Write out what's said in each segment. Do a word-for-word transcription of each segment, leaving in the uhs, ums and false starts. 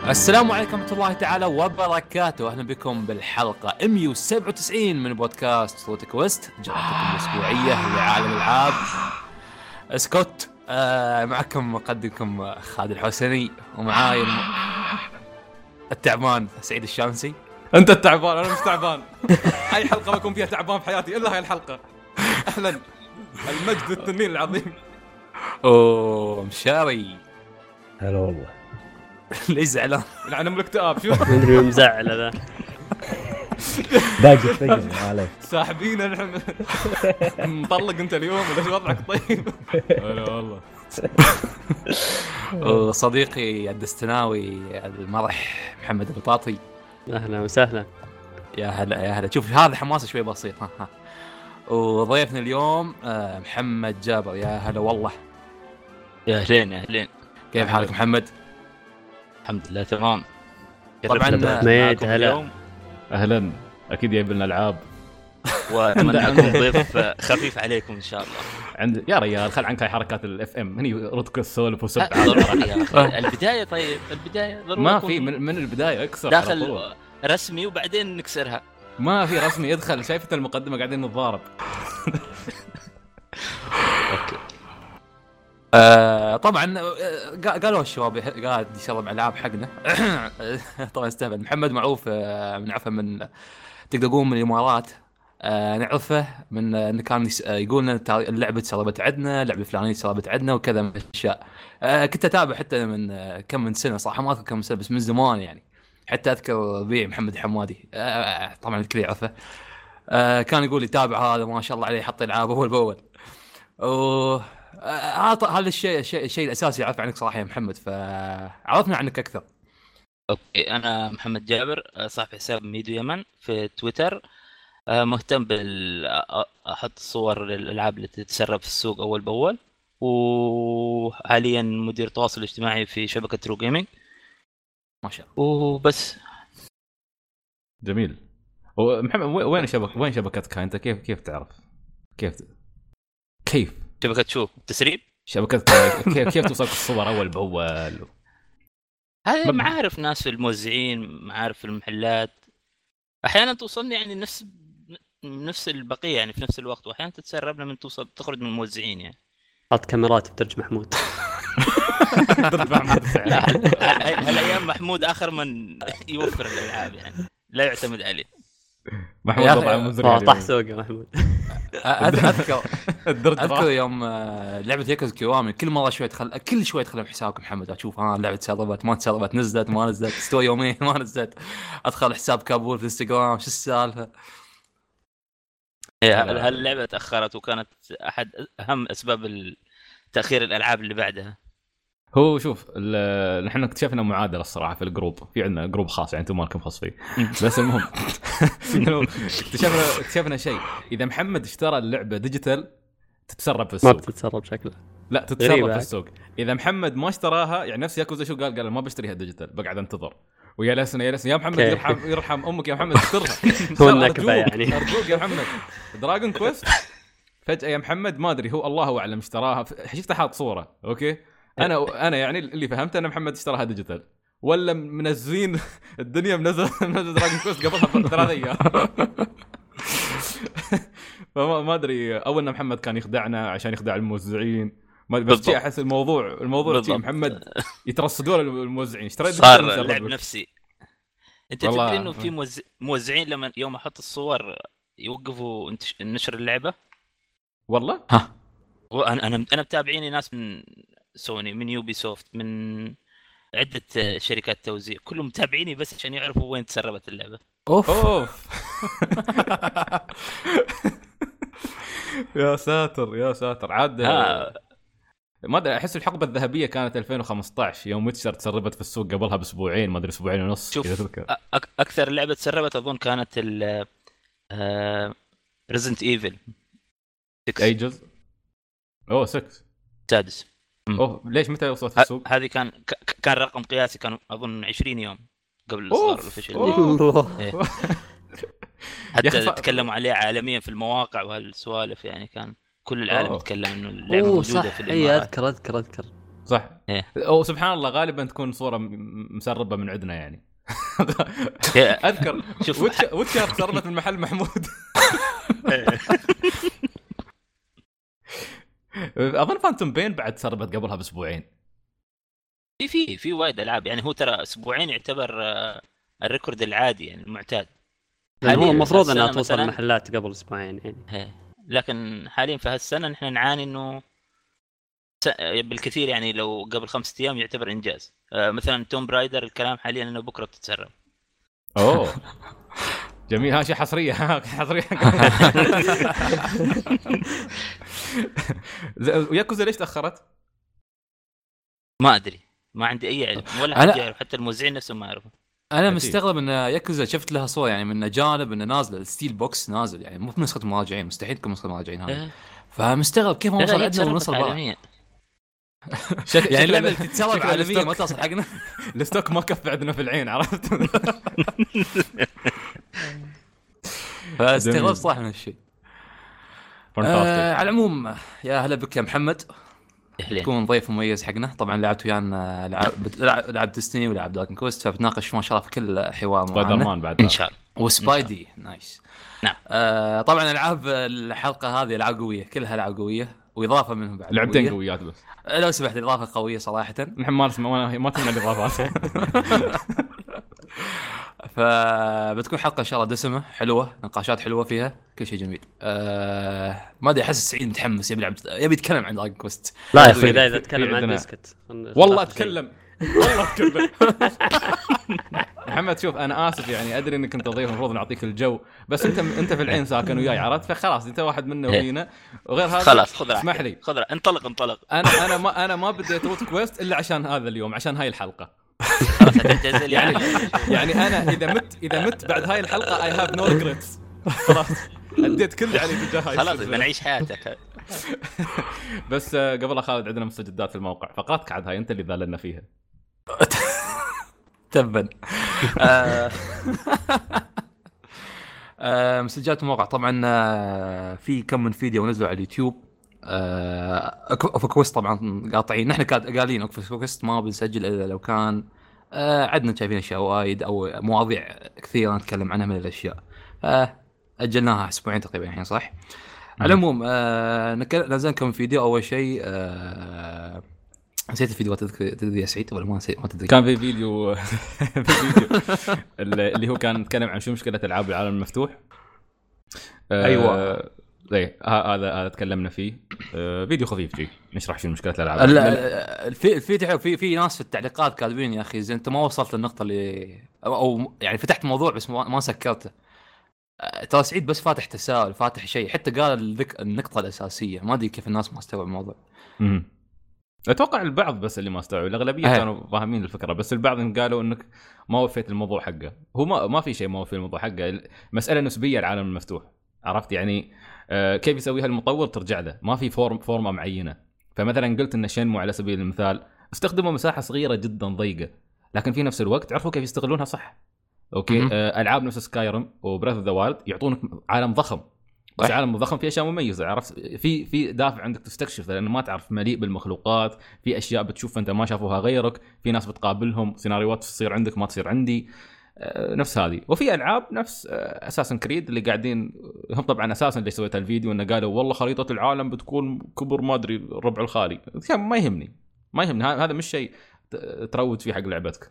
السلام عليكم ورحمة الله تعالى وبركاته. أهلا بكم بالحلقة مئة وسبعة وتسعين من بودكاست صوت كويست، جرعتكم الأسبوعية لعالم الألعاب. اسكوت. آه معكم مقدمكم خالد الحسني، ومعاي الم... التعبان سعيد الشامسي. أنت التعبان، أنا مش تعبان. أي حلقة بكون فيها تعبان في حياتي إلا هاي الحلقة. أهلا، المجد التنين العظيم. أوه مشاري. هلا والله. ليش زعلان؟ لعنة من الاكتئاب. شوف مدري مزعل هذا. باقي فقر عليك. ساحبين نحن. مطلق أنت اليوم ولا شو وضعك طيب؟ هلا والله. وصديقي الدستناوي المرح محمد البطاطي. أهلا وسهلا. يا هلا يا هلا. شوف هذا حماسة شوي بسيط. ها ها. وضيفنا اليوم محمد جابر. يا هلا والله. يا أهلين يا أهلين. كيف حالك محمد؟ الحمد لله تمام. طبعا ميت هلا. أهلا. أكيد جايب لنا ألعاب. وأتمنى أكون ضيف خفيف عليكم إن شاء الله. عند يا ريال خل عنك هاي حركات الاف ام هني رتك السولف وسب. البداية طيب البداية ما في من, من البداية اكسر داخل رسمي وبعدين نكسرها. ما في رسمي يدخل. شايفة المقدمة قاعدين نتضارب. أوكي. آه طبعا قالوا الشباب قاعد يشرب العاب حقنا. طبعا استهبل. محمد معروف آه نعرفه من تقدر تقول من الامارات. آه نعرفه من انه كان يقول لنا اللعبه سربت عندنا، اللعبه الفلانيه سربت عندنا وكذا من الاشياء. آه كنت اتابع حتى من آه كم من سنه صراحه، ما اذكر كم سنه بس من زمان يعني. حتى اذكر بيع محمد حمادي. آه طبعا الكل يعرفه. آه كان يقول يتابع هذا ما شاء الله عليه، يحط العاب اول باول. و هذا الشيء الشيء الشيء الاساسي اعرف عنك صراحه يا محمد، فعرفنا عنك اكثر. اوكي، انا محمد جابر، صاحب حساب ميدو يمن في تويتر. مهتم بال احط صور للالعاب اللي تتسرب في السوق اول باول، وحاليا مدير تواصل اجتماعي في شبكه ترو جيمنج. ما شاء الله. وبس. جميل. ومحمد وين شبك وين شبكتك انت؟ كيف كيف تعرف كيف كيف شبكة شو تسريب شبكة كيف كيف توصلك الصور أول بأول؟ هذه معارف ناس في الموزعين، معارف في المحلات. أحيانا توصلني يعني نفس نفس البقية يعني في نفس الوقت، وأحيانا تتسرب لما توصل تخرج من الموزعين يعني. حط كاميرات بترج محمود. هالأيام محمود آخر من يوفر الألعاب يعني، لا يعتمد عليه. محمود طبعا مزرعة طاح سوق محمود. اذكر اذكر يوم لعبه هيكوز كيوامي كل مره شوي تخل كل شوي تدخل بحسابك محمد اشوف ها لعبه سربت ما تسربت، نزلت ما نزلت، استوى يومين ما نزلت، ادخل حساب كابول في الانستغرام شو السالفه. هل اللعبه تاخرت وكانت احد اهم اسباب تاخير الالعاب اللي بعدها؟ هو شوف نحن اكتشفنا معادله الصراحه في الجروب، في عندنا جروب خاص يعني انتم مالكم خاص فيه. بس المهم اكتشفنا اكتشفنا شيء، اذا محمد اشترى اللعبه ديجيتال تتسرب في السوق. ما تتسرب شكله. لا تتسرب في السوق. اذا محمد ما اشتراها يعني نفس ياكوزا شو قال قال ما بشتريها ديجيتال بقعد انتظر. ويا لسنا يا لسنا يا محمد يرحم يرحم امك يا محمد اشترها. هو النكبه يعني. ارجوك يا محمد. دراجون كويست فجاه يا محمد ما ادري هو الله اعلم اشتراها، شفت حاط صوره اوكي. انا انا يعني اللي فهمت ان محمد اشتراها ديجيتال ولا منزلين الدنيا منزل منزل دراجون كويست قبلها بثلاث ايام. فما ما ادري اول ان محمد كان يخدعنا عشان يخدع الموزعين، ما بس شيء احس الموضوع الموضوع شيء محمد يترصدوا الموزعين. اشتريت صار لعب نفسي. انت تدري انه في موزع... موزعين لما يوم احط الصور يوقفوا نشر اللعبه والله. ها وانا انا انا متابعيني ناس من سوني، من يوبي سوفت، من عده شركات توزيع، كلهم متابعيني بس عشان يعرفوا وين تسربت اللعبه. اوف اوف. يا ساتر يا ساتر عاد. ما ادري احس الحقبه الذهبيه كانت ألفين وخمسة عشر يوم ويتشر تسربت في السوق قبلها باسبوعين، ما ادري اسبوعين ونص كذا تذكر. أك- اكثر لعبه تسربت اظن كانت ال ريزنت ايفل اي جزء. اوه ستة سادس. اوه ليش متى وصلت في السوق؟ هذه كان ك- كان رقم قياسي، كان اظن عشرين يوم قبل الاصدار الاوفيشال. إيه. حتى تكلموا عليه عالميا في المواقع وهالسوالف يعني، كان كل العالم يتكلم انه اللعبه موجوده في الامارات. اي اذكر اذكر اذكر صح. إيه. او سبحان الله غالبا تكون صوره م- مسربه من عندنا يعني. اذكر شوف ويتش- ويتشر تسربت من محل محمود. اظن فانتوم بين بعد تسربت قبلها باسبوعين. في في في وايد العاب يعني، هو ترى اسبوعين يعتبر آه، الريكورد العادي يعني المعتاد. لأن هو حالياً المفروض هالسنة انها توصل مثلاً- محلات قبل اسبوعين يعني. إيه. لكن حاليا في هالسنه نحن نعاني انه س- بالكثير يعني لو قبل خمسة ايام يعتبر انجاز. آه، مثلا توم برايدر الكلام حاليا انه بكره بتتسرب. اوه جميل. ها شيء حصريه. ها حصريه. ز- وياكوزا ليش تاخرت؟ ما ادري، ما عندي اي علم ولا أنا- حد يعرف، حتى الموزعين نفسهم ما يعرفوا. انا أكيد. مستغرب ان ياكوزا شفت لها صور يعني من جانب انه نازله الستيل بوكس نازل يعني مو نسخه مراجعين، مستحيل تكون نسخه مراجعين هذه. إيه. فمستغرب كيف ما لا، وصل لا، هي عندنا تسربت ونوصل بقى. عالميا. شك... يعني شكله- اللعبه اللي تتسرب شكله عالميا الستوك- ما توصل حقنا. الستوك ما كف عندنا في العين عرفت. فاستغرب صراحه من هالشيء. آه على العموم يا هلا بك يا محمد، اهلين. تكون ضيف مميز حقنا. طبعا لعبت ويانا لعب لعب, لعب ديستني ولعب دراجون كويست، فبتناقش ما شاء الله في كل حوار سبايدر معنا. مان بعد ان شاء الله. وسبايدي نايس. نعم. آه طبعا العاب الحلقه هذه العاب قويه، كلها العاب قويه واضافه منهم بعد لعبتين قوية. قويات بس. لو سمحت اضافه قويه صراحه. نحن ما نسمع ما ما تمنع الاضافات. فبتكون حلقه ان شاء الله دسمه حلوه، نقاشات حلوه فيها، كل شيء جميل. آه ما ادري، احس سعيد متحمس يبي يلعب يبي يتكلم عن دراجون كويست. لا يا اخوي لا اذا تكلم عن عندنا- بسكت والله اتكلم والله اتكلم. محمد شوف انا اسف يعني ادري انك انت ضيف المفروض نعطيك الجو، بس انت انت في العين ساكن وياي عرفت، فخلاص انت واحد منا وفينا وغير هذا. خلاص خذ راحتك. اسمح لي خذ راحتك. انطلق انطلق. انا انا ما انا ما بديت روت كويست الا عشان هذا اليوم، عشان هاي الحلقه. خلاص هتعتزل يعني. يعني انا اذا مت اذا مت بعد هاي الحلقه اي هاف نو ريجريتس. خلاص اديت كل علي تجاه هاي خلاص السلسلة. بنعيش حياتك. بس آه، قبل خالد عندنا مستجدات في الموقع، فقراتك عاد هاي انت اللي ذللنا فيها. تبا. آه، آه، مسجات الموقع طبعا. آه، في كم من فيديو نزلوا على اليوتيوب. اوف كويست طبعا قاطعين، نحن قالين اوف كويست ما بنسجل الا لو كان آه، عندنا شايفين اشياء وايد او مواضيع كثيره نتكلم عنها من الاشياء. آه، اجلناها اسبوعين تقريبا الحين صح. على العموم آه، نزلنا كم فيديو. اول شيء آه، نسيت الفيديو، تذكر تدري يا سعيد ولا ما نسيت؟ ما تدري. كان في فيديو في فيديو اللي هو كان يتكلم عن شو مشكله العاب العالم المفتوح. أيوة. آه، ايه هذا هذا تكلمنا فيه. آه، فيديو خفيف جي نشرح شو مشكله الالعاب. في في في في ناس في التعليقات كاتبين يا اخي زين انت ما وصلت للنقطه اللي او, أو يعني فتحت موضوع بس ما, ما سكرته. ترى سعيد بس فاتح تساؤل فاتح شيء، حتى قال الذك... النقطه الاساسيه. ما ادري كيف الناس ما استوعبوا الموضوع. امم اتوقع البعض بس اللي ما استوعبوا، الاغلبيه أه. كانوا فاهمين الفكره، بس البعض قالوا انك ما وفيت الموضوع حقه. هو ما ما في شيء ما وفي الموضوع حقه، مساله نسبيه العالم المفتوح عرفت يعني. آه كيف يسويها المطور ترجع له، ما في فورم فورمه معينه. فمثلا قلت ان شنمو على سبيل المثال استخدموا مساحه صغيره جدا ضيقه، لكن في نفس الوقت عرفوا كيف يستغلونها صح. اوكي مم. آه العاب نفس سكايرم وبريث اوف ذا وايلد يعطونك عالم ضخم، بس صح. عالم ضخم فيه اشياء مميزه عرفت، في في دافع عندك تستكشف لانه ما تعرف مليء بالمخلوقات، في اشياء بتشوف انت ما شافوها غيرك، في ناس بتقابلهم، سيناريوهات تصير عندك ما تصير عندي. آه نفس هذه. وفي العاب نفس آه اساسن كريد اللي قاعدين هم طبعا اساسا اللي سويت الفيديو انه قالوا والله خريطه العالم بتكون كبر ما ادري الربع الخالي. ما يهمني ما يهمني هذا مش شيء تروج فيه حق لعبتك.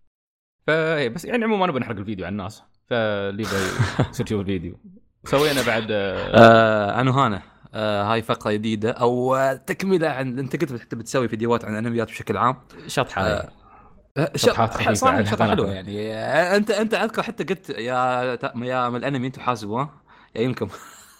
فهي بس يعني عموما انا بنحرق الفيديو على الناس، فاللي يصير يشوف الفيديو. سوينا بعد آه انا هنا آه هاي فقره جديده او آه تكمله عن انت قلت حتى بتسوي فيديوهات عن الانميات بشكل عام. شطحه آه شطحات خفيفة صح على شطحه حلوه القناة. يعني. آه انت انت اذكر حتى قلت يا يا من الانمي انتم حاسبوا يا يمكن.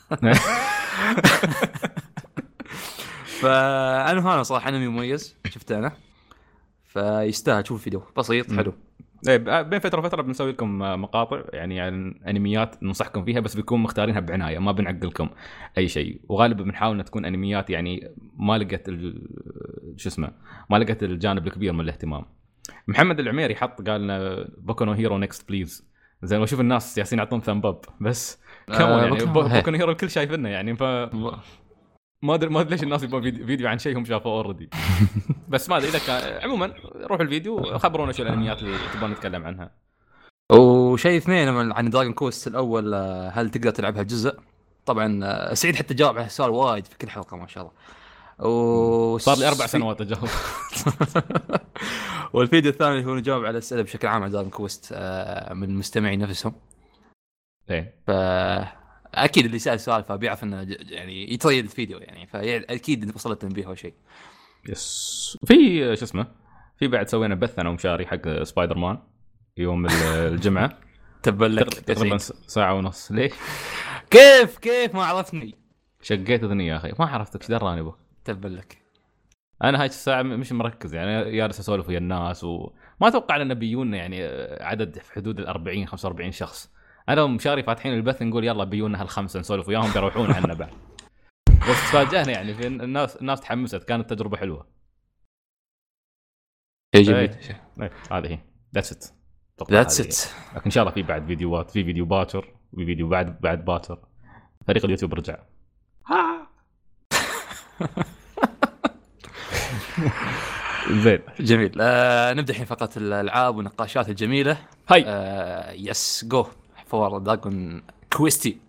فانا هنا صراحه انمي مميز شفته انا، فيستاهل تشوف فيديو بسيط حلو. بين فتره وفتره بنسوي لكم مقاطع يعني عن انميات ننصحكم فيها، بس بيكون مختارينها بعنايه، ما بنعقلكم اي شيء، وغالبا بنحاول ان تكون انميات يعني ما لقت شو اسمه ما لقت الجانب الكبير من الاهتمام. محمد العميري حط قال لنا بوكو نو هيرو نيكست بليز. زين واشوف الناس ياسين يعطون ثامب اب بس كمان يعني بوكو- بوكو نو هيرو الكل شايفينه يعني ف ما ادري ما ادري ليش الناس يبون فيديو, فيديو عن شيء هم شافوه اوريدي. بس ما ادري اذا كان عموما روحوا الفيديو خبرونا شو الانميات اللي تبون نتكلم عنها. وشيء اثنين عن دراجون كوست الاول، هل تقدر تلعبها جزء؟ طبعا سعيد حتى جاوب على السؤال وايد في كل حلقه ما شاء الله. و صار لي اربع سنوات اجاوب. والفيديو الثاني هو نجاوب على الاسئله بشكل عام عن دراجون كوست من المستمعين نفسهم. ايه فاكيد اللي سال سؤال فبيعرف انه يعني يطيل الفيديو يعني، فاكيد وصلت تنبيه او شيء. يس. في شو اسمه في بعد سوينا بث انا ومشاري حق سبايدر مان يوم الجمعه. تبلك تقريبا ساعه ونص. ليه كيف كيف ما عرفتني؟ شقيت اذني يا اخي ما عرفتك ايش دراني بو. تبلك انا هاي الساعه مش مركز يعني جالس اسولف ويا الناس وما اتوقع ان بيونا يعني عدد في حدود الأربعين خمسة وأربعين شخص. انا ومشاري فاتحين البث نقول يلا بيونا هالخمسه نسولف وياهم بيروحون عنا بعد. بس تفاجئنا يعني في الناس الناس تحمست كانت تجربه حلوه. شيء جميل. هذه هي ذاتس ات ذاتس ات. لكن ان شاء الله في بعد فيديوهات في فيديو باكر وفي فيديو بعد بعد باكر. فريق اليوتيوب رجع. زين جميل. آه نبدا الحين فقط الالعاب والنقاشات الجميله. هاي آه يس جو فور دراجون كويستي.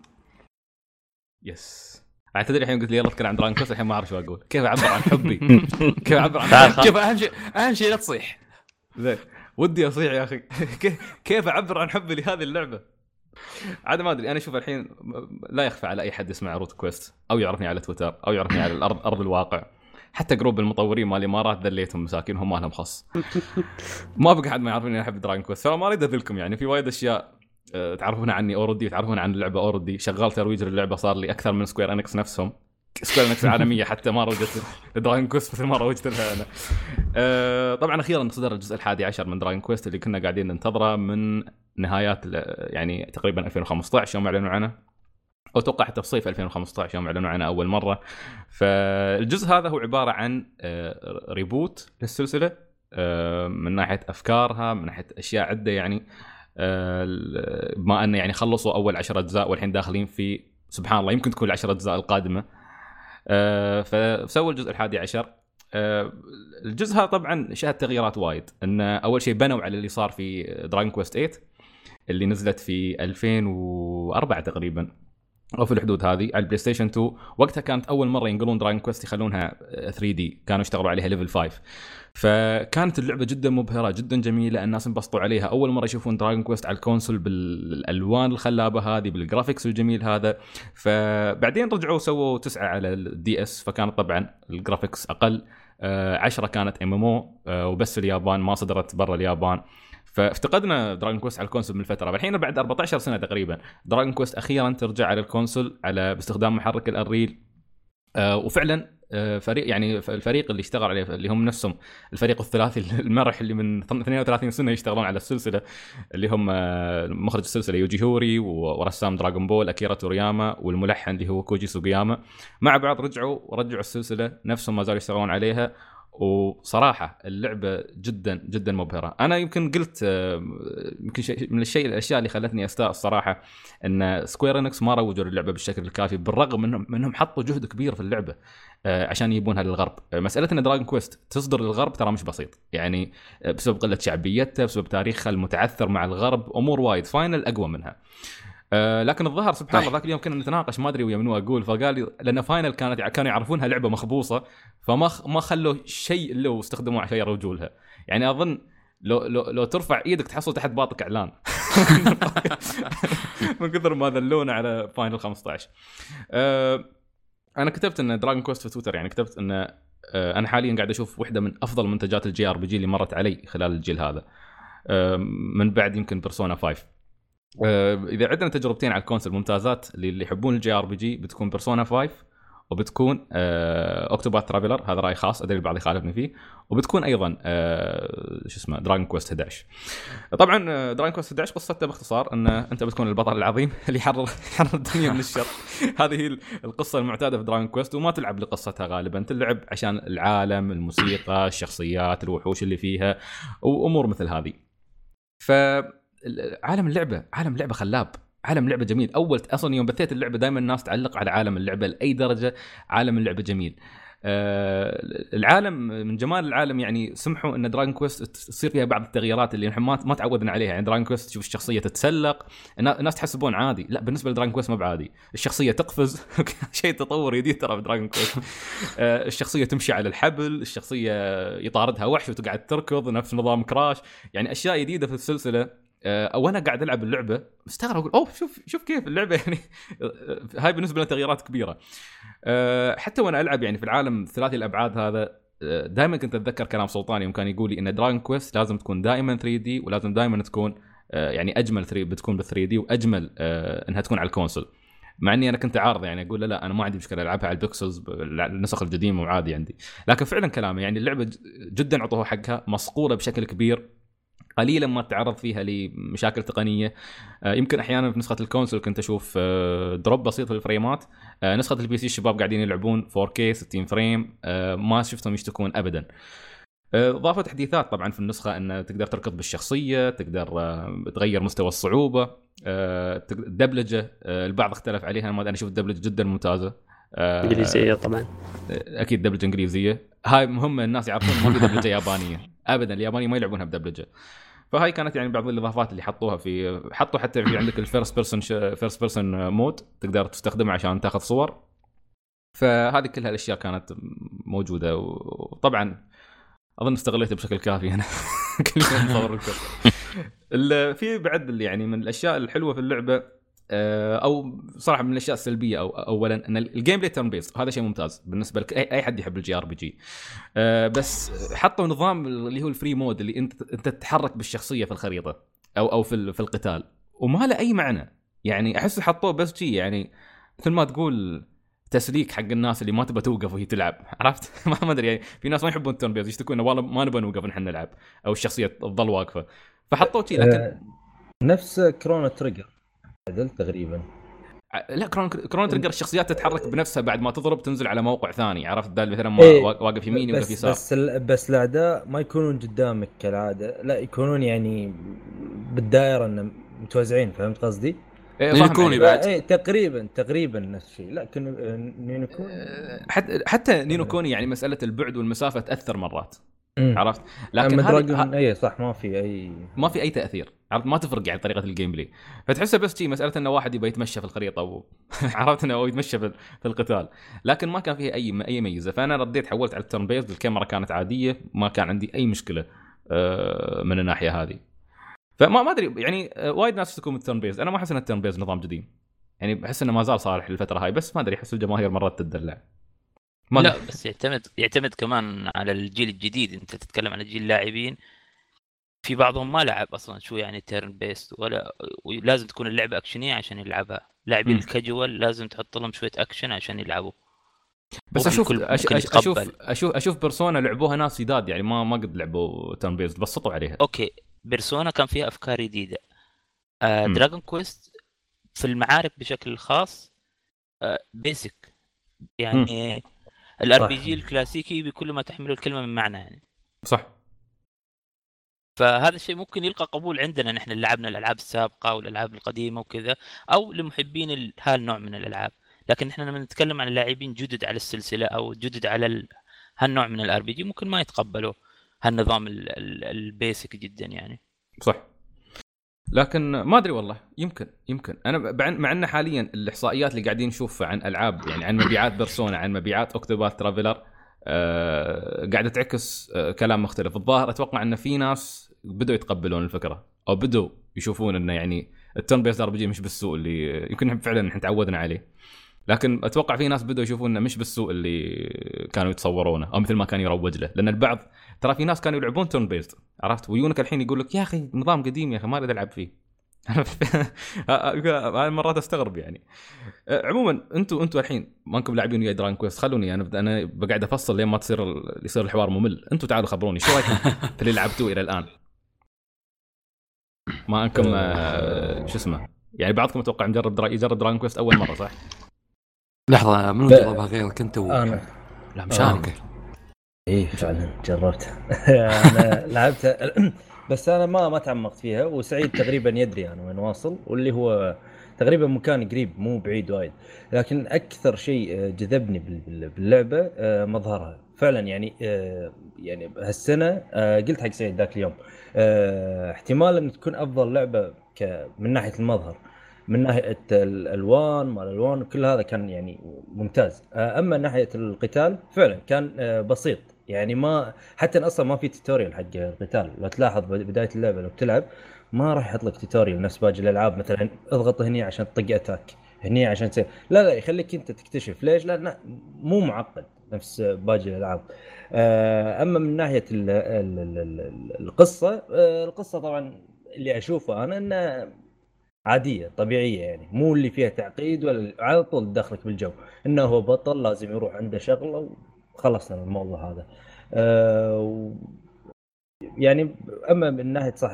يس اعتذر الحين قلت لي يلا تكلم عن دراجون كويست الحين ما اعرف شو اقول. كيف اعبر عن حبي؟ كيف اعبر عن كيف اهم شيء اهم شيء لا تصيح. زين ودي اصيح يا اخي. كيف اعبر عن حبي لهذه اللعبه؟ عاد ما ادري. انا اشوف الحين لا يخفى على اي حد يسمع روت كويست او يعرفني على تويتر او يعرفني على الارض ارض الواقع. حتى جروب المطورين مال الامارات ذليتهم مساكينهم ما لهم خص. ما بقى حد ما يعرفني اني احب دراجون كويست. فما اريد اذلكم يعني في وايد اشياء تعرفون عني اوريدي تعرفون عن اللعبه اوريدي. شغال ترويج للعبه صار لي اكثر من سكوير انكس نفسهم. سكوير انكس العالميه حتى ما روجت دراجون كويست مثل ما روجت لها انا. أه طبعا اخيرا صدر الجزء الحادي عشر من دراجون كويست اللي كنا قاعدين ننتظره من نهايات يعني تقريبا ألفين وخمسة عشر يوم اعلنوا عنه. اتوقع حتى في صيف ألفين وخمسة عشر يوم اعلنوا عنه اول مره. فالجزء هذا هو عباره عن ريبوت للسلسله من ناحيه افكارها من ناحيه اشياء عده يعني. بما انه يعني خلصوا اول عشرة اجزاء والحين داخلين في سبحان الله يمكن تكون العشرة اجزاء القادمه. فسووا الجزء الحادي عشر. الجزء هذا طبعا شهد تغييرات وايد. ان اول شيء بنوا على اللي صار في دراجون كويست ثمانية اللي نزلت في ألفين وأربعة تقريبا او في الحدود هذه على البلاي ستيشن اثنين. وقتها كانت اول مره ينقلون دراجون كويست يخلونها ثري دي. كانوا يشتغلوا عليها ليفل خمسة. فكانت اللعبه جدا مبهره جدا جميله. الناس انبسطوا عليها اول مره يشوفون دراجون كويست على الكونسول بالالوان الخلابه هذه بالجرافيكس الجميل هذا. فبعدين رجعوا سووا تسعة على الدي اس فكانت طبعا الجرافيكس اقل. عشرة كانت ام ام او وبس اليابان ما صدرت برا اليابان. فافتقدنا دراجون كويست على الكونسول من فتره. الحين بعد أربعة عشر سنه تقريبا دراجون كويست اخيرا ترجع على الكونسول على باستخدام محرك الانريل. آه وفعلا آه فريق يعني الفريق اللي اشتغل عليه اللي هم نفسهم الفريق الثلاثي المرح اللي من اثنين وثلاثين سنه يشتغلون على السلسله اللي هم آه مخرج السلسله يوجي هوري ورسام دراغون بول اكيرا تورياما والملحن اللي هو كوجي سوغياما مع بعض رجعوا ورجعوا السلسله نفسهم ما زالوا يشتغلون عليها. وصراحه اللعبه جدا جدا مبهره. انا يمكن قلت يمكن شيء من الشيء الاشياء اللي خلتني استاء الصراحه ان سكوير انكس ما روجوا اللعبه بالشكل الكافي بالرغم منهم منهم حطوا جهد كبير في اللعبه عشان يجيبونها للغرب. مساله ان دراجون كويست تصدر للغرب ترى مش بسيط يعني بسبب قله شعبيتها بسبب تاريخها المتعثر مع الغرب امور وايد. فاينل اقوى منها. أه لكن الظاهر سبحان الله ذاك اليوم كنا نتناقش ما ادري ويا منو اقول فقال لي لان فاينل كانت كانوا يعرفونها لعبه مخبوصه فما ما خلوا شيء اللي استخدموه عشان يروجوا لها. يعني اظن لو لو لو ترفع ايدك تحصل تحت باطك اعلان من كثر ما ذلونا على فاينل خمسة عشر. أه انا كتبت ان دراجون كويست في تويتر يعني كتبت ان أه انا حاليا قاعد اشوف واحده من افضل منتجات الجي ار بي جي اللي مرت علي خلال الجيل هذا أه من بعد يمكن بيرسونا خمسة. اذا عندنا تجربتين على الكونسول ممتازات اللي يحبون الجي ار بي جي بتكون بيرسونا خمسة وبتكون اوكتوباث ترافلر هذا راي خاص ادري البعض يخالفني فيه وبتكون ايضا شو اسمه دراجون كويست إحدى عشر. طبعا دراجون كويست إحدى عشر قصته باختصار ان انت بتكون البطل العظيم اللي يحرر يحرر الدنيا من الشر. هذه هي القصه المعتاده في دراجون كويست وما تلعب لقصتها غالبا تلعب عشان العالم الموسيقى الشخصيات الوحوش اللي فيها وامور مثل هذه. ف عالم اللعبه عالم اللعبه خلاب عالم لعبه جميل. اول اصلا يوم بثيت اللعبه دائما الناس تعلق على عالم اللعبه لاي درجه. عالم اللعبه جميل. آه العالم من جمال العالم يعني سمحوا ان دراجون كويست تصير فيها بعض التغييرات اللي نحن ما ما تعودنا عليها. يعني دراجون كويست تشوف الشخصيه تتسلق الناس تحسبون عادي، لا بالنسبه لدراجون كويست ما بعادي. الشخصيه تقفز شيء تطور جديد ترى في دراجون كويست. آه الشخصيه تمشي على الحبل، الشخصيه يطاردها وحش وتقعد تركض نفس نظام كراش. يعني اشياء جديده في السلسله. او انا قاعد العب اللعبه مستغرب اقول اوه شوف شوف كيف اللعبه يعني هاي بالنسبه لنا تغييرات كبيره. حتى وانا العب يعني في العالم ثلاثي الابعاد هذا دائما كنت اتذكر كلام سلطاني يوم كان يقول لي ان دراجون كويست لازم تكون دائما ثري دي ولازم دائما تكون يعني اجمل ثري بتكون بال3 دي واجمل انها تكون على الكونسول. مع اني انا كنت عارض يعني اقول لا لا انا ما عندي مشكله العبها على البكسلز النسخ القديمه وعادي عندي. لكن فعلا كلامي يعني اللعبه جدا عطوها حقها، مصقوله بشكل كبير، قليلا ما تعرض فيها لمشاكل تقنيه. يمكن احيانا في نسخه الكونسول كنت اشوف دروب بسيط في الفريمات. نسخه البي سي الشباب قاعدين يلعبون فور كي ستين فريم ما شفتهم يشتكون ابدا. اضافه تحديثات طبعا في النسخه ان تقدر تركض بالشخصيه، تقدر تغير مستوى الصعوبه، الدبلجه البعض اختلف عليها، انا اشوف الدبلجه جدا ممتازه. انجليزيه طبعا اكيد دبلجه انجليزيه، هاي مهمه الناس يعرفون ما في دبلجه يابانيه ابدا. الياباني ما يلعبونها بدبلجه. فهاي كانت يعني بعض الاضافات اللي حطوها في حطوا حتى في عندك الفيرست بيرسون فيرست بيرسون مود تقدر تستخدمه عشان تاخذ صور. فهذه كل هالاشياء كانت موجوده. وطبعا اظن استغليتها بشكل كافي انا كل يوم اصور الكل. في بعد اللي يعني من الاشياء الحلوه في اللعبه او صراحه من الاشياء السلبيه او اولا ان الجيم بلاي تيرن بيست، هذا شيء ممتاز بالنسبه لك اي حد يحب الجي ار بي جي. بس حطوا نظام اللي هو الفري مود اللي انت انت تتحرك بالشخصيه في الخريطه او او في في القتال وما له اي معنى. يعني احس حطوه بس شيء يعني مثل ما تقول تسليك حق الناس اللي ما تبى توقف وهي تلعب، عرفت؟ ما ادري يعني في ناس ما يحبون التيرن بيست يشتكون والله ما نبى نوقف نحن نلعب او الشخصيه تظل واقفه فحطوا شيء. لكن نفس كرونو تريجر عدل تقريبا. لا كرون كرون تريجر الشخصيات تتحرك بنفسها بعد ما تضرب تنزل على موقع ثاني، عرفت؟ ده مثلا ما إيه واقف يمين يوقف يسار. بس بس الاعداء ما يكونون قدامك كالعاده، لا يكونون يعني بالدائره انهم متوزعين، فهمت قصدي؟ إيه نينو كوني بعد ايه تقريبا تقريبا نفس الشيء. لكن نينو كوني حتى حتى نينو كوني يعني مساله البعد والمسافه تاثر مرات، مم. عرفت؟ لكن هذه اي صح ما في اي ما في اي تاثير، عرفت؟ ما تفرق يعني طريقه الجيم بلاي. فتحسها بس شيء مساله انه واحد يبي يتمشى في الخريطه و... عرفت انه يتمشى في القتال، لكن ما كان فيه اي اي ميزه. فانا رديت حولت على التيرن بيز، الكاميرا كانت عاديه، ما كان عندي اي مشكله من الناحيه هذه. فما ما ادري يعني وايد ناس تكون التيرن بيز، انا ما احس ان التيرن بيز نظام جديد، يعني بحس انه ما زال صالح للفتره هاي، بس ما ادري احس الجماهير مرات تدلع. لا بس يعتمد يعتمد كمان على الجيل الجديد. انت تتكلم عن الجيل اللاعبين، في بعضهم ما لعب اصلا شو يعني تيرن بيست، ولا لازم تكون اللعبه اكشنيه عشان يلعبها. لاعبين الكاجوال لازم تحط لهم شويه اكشن عشان يلعبوا. بس اشوف أش... اشوف اشوف اشوف بيرسونا لعبوها ناس جداد، يعني ما ما قد لعبوا تيرن بيست، بسطوا عليها. اوكي بيرسونا كان فيها افكار جديده. آه دراجون كويست في المعارك بشكل خاص آه بيسك، يعني الار بي جي الكلاسيكي بكل ما تحمله الكلمه من معنى يعني. صح. فهذا الشيء ممكن يلقى قبول عندنا نحن اللي لعبنا الالعاب السابقه والالعاب القديمه وكذا، او لمحبين هالنوع من الالعاب. لكن نحن لما نتكلم عن اللاعبين جدد على السلسله او جدد على ال... هالنوع من الار بي جي ممكن ما يتقبلوا هالنظام ال... ال... البيسك جدا يعني. صح. لكن ما ادري والله، يمكن يمكن انا مع ان حاليا الاحصائيات اللي قاعدين نشوفها عن العاب يعني عن مبيعات بيرسونا عن مبيعات اوكتوباث ترافلر آه قاعده تعكس آه كلام مختلف. الظاهر اتوقع ان في ناس بدوا يتقبلون الفكره او بدوا يشوفون انه يعني التيرن بيست ار بي جي مش بالسوء اللي يمكن فعلا نحن تعودنا عليه، لكن اتوقع في ناس بدوا يشوفون انه مش بالسوء اللي كانوا يتصورونه او مثل ما كان يروج له. لان البعض ترى في ناس كانوا يلعبون تيرن بيست، عرفت؟ ويونك الحين يقول لك يا اخي نظام قديم يا اخي ما اريد العب فيه. انا مرات استغرب يعني. عموما انتوا انتوا الحين ما انكم لاعبين ويا دراجون كويست، خلوني انا انا بقعد افصل لين ما تصير يصير الحوار ممل. انتوا تعالوا خبروني شو رايكم في اللي لعبتوه الى الان؟ ما انكم شو اسمه يعني بعضكم اتوقع نجرب درا... يجرب دراجون كويست اول مره صح؟ لحظه منو جربها غيرك انت و... انا لا مشاركه. ايه فعلا جربتها. انا لعبتها بس انا ما ما تعمقت فيها، وسعيد تقريبا يدري انا وين واصل، واللي هو تقريبا مكان قريب مو بعيد وايد. لكن اكثر شيء جذبني باللعبه مظهرها فعلا. يعني يعني هالسنه قلت حق سعيد ذاك اليوم احتمال ان تكون افضل لعبه من ناحيه المظهر، من ناحيه الالوان مال الالوان وكل هذا كان يعني ممتاز. اما من ناحيه القتال فعلا كان بسيط، يعني ما حتى اصلا ما في توتوريال حق القتال. لو تلاحظ بدايه اللعبه لو بتلعب ما راح يحط لك توتوريال نفس باقي الالعاب، مثلا اضغط هني عشان تطق اتاك، هني عشان تسوي، لا لا يخليك انت تكتشف. ليش؟ لا مو معقد نفس باقي الالعاب. اما من ناحيه ال ال ال القصه، القصه طبعا اللي اشوفه انا انه عاديه طبيعيه، يعني مو اللي فيها تعقيد ولا على طول تدخلك بالجو انه هو بطل لازم يروح عنده شغله وخلصنا من الموضوع هذا. أه يعني اما من ناحيه صح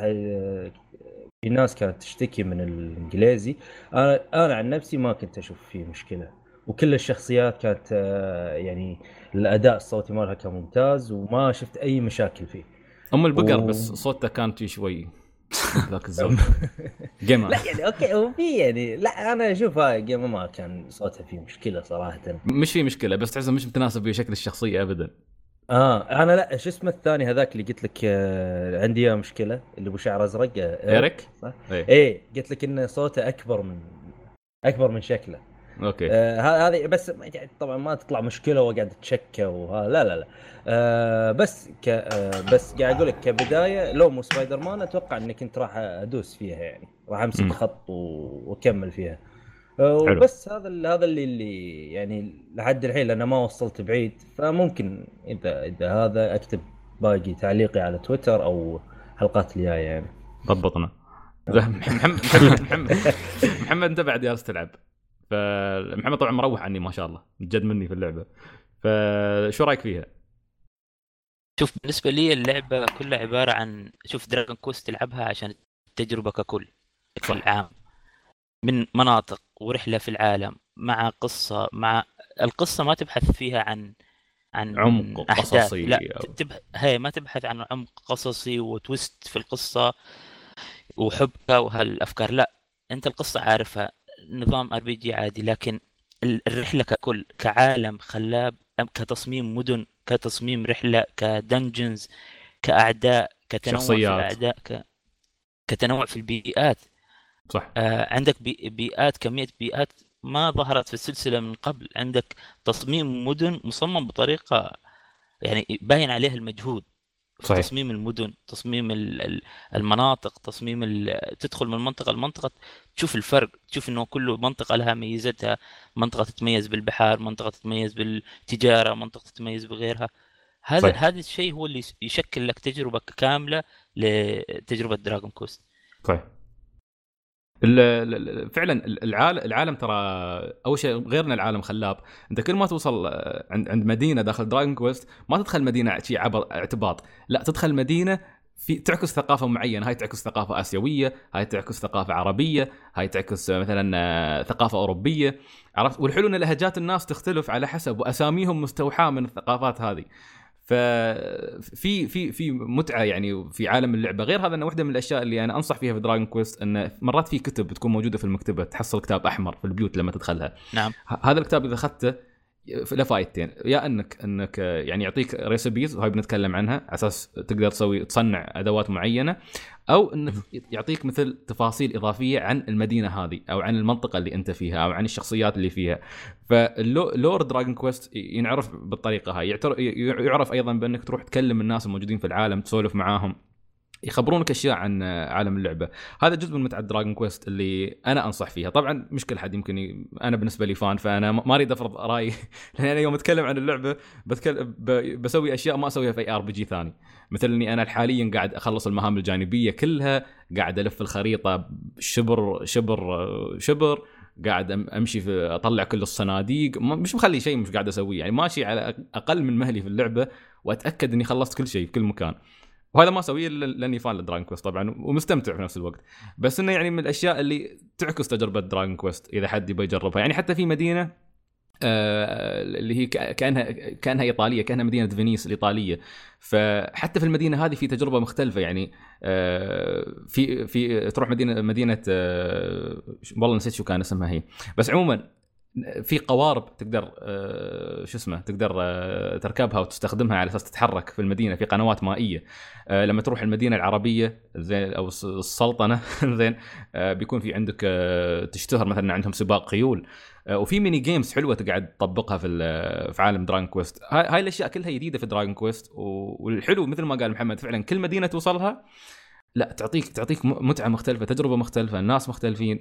في ناس كانت تشتكي من الانجليزي، انا انا عن نفسي ما كنت اشوف فيه مشكله، وكل الشخصيات كانت يعني الاداء الصوتي مالها كان ممتاز وما شفت اي مشاكل فيه. ام البقر و... بس صوتها كان فيه شوي ذاك الزود جيمر. لا يعني اوكي هو في يعني، لا انا اشوفها جيمر ما كان صوتها فيه مشكله صراحه. مش في مشكله بس تحسه مش متناسب بشكل الشخصيه ابدا. اه انا لا شو اسمه الثاني هذاك اللي قلت لك آه عندي مشكله اللي ابو شعر ازرق آه ايريك صح ايه, ايه قلت لك انه صوته اكبر من اكبر من شكله. اوكي آه هذه بس يعني طبعا ما تطلع مشكله وقاعد تشكى وها لا لا لا آه بس ك آه بس قاعد اقول لك كبدايه لو مو سبايدر مان اتوقع اني كنت راح ادوس فيها، يعني راح امسك خط واكمل فيها. وبس هذا اللي هذا اللي, اللي يعني لحد الحين انا ما وصلت بعيد، فممكن اذا اذا هذا اكتب باقي تعليقي على تويتر او حلقات الجايه يعني. ضبطنا. محمد محمد محمد انت بعد جالس تلعب، فمحمد طبعا مروح عني ما شاء الله جد مني في اللعبه، فشو رايك فيها؟ شوف بالنسبه لي اللعبه كلها عباره عن شوف دراجون كوست تلعبها عشان التجربه ككل بشكل عام، من مناطق ورحله في العالم مع قصه، مع القصه ما تبحث فيها عن عن عمق قصصي، لا تبحث هي ما تبحث عن عمق قصصي وتويست في القصه وحبكه وهالافكار، لا انت القصه عارفها نظام ار بي جي عادي، لكن الرحله ككل كعالم خلاب، كتصميم مدن، كتصميم رحله، كدنجنز، كاعداء، كتنوع شخصيات. في الاعداء، ك... كتنوع في البيئات صح. آه عندك بي... بيئات، كميه بيئات ما ظهرت في السلسله من قبل، عندك تصميم مدن مصمم بطريقه يعني باين عليه المجهود. صحيح. تصميم المدن، تصميم المناطق، تصميم تدخل من منطقة لمنطقة تشوف الفرق، تشوف انه كل منطقة لها ميزتها، منطقة تتميز بالبحار، منطقة تتميز بالتجارة، منطقة تتميز بغيرها. هذا هذا الشيء هو اللي يشكل لك تجربة كاملة لتجربة دراغون كوست. صحيح. فعلا العالم العالم ترى اول شيء غيرنا العالم خلاب. انت كل ما توصل عند عند مدينه داخل دراجون كويست ما تدخل مدينه شيء عبر اعتباط، لا تدخل مدينه في تعكس ثقافه معينه، هاي تعكس ثقافه اسيويه، هاي تعكس ثقافه عربيه، هاي تعكس مثلا ثقافه اوروبيه، عرفت؟ والحلو ان لهجات الناس تختلف على حسب واساميهم مستوحاه من الثقافات هذه. ففي في في متعه يعني في عالم اللعبه. غير هذا انه واحده من الاشياء اللي انا انصح فيها في دراجون كويست ان مرات في كتب بتكون موجوده في المكتبه، تحصل كتاب احمر في البيوت لما تدخلها. نعم. هذا الكتاب اذا اخذته له فائدتين، يا انك انك يعني يعطيك ريسبيز وهاي بنتكلم عنها على اساس تقدر تسوي تصنع ادوات معينه، او انك يعطيك مثل تفاصيل اضافيه عن المدينه هذه او عن المنطقه اللي انت فيها او عن الشخصيات اللي فيها. فلور دراجون كويست ينعرف بالطريقه هاي، يعرف ايضا بانك تروح تكلم الناس الموجودين في العالم، تسولف معاهم، يخبرونك اشياء عن عالم اللعبه. هذا جزء من متعه دراجون كويست اللي انا انصح فيها. طبعا مش كل حد يمكن ي... انا بالنسبه لي فان، فانا ما اريد افرض رايي لان انا يوم اتكلم عن اللعبه بتكلم ب... بسوي اشياء ما اسويها في اي ار بي جي ثاني، مثل اني انا حاليا قاعد اخلص المهام الجانبيه كلها، قاعد الف الخريطه شبر شبر شبر، قاعد امشي في اطلع كل الصناديق، مش مخلي شيء مش قاعد اسويه، يعني ماشي على اقل من مهلي في اللعبه واتاكد اني خلصت كل شيء في كل مكان. وهذا ما اسويه لاني فان لدراجون كويست طبعا ومستمتع في نفس الوقت، بس انه يعني من الاشياء اللي تعكس تجربه دراجون كويست اذا حد يبي يجربها. يعني حتى في مدينه آه اللي هي كانها كانها ايطاليه، كانها مدينه فينيس الايطاليه. فحتى في المدينه هذه في تجربه مختلفه يعني. آه في في تروح مدينه مدينه آه والله نسيت شو كان اسمها هي، بس عموما في قوارب تقدر آه شو اسمه تقدر آه تركبها وتستخدمها على اساس تتحرك في المدينه، في قنوات مائيه. آه لما تروح المدينه العربيه زين او السلطنه زين آه بيكون في عندك آه تشتهر مثلا عندهم سباق خيول، آه وفي ميني جيمز حلوه تقعد تطبقها في في عالم دراجون كويست. هاي, هاي الاشياء كلها جديده في دراجون كويست. والحلو مثل ما قال محمد فعلا كل مدينه توصلها لا تعطيك تعطيك متعه مختلفه، تجربه مختلفه، الناس مختلفين.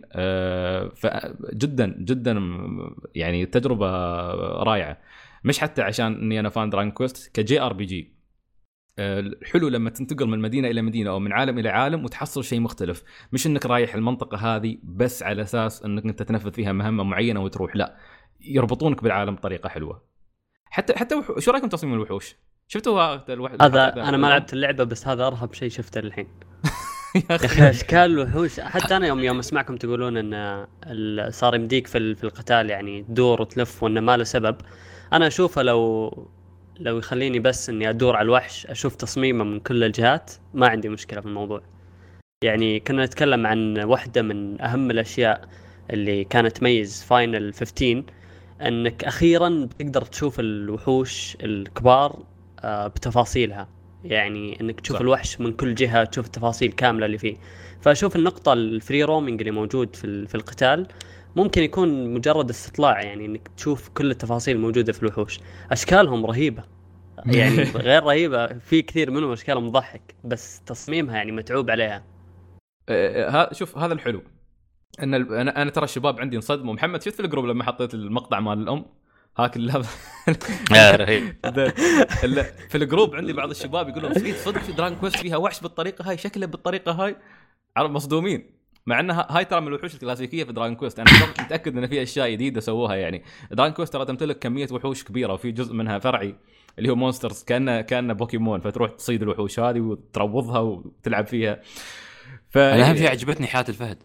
فجدا جدا يعني تجربه رائعه، مش حتى عشان اني انا فان دراجون كويست كجي ار بي جي. الحلو لما تنتقل من مدينه الى مدينه او من عالم الى عالم وتحصل شيء مختلف، مش انك رايح المنطقه هذه بس على اساس انك انت تنفذ فيها مهمه معينه وتروح، لا يربطونك بالعالم بطريقه حلوه. حتى حتى وحو... شو رايكم تصميم الوحوش؟ شفتوا الوحش هذا؟ انا ما لعبت اللعبه بس هذا ارهب شيء شفته الحين. يا اخي اشكال الوحوش، حتى انا يوم يوم اسمعكم تقولون ان صار يمديك في في القتال يعني تدور وتلف وانه ما له سبب، انا اشوفه لو لو يخليني بس اني ادور على الوحش اشوف تصميمه من كل الجهات ما عندي مشكله في الموضوع. يعني كنا نتكلم عن واحده من اهم الاشياء اللي كانت تميز فاينل خمسة عشر، انك اخيرا تقدر تشوف الوحوش الكبار بتفاصيلها، يعني انك تشوف صح. الوحش من كل جهه، تشوف التفاصيل كامله اللي فيه. فاشوف النقطه الفري رومينج اللي موجود في في القتال ممكن يكون مجرد استطلاع، يعني انك تشوف كل التفاصيل الموجوده في الوحوش. اشكالهم رهيبه يعني غير رهيبه، في كثير منهم اشكالهم مضحك بس تصميمها يعني متعوب عليها. ها شوف هذا الحلو ان انا انا ترى الشباب عندي انصدموا. محمد شفت في الجروب لما حطيت المقطع مال الام هاك اللعبه يا رهيب في الجروب عندي بعض الشباب يقولون سويت صدق في دراجون كويست فيها وحش بالطريقه هاي، شكله بالطريقه هاي، عرب مصدومين. مع انها هاي ترى من الوحوش الكلاسيكيه في دراجون كويست. انا متاكد ان في اشياء جديده سووها يعني. دراجون كويست ترى تمتلك كميه وحوش كبيره وفي جزء منها فرعي اللي هو مونسترز، كان كان بوكيمون، فتروح تصيد الوحوش هذه وتروضها وتلعب فيها. ف انا اهم شيء عجبتني حياه الفهد.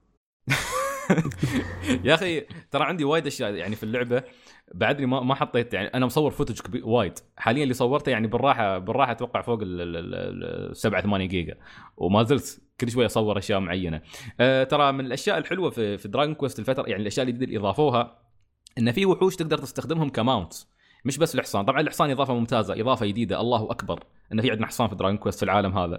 يا اخي ترى عندي وايد اشياء يعني في اللعبه بعدني ما ما حطيت، يعني انا مصور فوتج وايد حاليا اللي صورته يعني بالراحه بالراحه اتوقع فوق ال سبعة ثمانية جيجا، وما زلت كل شويه اصور اشياء معينه. أه ترى من الاشياء الحلوه في في دراجون كويست الفتره، يعني الاشياء اللي اضافوها ان في وحوش تقدر تستخدمهم كماونت، مش بس الحصان. طبعا الحصان اضافه ممتازه، اضافه جديده، الله اكبر ان في عندنا حصان في دراجون كويست في العالم هذا،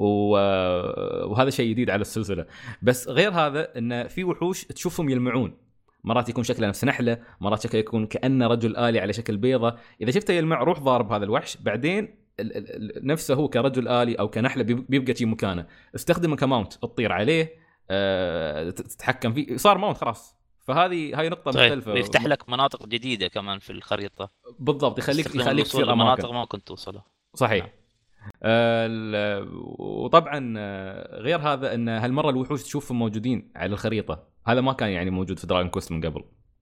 وهذا شيء جديد على السلسله. بس غير هذا ان في وحوش تشوفهم يلمعون، مرات يكون شكله نفس نحله، مرات شكله يكون كانه رجل آلي على شكل بيضه. اذا شفته يلمع روح ضارب هذا الوحش، بعدين نفسه هو كرجل آلي او كنحله بيبقى شيء مكانه، استخدمه كماونت تطير عليه، أه تتحكم فيه، صار ماونت خلاص. فهذه هاي نقطه مختلفه، يفتح لك مناطق جديده كمان في الخريطه. بالضبط، يخليك يخليك تصير مناطق ما كنت توصلها. صحيح. آه وطبعا غير هذا ان هالمره الوحوش تشوفهم موجودين على الخريطه، هذا ما كان يعني موجود في دراجون كويست من قبل.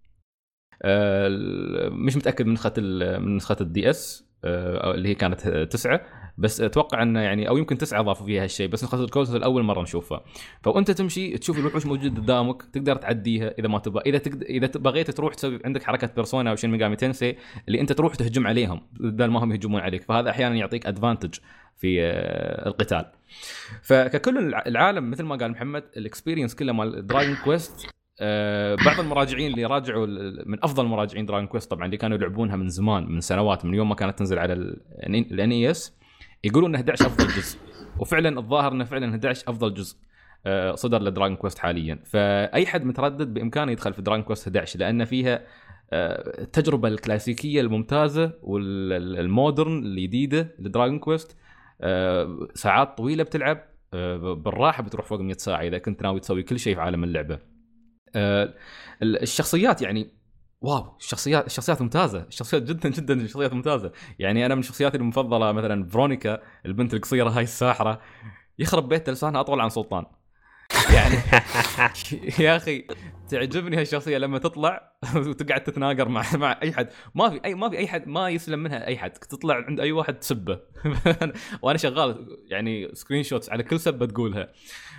آه مش متاكد من نسخه من نسخه الدي اس آه اللي هي كانت تسعة، بس اتوقع انه يعني او يمكن تسعة ضافوا فيها هالشيء، بس نسخه الكونسول الاول مره نشوفها. فانت تمشي تشوف الوحوش موجود قدامك، تقدر تعديها اذا ما تبغى. اذا تقدر اذا بغيت تروح تسوي عندك حركه بيرسونا او شين ميجامي تنسي اللي انت تروح تهجم عليهم بدل ما هم يهجمون عليك، فهذا احيانا يعطيك ادفانتج في القتال. فككل العالم مثل ما قال محمد الاكسبيرينس كله مال دراجون كويست. أه بعض المراجعين اللي راجعوا من افضل مراجعين دراجون كويست طبعا اللي كانوا يلعبونها من زمان، من سنوات، من يوم ما كانت تنزل على الان اي اس، يقولون ان احد عشر افضل جزء، وفعلا الظاهر انه فعلا احد عشر افضل جزء أه صدر لدراجون كويست حاليا. فاي حد متردد بامكانه يدخل في دراجون كويست احد عشر، لان فيها أه التجربه الكلاسيكيه الممتازه والمودرن الجديده لدراجون كويست. أه ساعات طويله بتلعب أه بالراحه، بتروح فوق مية ساعه اذا كنت ناوي تسوي كل شيء في عالم اللعبه. أه الشخصيات يعني واو، الشخصيات الشخصيات ممتازه، الشخصيات جدا جدا الشخصيات ممتازه. يعني انا من شخصياتي المفضله مثلا فرونيكا البنت القصيره هاي الساحره، يخرب بيت لسانها اطول عن سلطان يعني. يا اخي تعجبني هالشخصيه لما تطلع وتقعد تتناقر مع مع اي حد، ما في اي ما في اي حد ما يسلم منها اي حد، تطلع عند اي واحد تسبه وانا شغال يعني سكرين شوتس على كل سبه تقولها.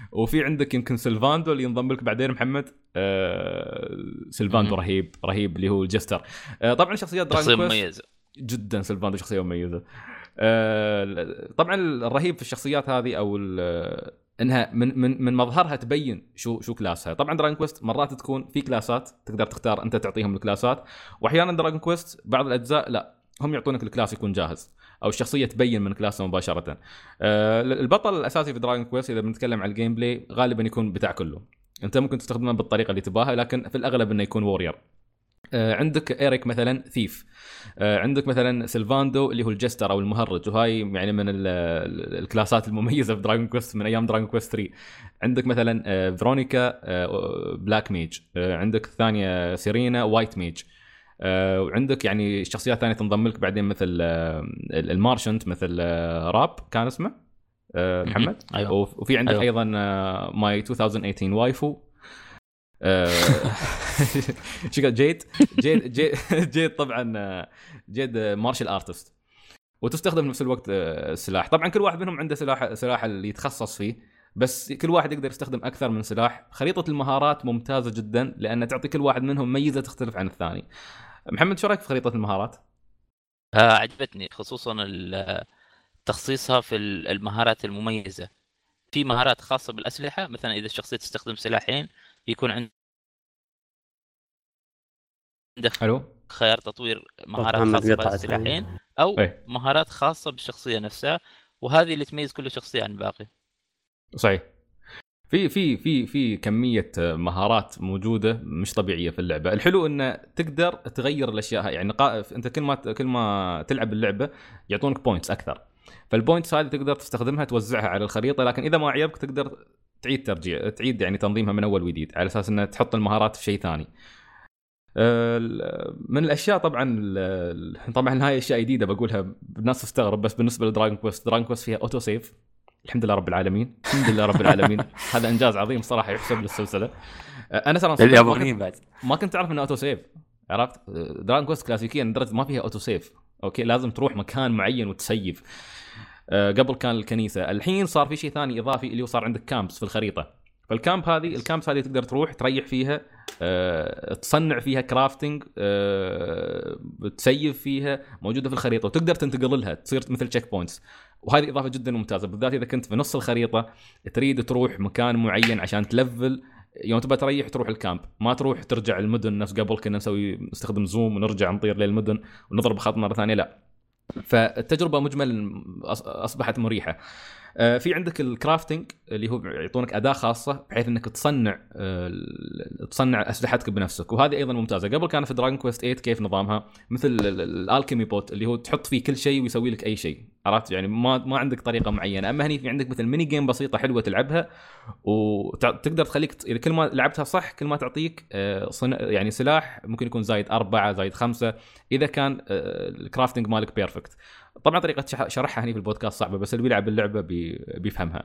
وفي عندك يمكن سيلفاندو اللي ينضم لك بعدين محمد. آه سيلفاندو مم. رهيب رهيب اللي هو الجستر. آه طبعا شخصيات شخصية دراجون كويست مميزة جدا. سيلفاندو شخصيه مميزه. آه طبعا الرهيب في الشخصيات هذه او انها من من من مظهرها تبين شو شو كلاسها. طبعا دراجون كويست مرات تكون في كلاسات تقدر تختار انت تعطيهم الكلاسات، واحيانا دراجون كويست بعض الاجزاء لا هم يعطونك الكلاس يكون جاهز او الشخصيه تبين من كلاسها مباشره. آه البطل الاساسي في دراجون كويست اذا بنتكلم عن الجيم بلاي غالبا يكون بتاع كله، انت ممكن تستخدمه بالطريقه اللي تباها لكن في الاغلب انه يكون وورير. آه عندك إيريك مثلا ثيف، آه عندك مثلا سيلفاندو اللي هو الجستر او المهرج، وهاي يعني من الكلاسات المميزه في دراجون كويست من ايام دراجون كويست ثري. عندك مثلا آه فيرونيكا آه بلاك ميج، آه عندك الثانيه سيرينا وايت ميج، آه وعندك يعني شخصيات ثانيه تنضم لك بعدين مثل آه المارشنت مثل آه راب كان اسمه آه محمد. أيوة. وفي عندك أيوة. ايضا آه ماي ألفين وثمانية عشر وايفو شكل جيد جيد جيد جيد طبعا جيد مارشال ارتست، وتستخدم في نفس الوقت السلاح. طبعا كل واحد منهم عنده سلاح سلاح اللي يتخصص فيه، بس كل واحد يقدر يستخدم اكثر من سلاح. خريطه المهارات ممتازه جدا لان تعطي كل واحد منهم ميزه تختلف عن الثاني. محمد شو رايك في خريطه المهارات؟ آه عجبتني خصوصا تخصيصها في المهارات المميزة. في مهارات خاصة بالأسلحة، مثلا إذا الشخصية تستخدم سلاحين يكون عندك حلو خيار تطوير مهارات محمد خاصة قطعت. بالسلاحين أو إيه. مهارات خاصة بالشخصية نفسها، وهذه اللي تميز كل شخصية عن الباقي. صحيح. في في في في كميه مهارات موجوده مش طبيعيه في اللعبه. الحلو انه تقدر تغير الاشياء، يعني انت كل ما كل ما تلعب اللعبه يعطونك بوينتس اكثر، فالبوينتس هذه تقدر تستخدمها توزعها على الخريطه، لكن اذا ما عجبك تقدر تعيد ترجيع تعيد يعني تنظيمها من اول وجديد على اساس انها تحط المهارات في شيء ثاني. من الاشياء طبعا طبعا هاي اشياء جديده بقولها الناس تستغرب، بس بالنسبه لدراجون كويست دراجون كويست فيها اوتو سيف. الحمد لله رب العالمين، الحمد لله رب العالمين. هذا انجاز عظيم صراحه يحسب للسلسله. انا ترى اليابانيين بعد ما كنت اعرف انه اوتو سيف، عرفت دراجون كويست كلاسيكيا لدرجه ما فيها اوتو سيف. اوكي لازم تروح مكان معين وتسيف. أه قبل كان الكنيسه، الحين صار في شيء ثاني اضافي اللي هو صار عندك كامبس في الخريطه. فالكامب هذه الكامبس هذه تقدر تروح تريح فيها، أه تصنع فيها كرافتنج، أه تسيف فيها، موجوده في الخريطه وتقدر تنتقل لها تصير مثل تشيك بوينتس. وهذه اضافه جدا ممتازه بالذات اذا كنت في نص الخريطه تريد تروح مكان معين عشان تلفل، يوم تبى تريح تروح الكامب، ما تروح ترجع المدن نفس قبل كنا نسوي نستخدم زوم ونرجع نطير للمدن ونضرب خط مره ثانيه. لا، فالتجربه مجمل اصبحت مريحه. في عندك الكرافتنج اللي هو يعطونك اداه خاصه بحيث انك تصنع تصنع اسلحتك بنفسك، وهذه ايضا ممتازه. قبل كان في دراجون كويست ثمانية كيف نظامها مثل الالكيمي بوت اللي هو تحط فيه كل شيء ويسوي لك اي شيء، عرفت يعني ما ما عندك طريقه معينه. اما هني في عندك مثل ميني جيم بسيطه حلوه تلعبها وتقدر تخليك اذا كل ما لعبتها صح كل ما تعطيك يعني سلاح ممكن يكون زايد أربعة زايد خمسة اذا كان الكرافتنج مالك بيرفكت. طبعا طريقه شرحها هني في البودكاست صعبه، بس اللي بيلعب اللعبه بي بيفهمها.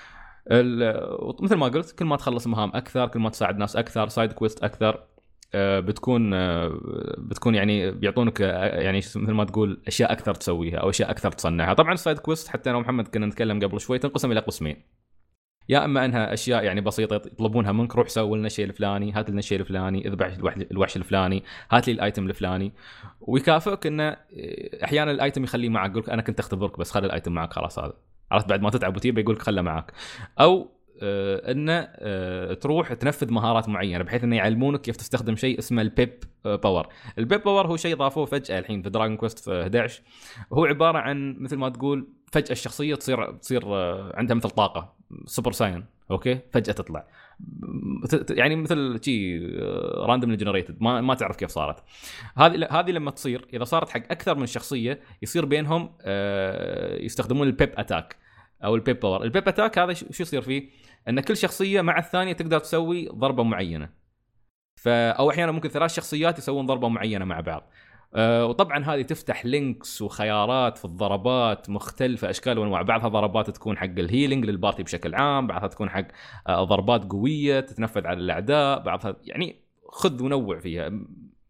مثل ما قلت كل ما تخلص مهام اكثر، كل ما تساعد ناس اكثر، سايد كويست اكثر، بتكون بتكون يعني بيعطونك يعني مثل ما تقول اشياء اكثر تسويها او اشياء اكثر تصنعها. طبعا السايد كويست حتى انا ومحمد كنا نتكلم قبل شوي تنقسم الى قسمين، يا اما انها اشياء يعني بسيطه يطلبونها منك، روح سوي لنا الشيء الفلاني، هات لنا الشيء الفلاني، اذبح الوحش الفلاني، هات لي الايتم الفلاني، ويكافئك انه احيانا الايتم يخليه معك، يقول لك انا كنت اختبرك بس خلي الايتم معك خلاص، هذا عرفت بعد ما تتعب وتيجي يقول لك خله معك. او آه انه آه تروح تنفذ مهارات معينه بحيث انه يعلمونك كيف تستخدم شيء اسمه البيب آه باور. البيب باور هو شيء ضافوه فجاه الحين في دراجون كويست احد عشر، هو عباره عن مثل ما تقول فجاه الشخصيه تصير تصير آه عندها مثل طاقه سوبر ساين، اوكي فجاه تطلع يعني مثل شيء راندوم جنريتد ما ما تعرف كيف صارت. هذه هذه لما تصير اذا صارت حق اكثر من شخصيه يصير بينهم آه يستخدمون البيب اتاك او البيب باور. البيب اتاك هذا شو يصير فيه ان كل شخصيه مع الثانيه تقدر تسوي ضربه معينه، ف او احيانا ممكن ثلاث شخصيات يسوون ضربه معينه مع بعض. أه وطبعا هذه تفتح لينكس وخيارات في الضربات مختلفه اشكال وانواع، بعضها ضربات تكون حق الهيلينج للبارتي بشكل عام، بعضها تكون حق أه ضربات قويه تتنفذ على الاعداء، بعضها يعني خذ ونوع فيها.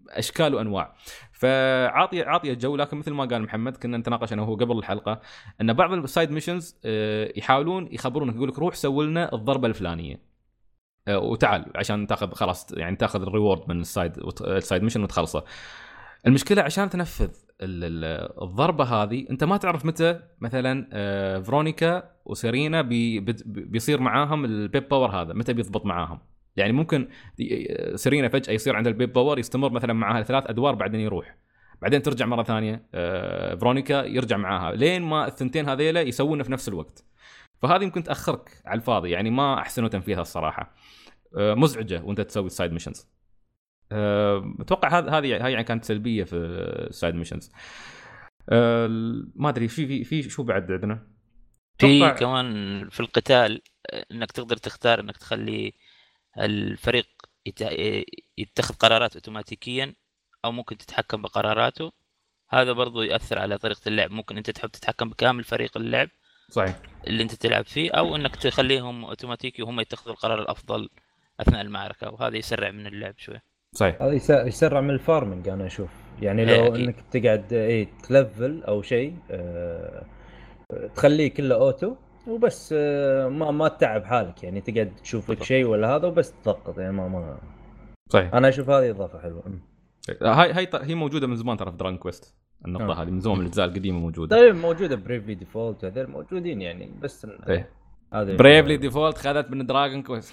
اشكال وانواع. فعاطيه عاطيه الجو. لكن مثل ما قال محمد كنا نتناقش انا وهو قبل الحلقه ان بعض السايد ميشنز يحاولون يخبرونك يقول لك روح سوي لنا الضربه الفلانيه وتعال عشان تاخذ خلاص يعني تاخذ الريورد من السايد السايد ميشن وتخلصه. المشكله عشان تنفذ الضربه هذه انت ما تعرف متى مثلا فرونيكا وسيرينا بي بيصير معاهم البيب باور هذا متى بيضبط معاهم. يعني ممكن سيرينا فجاه يصير عند البيب باور يستمر مثلا معها ثلاث ادوار بعدين يروح بعدين ترجع مره ثانيه فرونيكا يرجع معاها لين ما الثنتين هذيلا يسوونه في نفس الوقت. فهذه يمكن تاخرك على الفاضي يعني ما احسنوا تنفيذها الصراحه مزعجه وانت تسوي السايد ميشنز. اتوقع هذه هذه هاي يعني كانت سلبيه في السايد ميشنز. ما ادري في في في شو بعد عندنا في كمان في القتال انك تقدر تختار انك تخلي الفريق يتخذ قرارات اوتوماتيكيا او ممكن تتحكم بقراراته. هذا برضو يأثر على طريقة اللعب. ممكن انت تحب تتحكم بكامل فريق اللعب صحيح اللي انت تلعب فيه او انك تخليهم اوتوماتيكي وهم يتخذوا القرار الافضل اثناء المعركة وهذا يسرع من اللعب شوي. صحيح هذا يسرع من الفارمنج انا اشوف يعني لو إيه انك تقعد ايه تلفل او شيء اه تخليه كله اوتو وبس اه ما ما تتعب حالك يعني تقعد تشوف لك شيء ولا هذا وبس تضغط يعني ما ما صحيح. انا اشوف هذه اضافه حلوه. هاي هاي هي موجوده من زمان ترى في دراجون كويست النقطه آه. هذه من زمان من الاجزاء القديمه موجوده. طيب موجوده بريفلي ديفولت هذول موجودين يعني بس ايه هذا بريفلي ديفولت خذت من دراجون كويست.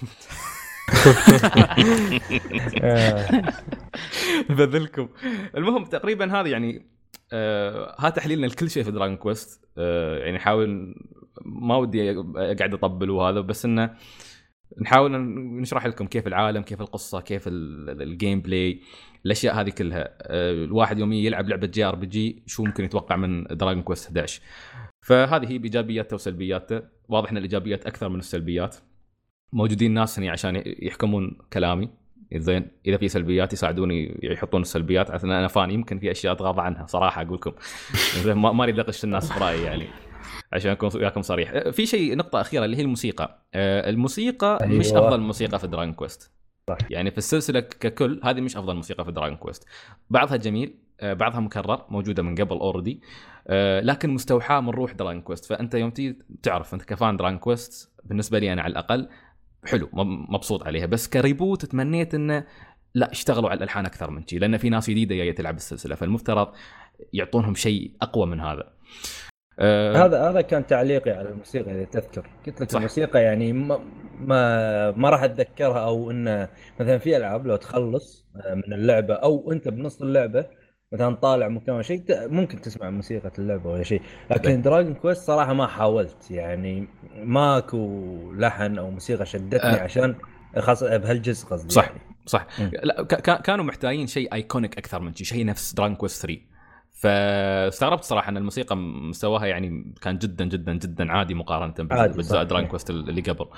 بذلكم. المهم تقريبا هذا يعني آه ها تحليلنا لكل شيء في دراجون كويست. آه يعني نحاول ما ودي قاعد اطبل وهذا بس انه نحاول نشرح لكم كيف العالم كيف القصه كيف الجيم بلاي الاشياء هذه كلها. آه الواحد يوم يلعب لعبه جي ار بي جي شو ممكن يتوقع من دراجون كويست إحدى عشر. فهذه هي بايجابياتها وسلبياتها. واضح ان الايجابيات اكثر من السلبيات. موجودين ناس هنا عشان يحكمون كلامي زين. اذا في سلبيات يساعدوني يحطون السلبيات عشان انا فاني يمكن في اشياء اتغاضى عنها صراحه اقول لكم ما اريد اقش الناس برايي يعني عشان اكون وياكم صريح. في شيء نقطه اخيره اللي هي الموسيقى. الموسيقى أيوة. مش افضل موسيقى في دراجون كويست صح. يعني في السلسله ككل هذه مش افضل موسيقى في دراجون كويست. بعضها جميل بعضها مكرر موجوده من قبل اوريدي لكن مستوحاه من روح دراجون كويست. فانت يوم تيجي تعرف انت كفان دراجون كويست بالنسبه لي انا على الاقل حلو مبسوط عليها. بس كريبوت تمنيت انه لا اشتغلوا على الالحان اكثر من شيء لان في ناس جديده جايه تلعب السلسله فالمفترض يعطونهم شيء اقوى من هذا. أه هذا هذا كان تعليقي على الموسيقى اذا تذكر قلت لك صح. الموسيقى يعني ما ما, ما راح اتذكرها او انه مثلا في العاب لو تخلص من اللعبه او انت بنص اللعبه مثلا طالع مكان شيء ممكن تسمع موسيقى اللعبه ولا شيء. لكن دراجون كويست صراحه ما حاولت يعني ماكو لحن او موسيقى شدتني أه. عشان خاصه بهالجزء قصدي صح يعني. صح لا كانوا محتاجين شيء ايكونيك اكثر من شيء شيء نفس دراجون كويست ثري. فاستغربت صراحه ان الموسيقى مستواها يعني كان جدا جدا جدا عادي مقارنه باجزاء دراجون كويست اللي قبل.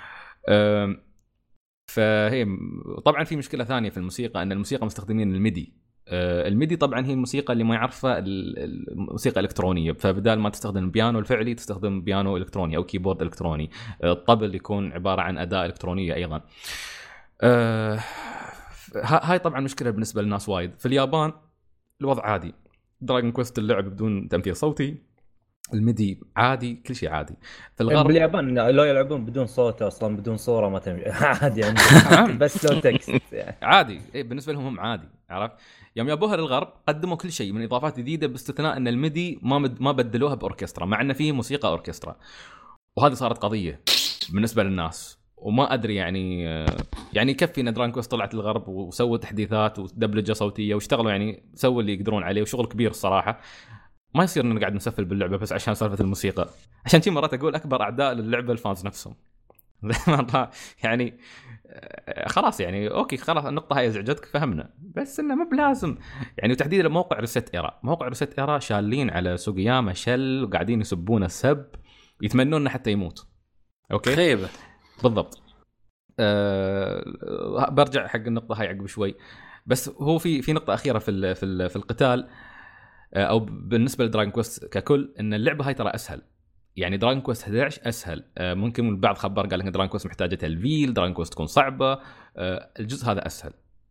فهي طبعا في مشكله ثانيه في الموسيقى ان الموسيقى مستخدمين الميدي. الميدي طبعا هي الموسيقى اللي ما يعرفها الموسيقى الالكترونيه. فبدال ما تستخدم البيانو الفعلي تستخدم بيانو الكتروني او كيبورد الكتروني. الطبل يكون عباره عن اداه الكترونيه ايضا. هاي طبعا مشكله بالنسبه للناس وايد. في اليابان الوضع عادي. دراجون كويست اللعب بدون تمثيل صوتي الميدي عادي كل شيء عادي. في الغرب باليابان لو يلعبون بدون صوت اصلا بدون صوره ما تمشي عادي يعني بس لو تكست يعني. عادي إيه بالنسبه لهم هم عادي عرفت. يوم يابوها للغرب قدموا كل شيء من اضافات جديده باستثناء ان الميدي ما مد... ما بدلوها باوركسترا مع ان فيه موسيقى اوركسترا. وهذه صارت قضيه بالنسبه للناس وما ادري يعني يعني يكفي ان دراجون كويست طلعت للغرب وسووا تحديثات ودبلجه صوتيه واشتغلوا يعني سووا اللي يقدرون عليه وشغل كبير الصراحه. ما يصير اننا قاعد نسفل باللعبه بس عشان سالفه الموسيقى. عشان شي مرات اقول اكبر اعداء للعبه الفانز نفسهم. يعني خلاص يعني اوكي خلاص النقطه هاي ازعجتك فهمنا بس انه ما بلازم يعني. وتحديدا موقع ريست ايرا موقع ريست ايرا شالين على سوغياما شل وقاعدين يسبونه السب يتمنون حتى يموت. اوكي خيبه بالضبط. أه برجع حق النقطه هاي عقب شوي. بس هو في في نقطه اخيره في في في القتال او بالنسبه لدراجون كويست ككل ان اللعبه هاي ترى اسهل. يعني دراجون كويست إحدى عشر اسهل. ممكن البعض خبر قال ان دراجون كويست محتاجه تلفيل دراجون كويست تكون صعبه. الجزء هذا اسهل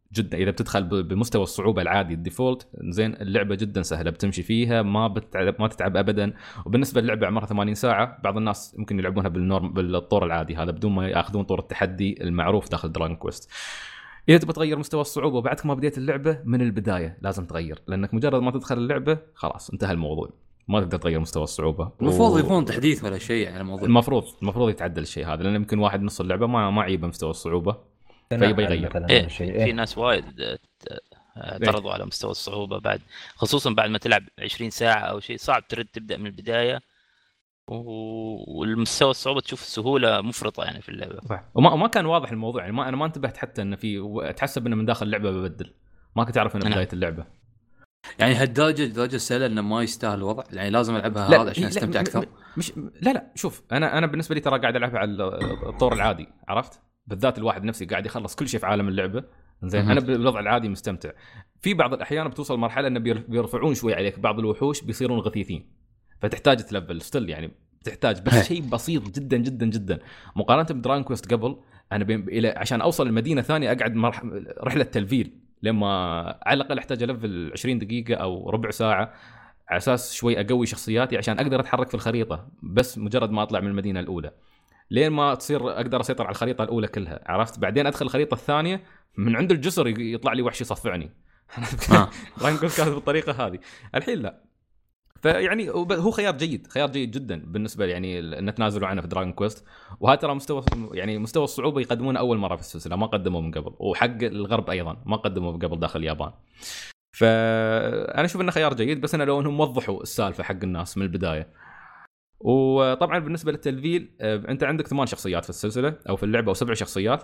جدا. اذا بتدخل بمستوى الصعوبه العادي الديفولت زين اللعبه جدا سهله بتمشي فيها ما بتتعب ما تتعب ابدا. وبالنسبه للعبه عمرها ثمانين ساعه بعض الناس ممكن يلعبونها بالنورم بالطور العادي هذا بدون ما ياخذون طور التحدي المعروف داخل دراجون كويست. اذا تبغى تغير مستوى الصعوبه وبعدك ما بديت اللعبه من البدايه لازم تغير لانك مجرد ما تدخل اللعبه خلاص انتهى الموضوع ما تقدر تغير مستوى الصعوبه. المفروض و... يكون تحديث ولا شيء يعني الموضوع المفروض المفروض يتعدل الشيء هذا لان يمكن واحد نص اللعبه ما ما عيبه مستوى الصعوبه فيبي يغير. إيه شيء في ناس وايد اعترضوا على مستوى الصعوبة بعد خصوصا بعد ما تلعب عشرين ساعة أو شيء صعب ترد تبدأ من البداية والمستوى الصعوبة تشوف السهولة مفرطة يعني في اللعبة صح. وما ما كان واضح الموضوع يعني ما أنا ما انتبهت حتى إن في تحسب إنه من داخل اللعبة ببدل ما كنت أعرف إنه بداية اللعبة يعني هالدرجة درجة سهلة إنه ما يستاهل الوضع يعني لازم ألعبها هذا عشان أستمتع أكثر. مش لا لا شوف أنا أنا بالنسبة لي ترى قاعد ألعبها على الطور العادي عرفت بالذات الواحد نفسي قاعد يخلص كل شيء في عالم اللعبة زين انا بالوضع العادي مستمتع. في بعض الاحيان بتوصل مرحله انه بيرفعون شوي عليك بعض الوحوش بيصيرون غثيثين فتحتاج تلفل ستيل يعني تحتاج بس شيء بسيط جدا جدا جدا مقارنه بدراجون كويست. قبل انا الى عشان اوصل المدينه ثانيه اقعد مرح... رحله تلفيل لما على الاقل احتاج الفل عشرين دقيقه او ربع ساعه على اساس شوي اقوي شخصياتي عشان اقدر اتحرك في الخريطه بس مجرد ما اطلع من المدينه الاولى لين ما تصير اقدر اسيطر على الخريطه الاولى كلها عرفت. بعدين ادخل الخريطه الثانيه من عند الجسر يطلع لي وحش يصفعني راح نقول كانت بالطريقه هذه الحين لا. فيعني هو خيار جيد خيار جيد جدا بالنسبه يعني ان تنازلوا عنه في دراجون كويست. وهذا ترى مستوى يعني مستوى الصعوبه يقدمونه اول مره في السلسله ما قدموه من قبل وحق الغرب ايضا ما قدموه من قبل داخل اليابان. فانا اشوف انه خيار جيد بس انا لو انهم وضحوا السالفه حق الناس من البدايه. وطبعا بالنسبه للتلفيل انت عندك ثمان شخصيات في السلسله او في اللعبه او سبع شخصيات.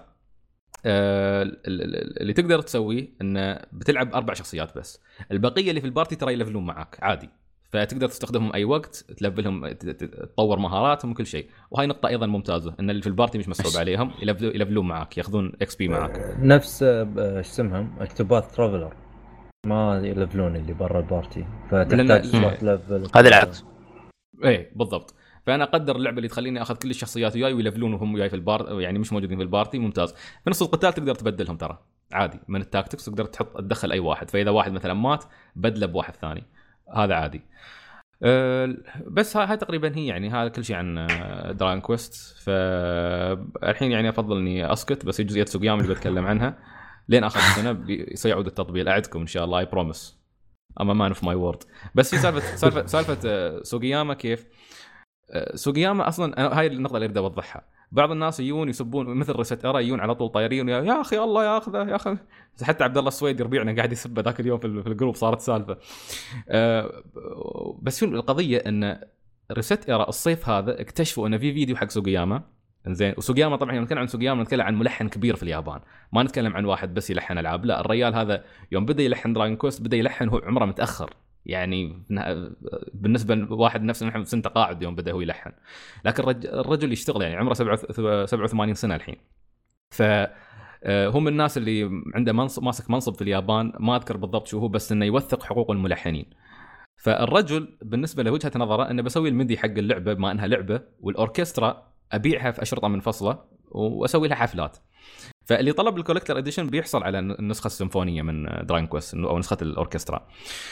اللي تقدر تسويه انه بتلعب اربع شخصيات بس البقيه اللي في البارتي ترى يلفلون معك عادي فتقدر تستخدمهم اي وقت تلفلهم تطور مهاراتهم وكل شيء. وهاي نقطه ايضا ممتازه ان اللي في البارتي مش مسحوب عليهم يلفلون معك ياخذون اكس بي معك نفس ايش اسمهم اكتوباث ترافلر ما يلفلون اللي برا البارتي فتحتاج تلفل هذا العكس. ايه بالضبط. فانا اقدر اللعبه اللي تخليني اخذ كل الشخصيات وياي ويلفلون وهم وياي في البار يعني مش موجودين في البارتي ممتاز. في نص القتال تقدر تبدلهم ترى عادي من التاكتكس تقدر تحط تدخل اي واحد فاذا واحد مثلا مات بدله بواحد ثاني هذا عادي. أه بس هاي تقريبا هي يعني هذا كل شيء عن دراجون كويست. فالحين يعني افضل اني اسكت بس جزئيه سوغياما اللي بتكلم عنها لين اخر سنه سيعود التطبيل اعدكم ان شاء الله اي بروميس اما مان اوف ماي وورد. بس هي سالفه سالفه سالفه سوغياما كيف سوغياما اصلا هاي النقطه اللي اريد اوضحها. بعض الناس يجون يسبون مثل ريست ارا يجون على طول طايرين يا اخي الله ياخذه يا اخي حتى عبد الله السويدي ربيعنا قاعد يسب ذاك اليوم في الجروب صارت سالفه. أه بس شو القضيه ان ريست ارا الصيف هذا اكتشفوا ان في فيديو حق سوغياما زين. وسوغياما طبعا نتكلم عن سوغياما نتكلم عن ملحن كبير في اليابان ما نتكلم عن واحد بس يلحن العاب لا الرجال هذا يوم بدا يلحن دراجون كويست بدا يلحن هو عمره متاخر يعني بالنسبه لواحد نفسه نحن سنه تقاعد يوم بدا هو يلحن لكن الرجل يشتغل يعني عمره سبعة وثمانين سنه الحين. ف هو من الناس اللي عنده منصب ماسك منصب في اليابان ما اذكر بالضبط شو هو بس انه يوثق حقوق الملحنين. فالرجل بالنسبه له وجهه نظره انه بسوي الميدي حق اللعبه بما انها لعبه والاوركسترا ابيعها في اشرطه منفصله واسوي لها حفلات. فاللي طلب الكولكتر اديشن بيحصل على النسخه السيمفونيه من دراجون كويست او نسخه الاوركسترا.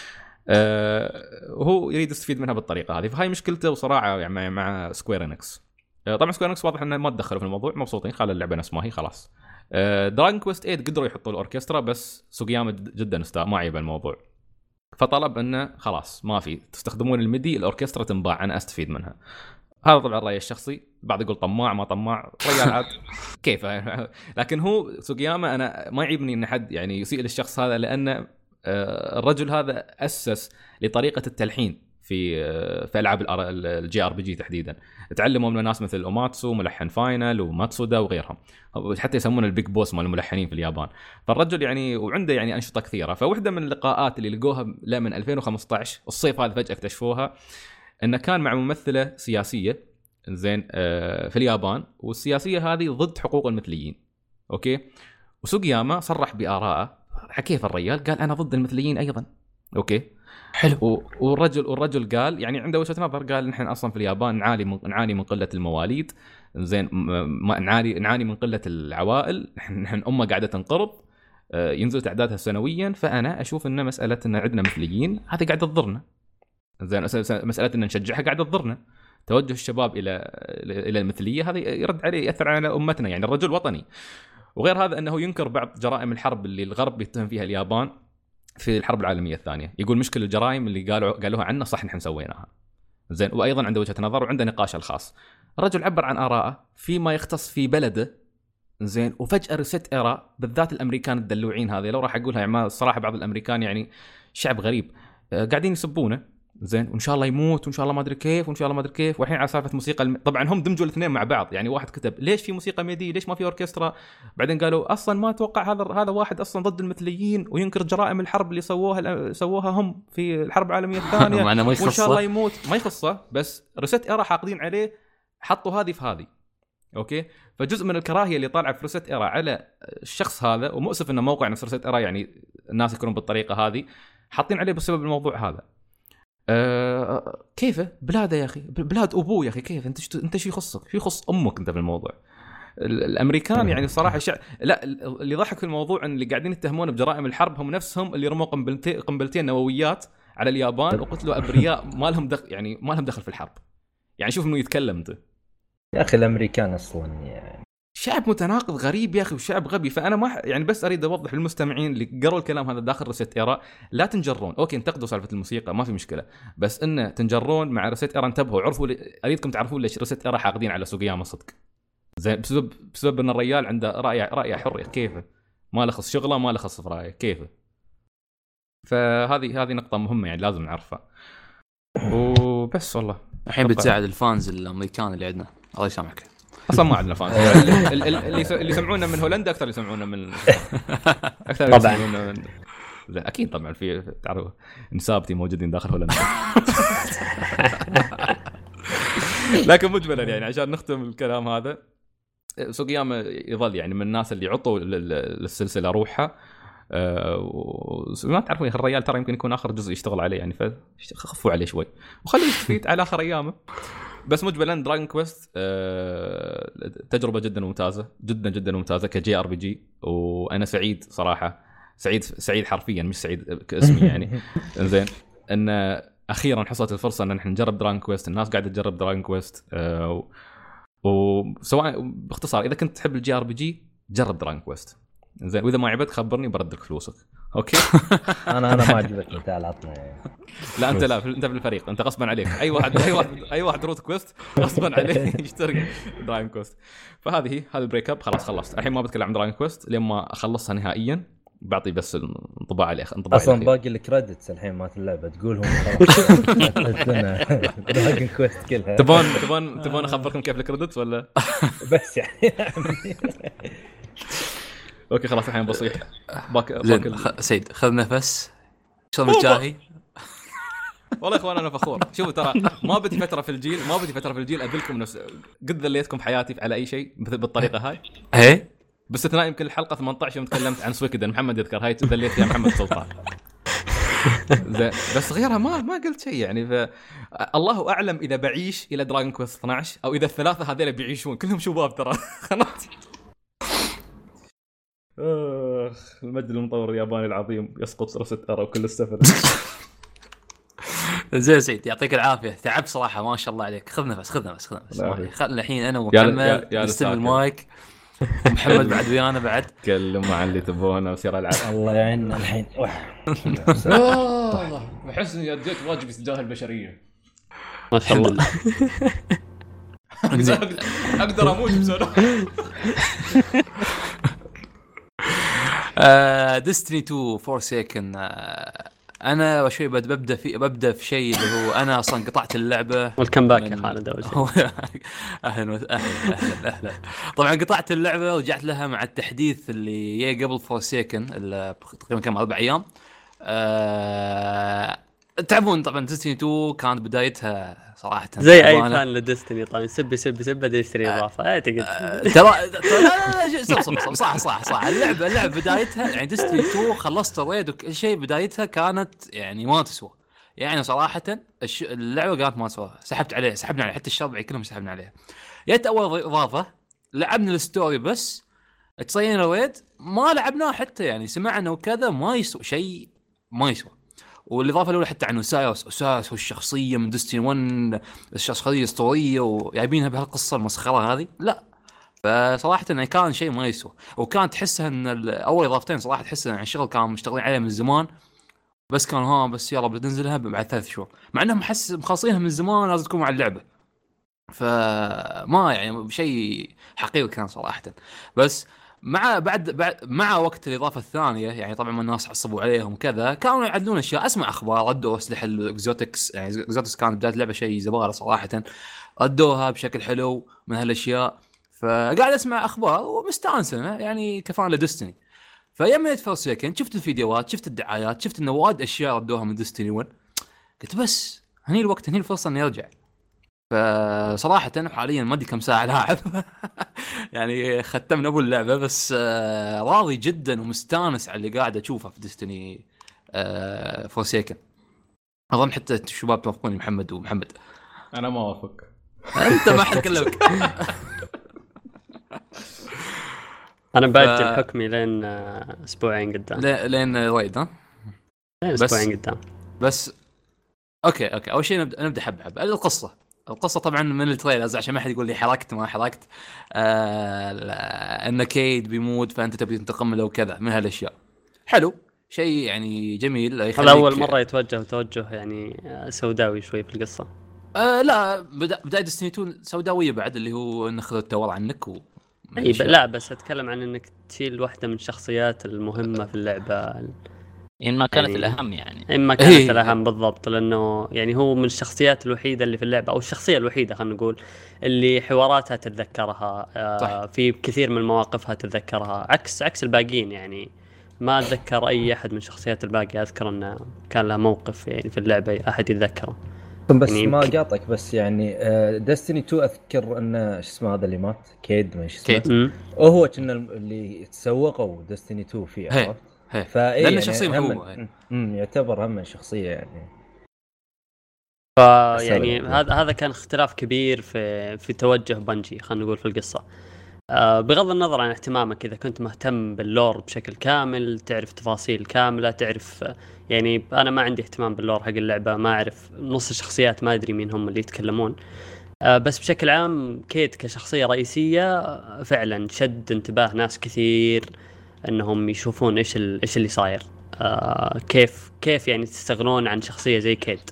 أه وهو يريد يستفيد منها بالطريقه هذه. فهاي مشكلته وصراحه يعني مع سكوير انكس. أه طبعا سكوير انكس واضح انه ما تدخلوا في الموضوع مبسوطين خلى اللعبه نفس ما هي خلاص. أه دراجون كويست ثمانية قدروا يحطوا الاوركسترا بس سوغياما جدا استا ما عيب الموضوع فطلب انه خلاص ما في تستخدمون الميدي الاوركسترا تنباع انا استفيد منها. هذا طبعا رايي الشخصي بعض يقول طماع ما طماع رجال عاد كيف لكن هو سوغياما انا ما يعيبني ان حد يعني يسيء للشخص هذا لان الرجل هذا أسس لطريقة التلحين في في ألعاب الجي آر بي جي تحديدا. تعلموا من ناس مثل أوماتسو ملحن فاينل وماتسودا وغيرهم حتى يسمونه البيج بوس مال الملحنين في اليابان. فالرجل يعني وعنده يعني أنشطة كثيرة. فواحدة من اللقاءات اللي لقوها لا من ألفين وخمسة عشر الصيف هذا فجأة اكتشفوها إنه كان مع ممثلة سياسية زين في اليابان والسياسية هذه ضد حقوق المثليين أوكي. وسوغياما صرح بآرائه حكيف الرجال قال أنا ضد المثليين أيضا أوكي حلو. والرجل والرجل قال يعني عنده وجهة نظر قال نحن أصلا في اليابان نعاني من نعاني من قلة المواليد زين ما نعاني نعاني من قلة العوائل نحن أمة قاعدة تنقرض ينزل تعدادها سنويا. فانا اشوف ان مساله ان عندنا مثليين هذه قاعده تضرنا. زين مساله ان نشجعها قاعده تضرنا. توجه الشباب الى الى المثليه هذا يرد عليه ياثر على امتنا، يعني الرجل وطني. وغير هذا انه ينكر بعض جرائم الحرب اللي الغرب يتهم فيها اليابان في الحرب العالميه الثانيه. يقول مشكله الجرائم اللي قالوا قالوها عنا صح نحن سويناها. زين وايضا عنده وجهه نظر وعنده نقاش الخاص. الرجل عبر عن آراءه فيما يختص في بلده. زين وفجاه ريست ايرا بالذات الامريكان الدلوعين هذه لو راح اقولها يعني الصراحه بعض الامريكان يعني شعب غريب أه قاعدين يسبونه. زين وان شاء الله يموت وان شاء الله ما ادري كيف وان شاء الله ما ادري كيف. والحين على سالفه موسيقى الم... طبعا هم دمجوا الاثنين مع بعض. يعني واحد كتب ليش في موسيقى ميدي ليش ما في اوركسترا، بعدين قالوا اصلا ما اتوقع هذا هذا واحد اصلا ضد المثليين وينكر جرائم الحرب اللي سووها سووها هم في الحرب العالميه الثانيه وان شاء الله يموت. ما يخصه بس ريست ايرا حاقدين عليه حطوا هذه في هذه. اوكي فجزء من الكراهيه اللي طالعه في ريست ايرا على الشخص هذا، ومؤسف انه موقع نفس ريست ايرا يعني الناس يكونون بالطريقه هذه حاطين عليه بسبب الموضوع هذا. أه كيفه بلاده يا اخي بلاد ابوه يا اخي كيف انت شت... انت شو يخصك شو يخص امك انت في الموضوع. الامريكان يعني الصراحه شع... لا اللي ضحك في الموضوع ان اللي قاعدين يتهمون بجرائم الحرب هم نفسهم اللي رموا قنبلتين قنبلتين نوويات على اليابان وقتلوا ابرياء ما لهم دخل يعني ما لهم دخل في الحرب. يعني شوف انه يتكلم انت يا اخي الامريكان اصلا يعني شعب متناقض غريب يا اخي وشعب غبي. فانا ما يعني بس اريد اوضح للمستمعين اللي قروا الكلام هذا داخل ريست ايرا لا تنجرون. اوكي انتقدوا سالفه الموسيقى ما في مشكله بس انه تنجرون مع ريست ايرا. انتبهوا عرفوا لي... اريدكم تعرفون ليش ريست ايرا حاقدين على سوقياما صدق. زين بسبب بسبب ان الرجال عنده راي راي حر كيفه ما لخص شغله ما لخص في رايه كيفه. فهذه هذه نقطه مهمه يعني لازم نعرفها وبس. والله الحين بتساعد الفانز الامريكان اللي عندنا الله يسامحك. اصلا ما عندنا فانز اللي اللي يسمعونا من هولندا اكثر يسمعونا من اكثر طبعا يسمعونا من... اكيد طبعا في تعرفوا نسابتي موجودين داخل هولندا. لكن مجملا يعني عشان نختم الكلام هذا سوقياما يظل يعني من الناس اللي عطوا للسلسله روحها. أه ما تعرفون يا الرجال ترى يمكن يكون اخر جزء يشتغل عليه يعني فخفوا عليه شوي وخليه يستفيد على اخر ايامه. بس مجملا دراجون كويست أه تجربه جدا ممتازه جدا جدا ممتازه كجي ار بي جي. وانا سعيد صراحه سعيد سعيد حرفيا مش سعيد كاسمي يعني. زين ان اخيرا حصلت الفرصه ان احنا نجرب دراجون كويست. الناس قاعده تجرب دراجون كويست أه وسواء باختصار اذا كنت تحب الجي ار بي جي جرب دراجون كويست. زين واذا ما عجبك خبرني بردك فلوسك. اوكي انا انا ما عجبتني تعال عطني. لا انت لا انت في الفريق انت غصبا عليك اي واحد اي واحد اي واحد روت كويست غصبا عليه يشتري دراجون كويست. فهذه هذا البريك اب خلاص خلصت. الحين ما بتكلم عن دراجون كويست لما اخلصها نهائيا بعطي بس انطباع عليه انطباع اصلا باقي الكريدتس الحين مالت اللعبه تقولهم خلاص دراجون كويست كلها. تبون تبون تبون اخبركم كيف الكريدتس ولا بس يعني اوكي خلاص الحين بسيط باك باك خ... سيد خذ نفس شرب الشاي. والله يا اخوان انا فخور. شوفوا ترى ما بدي فتره في الجيل ما بدي فتره في الجيل اذلكم نفس قد ذليتكم حياتي على اي شيء بالطريقه هاي. ايه باستثناء يمكن الحلقه ثمانية عشر يوم تكلمت عن سويكدن محمد يذكر هاي تذليت يا محمد سلطان. زين بس غيرها ما ما قلت شيء يعني. ف... الله اعلم اذا بعيش الى دراجون كويست اثنا عشر او اذا الثلاثه هذول بيعيشون كلهم شباب ترى. خلاص اخ المجد المطور الياباني العظيم يسقط رست ارى وكل السفر. زين سيد يعطيك العافيه تعب صراحه ما شاء الله عليك. خذ نفس خذ نفس خذ نفس خلنا الحين انا ومحمد نستلم المايك. محمد بعد ويانا بعد تكلموا عن اللي تبونه وسير العب. الله يعيننا الحين. بحس اني اديت واجبي تجاه البشريه ما شاء الله. اقدر اموت بسرعه. ديستني اثنين فورسيكن انا شوي ببدا في ببدا في شيء اللي هو انا اصلا قطعت اللعبه. والكم باك يا خالد اول شيء. اهلا وسهلا اهلا اهلا. طبعا قطعت اللعبه ورجعت لها مع التحديث اللي جاء قبل فورسيكن تقريبا كم اربع ايام. أه... تعبون طبعا ديستني اثنين كانت بدايتها صراحه زي اي فان لديستني طبعا سب سب سب بدي يشتري اضافه اعتقد. ترى لا لا صح صح صح اللعبه اللعبه بدايتها يعني ديستني اثنين خلصت الريد وكل شيء بدايتها كانت يعني ما تسوى يعني صراحه. اللعبه كانت ما تسوى سحبت عليه سحبنا عليه حتى الشربعي كلهم سحبنا عليه. جت اول اضافه لعبنا الستوري بس تصين الريد ما لعبناه حتى، يعني سمعنا وكذا ما يسوى شيء، ما يسوى. والاضافه الاولى حتى عن اوسايرس، اوسايرس والشخصيه من ديستني واحد، الشخصيه اسطوريه وجايبينها بهالقصه المسخره هذه، لا. فصراحه انه كان شيء ما يسوى، وكان تحسها ان اول اضافتين صراحه تحسها عن شغل كانوا مشتغلين عليه من زمان، بس كان ها بس يلا بتنزلها بعد ثلاث شهور، مع انهم حس مخلصينها من زمان لازم تكون مع اللعبه. فما يعني شيء حقيقي كان صراحه. بس مع بعد, بعد مع وقت الاضافه الثانيه، يعني طبعا الناس عصبوا عليهم كذا، كانوا يعدلون اشياء. اسمع اخبار ردوا اسلحه الاكزوتكس، يعني الاكزوتكس كانت بدايه اللعبه شيء زباله صراحه، ردوها بشكل حلو من هالاشياء. فقاعد اسمع اخبار ومستانسه يعني كفان لديستني. فيوم نيت فور سكند شفت الفيديوهات، شفت الدعايات، شفت انه وايد اشياء ردوها من ديستني واحد، قلت بس هني الوقت، هني الفرصه اني ارجع. فصراحه انا حاليا ما ادري كم ساعه لاعب يعني ختمنا ابو اللعبه، بس راضي جدا ومستانس على اللي قاعد اشوفه في ديستني فور سكند. اظن حتى الشباب توافقوني، محمد ومحمد. انا ما اوافق. انت ما حد كلمك. انا باجل حكمي لين اسبوعين قدام، لين وايد ها لين اسبوعين قدام. بس اوكي اوكي اول شيء نبدا نبدا حب حب القصه. القصه طبعا من التريلرز عشان ما حد يقول لي حركت ما حركت، آه ان كيد بيموت فانت تبي تنتقم له وكذا من هالاشياء. حلو، شيء يعني جميل. هذا اول مره يتوجه توجه يعني سوداوي شوي في القصه. آه لا بدا بدايه ديستني سوداويه بعد، اللي هو ناخذ التور عنك و اي لا بس اتكلم عن انك تشيل واحده من الشخصيات المهمه في اللعبه، إن ما كانت يعني الأهم يعني إما كانت إيه الأهم بالضبط، لأنه يعني هو من الشخصيات الوحيدة اللي في اللعبة، أو الشخصية الوحيدة خلينا نقول اللي حواراتها تتذكرها، آه في كثير من مواقفها تتذكرها، عكس عكس الباقيين. يعني ما أتذكر أي أحد من شخصيات الباقي أذكر أنه كان له موقف يعني في اللعبة أحد يتذكره. بس يعني ما قاطعك، بس يعني ديستني تو أذكر أن شو اسمه هذا اللي مات كيد، ما شو اسمه، وهو كنا اللي تسوقوا ديستني تو فيه، عرفت؟ فايه لأن يعني شخصية محبوبة، امم يعتبر هم شخصية يعني. فيعني هذا هذا كان اختلاف كبير في في توجه بنجي خلينا نقول في القصة. آه بغض النظر عن اهتمامك، إذا كنت مهتم باللور بشكل كامل، تعرف تفاصيل كاملة، تعرف يعني أنا ما عندي اهتمام باللور حق اللعبة، ما أعرف نص الشخصيات، ما أدري مين هم اللي يتكلمون. آه بس بشكل عام كيد كشخصية رئيسية فعلا شد انتباه ناس كثير انهم يشوفون ايش ايش اللي صاير، آه كيف كيف يعني تستغنون عن شخصيه زي كيد.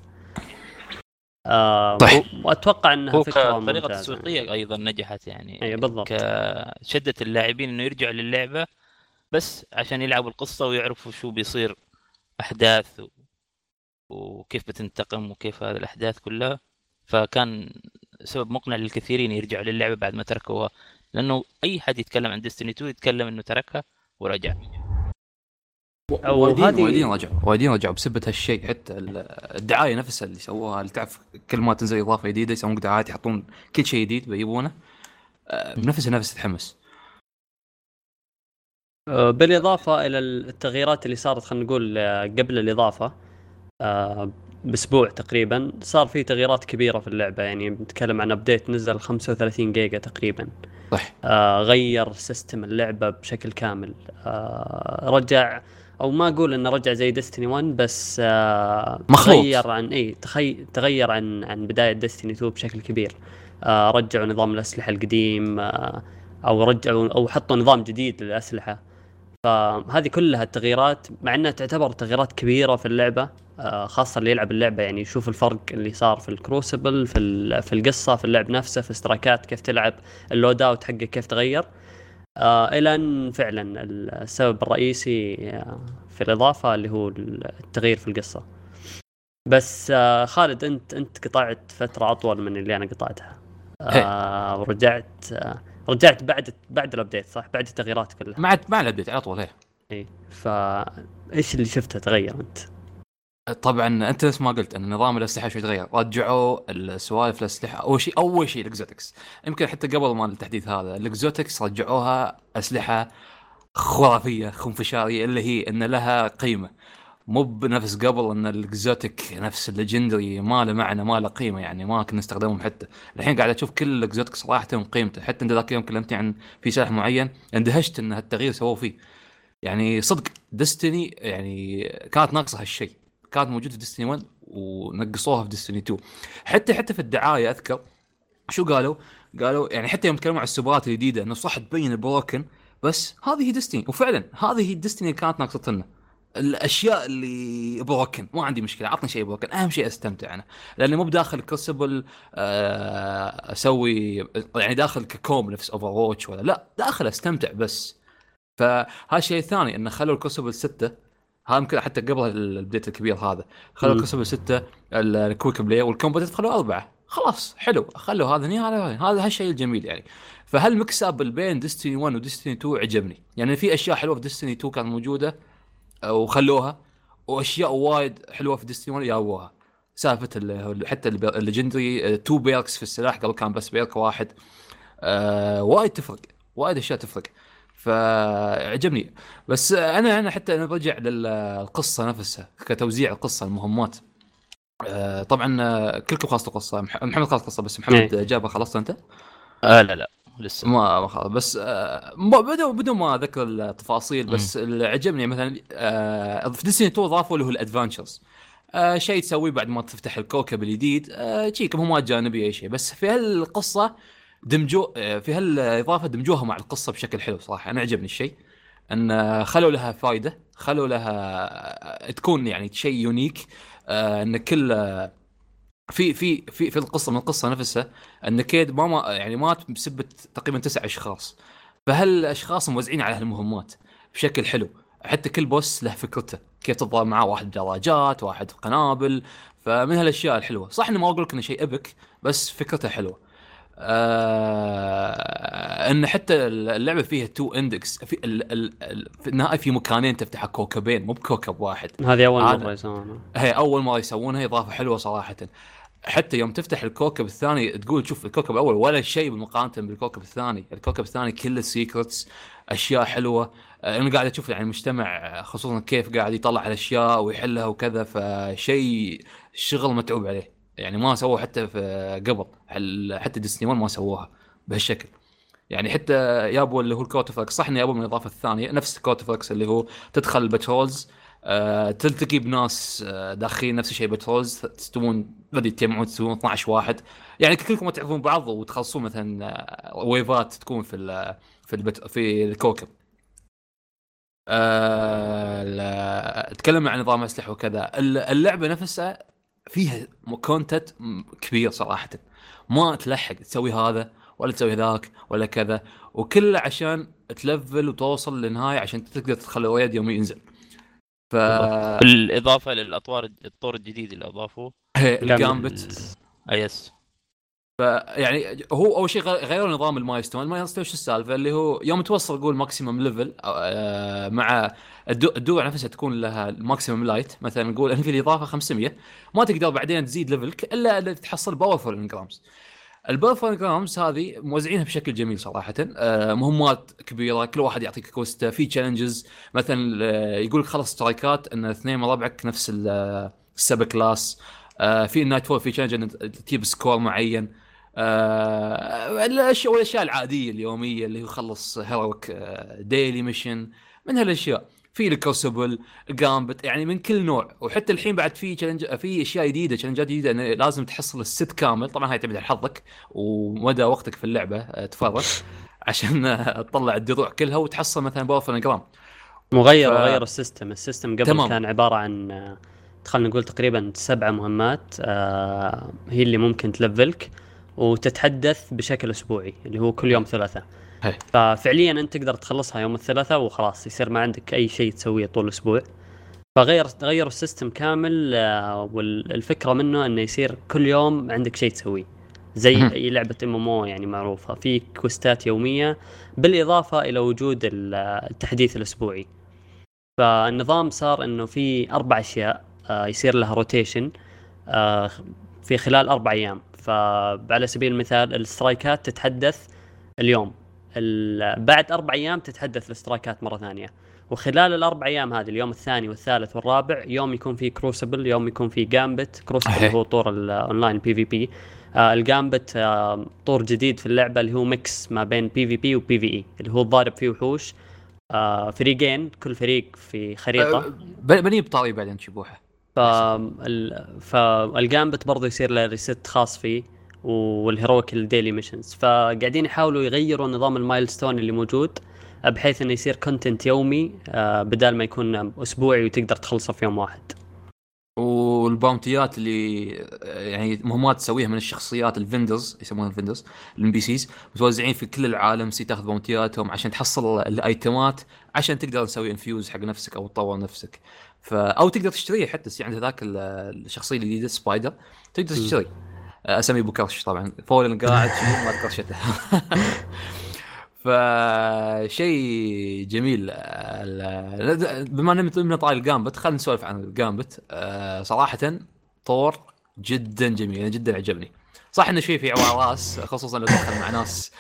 آه واتوقع انها فكره طريقه تسويقيه ايضا نجحت يعني. اي بالضبط، شدت اللاعبين انه يرجعوا للعبه بس عشان يلعبوا القصه ويعرفوا شو بيصير احداث و... وكيف بتنتقم وكيف هذه الاحداث كلها. فكان سبب مقنع للكثيرين يرجعوا للعبه بعد ما تركوها، لانه اي حد يتكلم عن ديستني تو يتكلم انه تركها ورجع. وايدين وايدين رجعوا وايدين رجعوا بسبب هالشيء. حتى الدعايه نفسها اللي سووها، اللي تعرف كل ما تنزل اضافه جديده يسوون دعايات يحطون كل شيء جديد بيجيبونه، بنفس نفس تتحمس. بالاضافه الى التغييرات اللي صارت خلينا نقول قبل الاضافه باسبوع تقريبا، صار في تغييرات كبيره في اللعبه. يعني بنتكلم عن ابديت نزل خمسة وثلاثين جيجا تقريبا، صح. آه غير سيستم اللعبه بشكل كامل، آه رجع، او ما اقول انه رجع زي ديستني واحد، بس آه تغير عن اي تخي... تغير عن عن بدايه ديستني تو بشكل كبير. آه رجعوا نظام الاسلحه القديم، آه او رجعوا او حطوا نظام جديد للاسلحه. فهذه كلها التغييرات، مع انها تعتبر تغييرات كبيره في اللعبه، آه خاصه اللي يلعب اللعبه يعني يشوف الفرق اللي صار في الكروسبل، في في القصه، في اللعب نفسه، في استراكات كيف تلعب، اللود اوت حقه كيف تغير، آه الى ان فعلا السبب الرئيسي في الاضافه اللي هو التغيير في القصه. بس آه خالد، انت انت قطعت فتره اطول من اللي انا قطعتها، آه ورجعت آه رجعت بعد بعد الابديت، صح؟ بعد التغييرات كلها. مع مع الابديت على طول. هي اي فايش اللي شفته تغير انت؟ طبعا انت نفس ما قلت ان نظام الاسلحه شوي تغير. رجعوا السوالف الاسلحه اول شيء اول شيء الاكزوتكس، يمكن حتى قبل ما التحديث هذا الاكزوتكس رجعوها اسلحه خرافيه خنفشاريه، اللي هي ان لها قيمه. مو بنفس قبل ان الاكزوتيك نفس الليجندري ما له معنى ما له قيمه، يعني ما كنا نستخدمهم. حتى الحين قاعد اشوف كل الاكزوتيك صراحه قيمته. حتى انت ذاك اليوم كلمتني عن في سلاح معين اندهشت ان هالتغيير سووه فيه. يعني صدق ديستني يعني كانت ناقصه هالشيء، كانت موجوده في ديستني واحد ونقصوها في ديستني اثنين. حتى حتى في الدعايه اذكر شو قالوا قالوا يعني حتى يوم تكلموا عن السبات الجديده انه صح تبين البروكن، بس هذه هي ديستني. وفعلا هذه هي ديستني كانت ناقصتنا، الاشياء اللي بروكن. ما عندي مشكله، عطني شيء بروكن، اهم شيء استمتع انا، لاني مو بداخل كرسبل اسوي يعني داخل ككوم نفس اوفر واتش ولا لا، داخل استمتع بس. فهالشيء الثاني انه خلوا الكرسبل ستة، هذا يمكن حتى قبل البدايه الكبير هذا، خلوا الكرسبل ستة الكويك بلاي والكومباتيتيف خلوا أربعة. خلاص حلو، خلوا هذا ني هذا هذا هالشيء الجميل يعني. فهالمكس اب بين ديستني واحد وديستني اثنين عجبني، يعني في اشياء حلوه في ديستني اثنين كانت موجوده وخلوها، واشياء وايد حلوه في ديستني واحد يابوها. سالفه حتى الليجندري تو بيركس في السلاح، قبل كان بس بيرك واحد. أه وايد تفرق، وايد اشياء تفرق، فعجبني. بس انا انا حتى نرجع للقصه نفسها كتوزيع القصه المهمات. أه طبعا كلكم خلصتوا قصه، محمد خلص قصه بس محمد جابها. خلصت انت؟ آه لا لا لسه ما ما خلص، بس آه بدون بدون ما اذكر التفاصيل. بس م. اللي عجبني مثلا آه في ديستني اثنين ضافوا اللي هو الادفنتشرز، آه شيء تسويه بعد ما تفتح الكوكب الجديد، آه شيء مهمات جانبيه اي شيء. بس في هالقصه دمجوا آه في هالاضافه دمجوها مع القصه بشكل حلو صراحه. انا عجبني الشيء ان خلوا لها فائده، خلوا لها تكون يعني شيء يونيك. آه ان كل آه في في في في القصه من القصه نفسها ان كيد ما يعني مات بسبه تقريبا تسع اشخاص، فهالاشخاص موزعين على هالمهمات بشكل حلو. حتى كل بوس له فكرته، كيف تضرب معاه، واحد دراجات واحد قنابل. فمن هالاشياء الحلوه صح انه ما اقول لك انه شيء ابك، بس فكرته حلوه. آه ان حتى اللعبه فيها تو اندكس في ال ال ال في النهايه في مكانين تفتح كوكبين مو بكوكب واحد. هذه اول مره يسوونها، هي اول مره يسوونها، اضافه حلوه صراحه. حتى يوم تفتح الكوكب الثاني تقول شوف الكوكب الاول ولا شيء بالمقارنه بالكوكب الثاني. الكوكب الثاني كله سيكرتس، اشياء حلوه. انا قاعد اشوف يعني المجتمع خصوصا كيف قاعد يطلع على اشياء ويحلها وكذا، فشيء شغل متعوب عليه يعني. ما سووه حتى في قبل، حتى ديستني واحد ما سووها بهالشكل يعني. حتى يابوا اللي هو الكوتفلكس، صح انه يابوا من الاضافه الثانيه نفس الكوتفلكس اللي هو تدخل البترولز، أه تلتقي بناس أه داخلين نفس الشيء بترولز، تستوون بدي تجمعون تسوون اثنا عشر واحد يعني. كلكم تعرفون بعض وتخلصون مثلا ويفات تكون في ال في البت في الكوكب. أه تكلم عن نظام اسلحه وكذا. اللعبه نفسها فيها كونتنت كبير صراحه، ما تلحق تسوي هذا ولا تسوي ذاك ولا كذا، وكله عشان تلفل وتوصل للنهايه عشان تقدر تخلي الريد يوم ينزل. ف بالاضافه للاطوار الطور الجديد اللي اضافوه الجامبت ايس. فيعني هو اول شيء غيروا نظام المايلستون. المايلستون شو السالفه اللي هو يوم توصل قول ماكسيمم ليفل مع الدروع نفسها تكون لها الماكسيمم لايت، مثلا نقول ان في الاضافه خمسمية، ما تقدر بعدين تزيد ليفلك الا اذا تحصل باورفول انجرامز. الباورفول انجرامز هذه موزعينها بشكل جميل صراحه. مهمات كبيره، كل واحد يعطيك كوستا في تشالنجز. مثلا يقول لك خلص سترايكات ان اثنين من ربعك نفس السب كلاس. في النايت فول في تشالنج ان تجيب سكور معين. آه الاشياء والاشياء العاديه اليوميه اللي هو خلص هيرويك ديلي ميشن، من هالاشياء. في الكروسبل جامبت يعني من كل نوع. وحتى الحين بعد في تشالنج، في اشياء جديده تشالنجات جديده أن لازم تحصل الست كامل. طبعا هاي تعتمد على حظك ومدى وقتك في اللعبه تفرغ عشان تطلع الدروع كلها وتحصل مثلا باورفول جرام. مغير ف... غير السيستم السيستم قبل تمام. كان عباره عن خلينا نقول تقريبا سبعة مهمات آه هي اللي ممكن تلفلك وتتحدث بشكل اسبوعي اللي هو كل يوم ثلاثاء. ففعليا انت تقدر تخلصها يوم الثلاثاء وخلاص يصير ما عندك اي شيء تسويه طول الاسبوع. فغير غيروا السيستم كامل آه والفكره منه انه يصير كل يوم عندك شيء تسويه زي اي لعبه ام ام او يعني معروفه، في كوستات يوميه بالاضافه الى وجود التحديث الاسبوعي. فالنظام صار انه في اربع اشياء آه يصير لها روتيشن آه في خلال اربع ايام. فعلى سبيل المثال السترايكات تتحدث اليوم، بعد اربع ايام تتحدث الاسترايكات مره ثانيه، وخلال الاربع ايام هذه اليوم الثاني والثالث والرابع يوم يكون في كروسبل، يوم يكون في جامبت. كروسبل هو طور الاونلاين بي في بي. آه الجامبت آه طور جديد في اللعبه اللي هو ميكس ما بين بي في بي وبي في اي، اللي هو ضارب فيه وحوش آه فريقين، كل فريق في خريطه. أه بني بطاري بعدين تشبوحه. ف فالجامبت برضه يصير له ريست خاص فيه، والهيرويك الديلي ميشنز. فقاعدين يحاولوا يغيروا نظام المايلستون اللي موجود بحيث انه يصير كونتنت يومي بدل ما يكون اسبوعي وتقدر تخلصه في يوم واحد. والباونتيات اللي يعني مهمات تسويها من الشخصيات الفندرز يسمونها الفندرز الام بي سيز متوزعين في كل العالم، سي تاخذ باونتياتهم عشان تحصل الايتمات عشان تقدر تسوي انفيوز حق نفسك او تطور نفسك. ف او تقدر تشتريه حتى سي عند ذاك الشخصيه الجديده سبايدر تقدر تشتري. اسمي بوكرش طبعا فول قاعد ما تكرشته. فشيء جميل. بما اننا طالع الجامبت خلينا نسولف عن الجامبت. صراحه طور جدا جميل جدا عجبني. صح انه شيء في عواراس خصوصا لو دخل مع ناس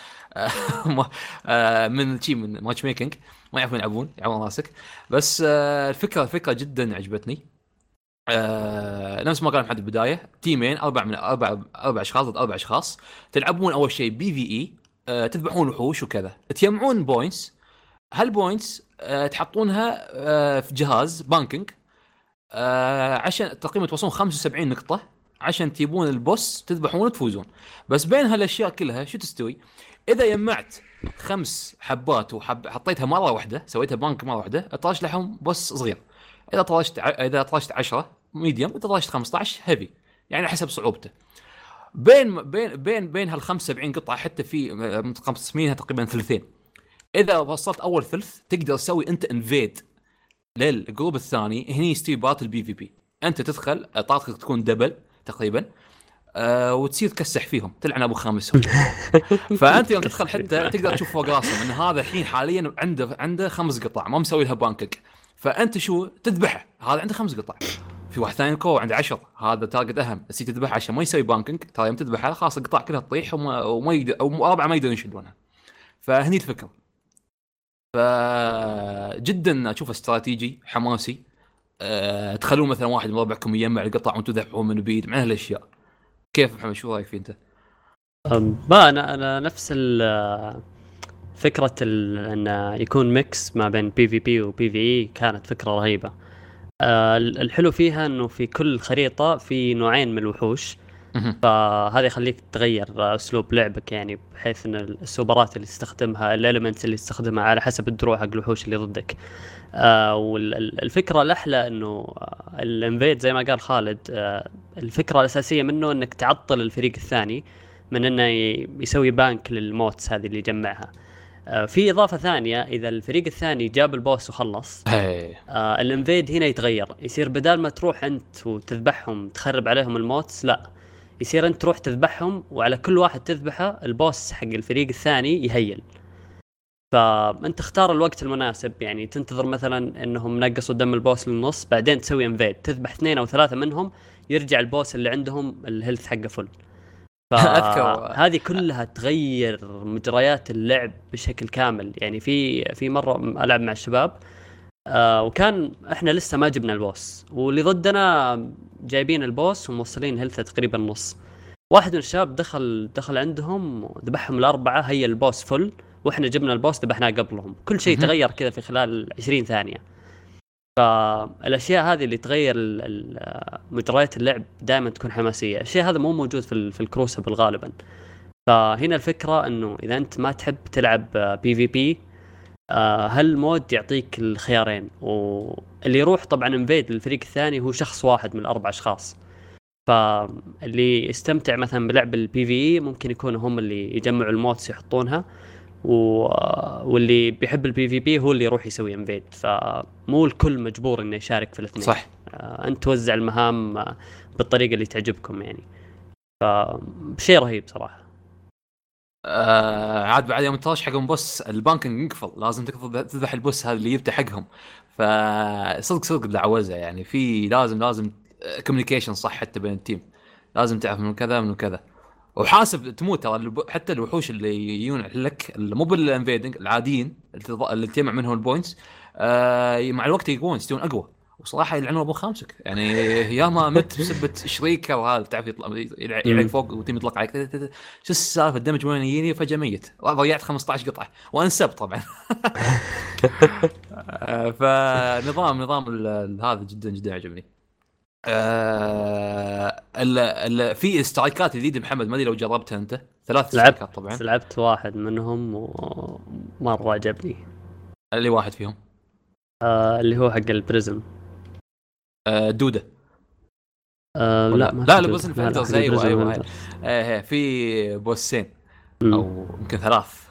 من شيء من ماتش ميكينج ما يعرفون يلعبون يعورون راسك، بس الفكره الفكره جدا عجبتني. آه، نفس ما قال محمد البدايه، تيمين اربع من اربع اربع اشخاص ضد اربع اشخاص، تلعبون اول شيء بي في اي، آه، تذبحون وحوش وكذا، تجمعون بوينتس. هالبوينتس آه، تحطونها آه، في جهاز بانكينج آه، عشان تقريبا توصلون خمسة وسبعين نقطه عشان تجيبون البوس تذبحون وتفوزون. بس بين هالاشياء كلها شو تستوي؟ اذا جمعت خمس حبات وحب حطيتها مره واحده، سويتها بانك مره واحده، طاش لهم بوس صغير. اذا طلشت اذا طلشت عشرة ميديوم، اذا طلشت خمسة عشر هيفي، يعني حسب صعوبته. بين بين بين بين هال خمسة وسبعين قطعه حتى في مقسمينها تقريبا ثلثين. اذا وصلت اول ثلث تقدر تسوي انت انفيد للجروب الثاني، هني يستوي باتل بي في بي. انت تدخل طاقتك تكون دبل تقريبا أه وتصير تكسح فيهم تلعن ابو خامسهم. فانت يوم تدخل حتى تقدر تشوف فوق راسهم ان هذا الحين حاليا عنده عنده خمس قطع ما مسوي لها بانكك، فانت شو تذبحه، هذا عنده خمس قطع، في واحد ثاني كو عنده عشر، هذا تارجت اهم، بس تذبحه عشان ما يسوي بانكينج. ترى يوم تذبحه خلاص القطع كلها تطيح وما, وما يقدر او اربعه ما يقدرون يشدونها. فهني الفكره. فجدا اشوفه استراتيجي حماسي. أه تخلون مثلا واحد من ربعكم يجمع القطع وانتم تذبحون من بيد مع هالاشياء. كيف محمد شو رايك فيه انت؟ ما انا انا نفس فكره ان يكون ميكس ما بين بي في بي وبي في اي كانت فكره رهيبه. الحلو فيها انه في كل خريطه في نوعين من الوحوش، فهذا يخليك تغير اسلوب لعبك، يعني بحيث ان السوبرات اللي تستخدمها الاليمنتس اللي تستخدمها على حسب الدروع حق الوحوش اللي ضدك. آه والفكره الاحلى انه الانفيد زي ما قال خالد، آه الفكره الاساسيه منه انك تعطل الفريق الثاني من انه يسوي بانك للموتس هذه اللي يجمعها. آه في اضافه ثانيه، اذا الفريق الثاني جاب البوس وخلص، آه الانفيد هنا يتغير، يصير بدال ما تروح انت وتذبحهم تخرب عليهم الموتس، لا يصير انت تروح تذبحهم، وعلى كل واحد تذبحه البوس حق الفريق الثاني يهيل. فانت اختار الوقت المناسب، يعني تنتظر مثلا انهم نقصوا دم البوس للنص، بعدين تسوي انفيد تذبح اثنين او ثلاثه منهم، يرجع البوس اللي عندهم الهيلث حقه فل. فهذه كلها تغير مجريات اللعب بشكل كامل. يعني في في مره العب مع الشباب آه وكان احنا لسه ما جبنا البوس، واللي ضدنا جايبين البوس وموصلين هيلث تقريبا نص. واحد من الشباب دخل دخل عندهم ذبحهم الاربعه، هي البوس فل، واحنا جبنا البوس ذبحناه قبلهم. كل شيء تغير كذا في خلال عشرين ثانيه. فالاشياء هذه اللي تغير مجريات اللعب دائما تكون حماسيه. الشيء هذا مو موجود في في الكروسبل غالبا. فهنا الفكره انه اذا انت ما تحب تلعب بي في بي، هالمود يعطيك الخيارين، واللي يروح طبعا انفيد للفريق الثاني هو شخص واحد من الاربع اشخاص. فاللي يستمتع مثلا بلعب البي في اي ممكن يكونوا هم اللي يجمعوا الموتس يحطونها، واللي بيحب البي في بي هو اللي يروح يسوي انفيد. فمو الكل مجبور انه يشارك في الاثنين. صح. انت توزع المهام بالطريقه اللي تعجبكم يعني. فشيء رهيب صراحه. آه عاد بعد يوم تطاش حقهم بوس البانكينج ينقفل، لازم تذبح البوس هذا اللي يفتح حقهم. فصدق صدق دعوزه يعني، في لازم لازم كوميونيكيشن صح حتى بين التيم، لازم تعرف من كذا من كذا، وحاسب تموت ترى. حتى الوحوش اللي يجون لك مو بالانفيدنج العاديين اللي تجمع منهم البوينتس، آه مع الوقت يقوون يستوون اقوى، وصراحه يلعنون ابو خامسك يعني. يا ما مت بسبه شريكه وهذا تعرف يطلع يلعب فوق وتم يطلق عليك شو السالفه الدمج وين يجيني فجاه ميت ضيعت خمسة عشر قطعه وانسب طبعا. فنظام نظام هذا جدا جدا عجبني. آه ال ال في سترايكات جديده محمد، ما ادري لو جربتها انت. ثلاث سترايكات طبعا لعبت واحد منهم ومره عجبني. اللي واحد فيهم آه اللي هو حق البريزم. آه دوده آه لا ما لا البوسن فلترز. ايوه ايوه ايه ايه في بوسين مم. او يمكن ثلاث.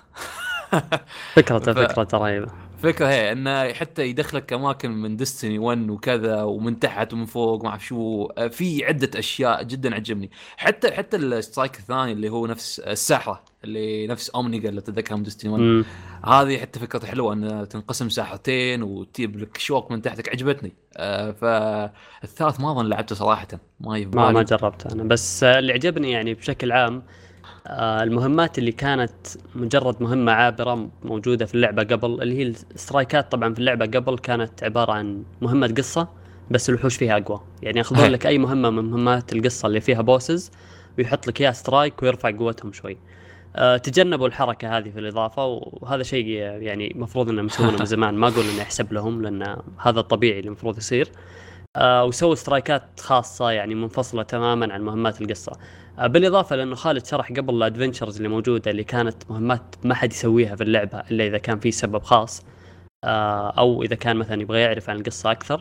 فكرة فكرة رهيبة. فكرة هي انه حتى يدخلك اماكن من ديستني واحد وكذا ومن تحت ومن فوق ما اعرف شو، في عدة اشياء جدا عجبني. حتى حتى السترايك الثاني اللي هو نفس الساحرة اللي نفس اومنيجا اللي تتذكرها من ديستني واحد، هذه حتى فكرة حلوة ان تنقسم ساحرتين وتجيب لك شوك من تحتك، عجبتني. آه فالثالث ما اظن لعبته صراحة، ما ما, ما جربته انا، بس اللي عجبني يعني بشكل عام المهمات اللي كانت مجرد مهمة عابرة موجودة في اللعبة قبل، اللي هي السترايكات طبعا في اللعبة قبل كانت عبارة عن مهمة قصة بس الوحوش فيها أقوى، يعني ياخذون لك أي مهمة من مهمات القصة اللي فيها بوسز ويحط لك إياها سترايك ويرفع قوتهم شوي. أه تجنبوا الحركة هذه في الإضافة، وهذا شيء يعني مفروض إنهم يسوونه من زمان، ما أقول إنه يحسب لهم لأن هذا الطبيعي اللي مفروض يصير. أه وسووا سترايكات خاصة يعني منفصلة تماما عن مهمات القصة. بالإضافة لأنه خالد شرح قبل الادفنتشرز اللي موجودة اللي كانت مهمات ما حد يسويها في اللعبة إلا إذا كان في سبب خاص أو إذا كان مثلا يبغى يعرف عن القصة أكثر.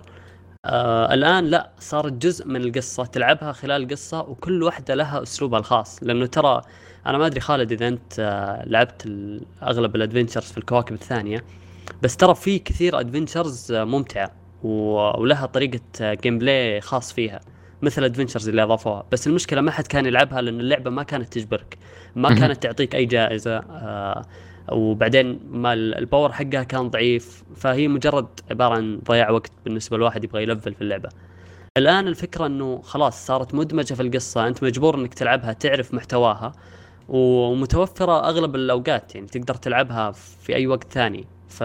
الآن لا، صارت جزء من القصة تلعبها خلال القصة، وكل واحدة لها أسلوبها الخاص. لأنه ترى أنا ما أدري خالد إذا أنت لعبت أغلب الادفنتشرز في الكواكب الثانية، بس ترى في كثير ادفنتشرز ممتعة ولها طريقة جيم بلاي خاص فيها مثل ادفنتشرز اللي اضافوها. بس المشكله ما حد كان يلعبها لان اللعبه ما كانت تجبرك، ما كانت تعطيك اي جائزه، آه وبعدين ما الباور حقها كان ضعيف، فهي مجرد عباره عن ضياع وقت بالنسبه لواحد يبغى يلفل في اللعبه. الان الفكره انه خلاص صارت مدمجه في القصه، انت مجبور انك تلعبها تعرف محتواها، ومتوفره اغلب الاوقات يعني تقدر تلعبها في اي وقت ثاني.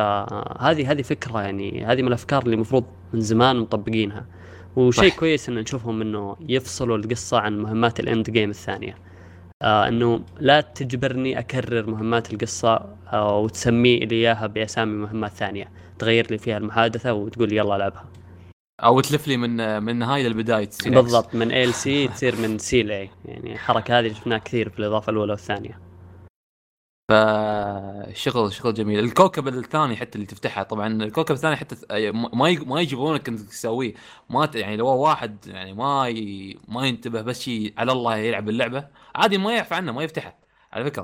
فهذه هذه فكره يعني هذه من الافكار اللي المفروض من زمان مطبقينها، وشيء كويس إن نشوفهم إنه يفصلوا القصة عن مهمات الإند جيم الثانية. آه إنه لا تجبرني أكرر مهمات القصة آه وتسمي لي إياها بأسامي مهمات ثانية، تغير لي فيها المحادثة وتقول لي يلا ألعبها، أو تلف لي من من نهاية للبداية بالضبط، من إل سي تصير من سي ل يعني الحركة هذه شفناها كثير في الإضافة الأولى والثانية. فشغل شغل جميل. الكوكب الثاني حتى اللي تفتحها، طبعا الكوكب الثاني حتى ما ما يجبرونك انك تسويه، ما يعني لو واحد يعني ما ي... ما ينتبه بس شيء على الله يلعب اللعبه عادي ما يعرف عنه ما يفتحها على فكره.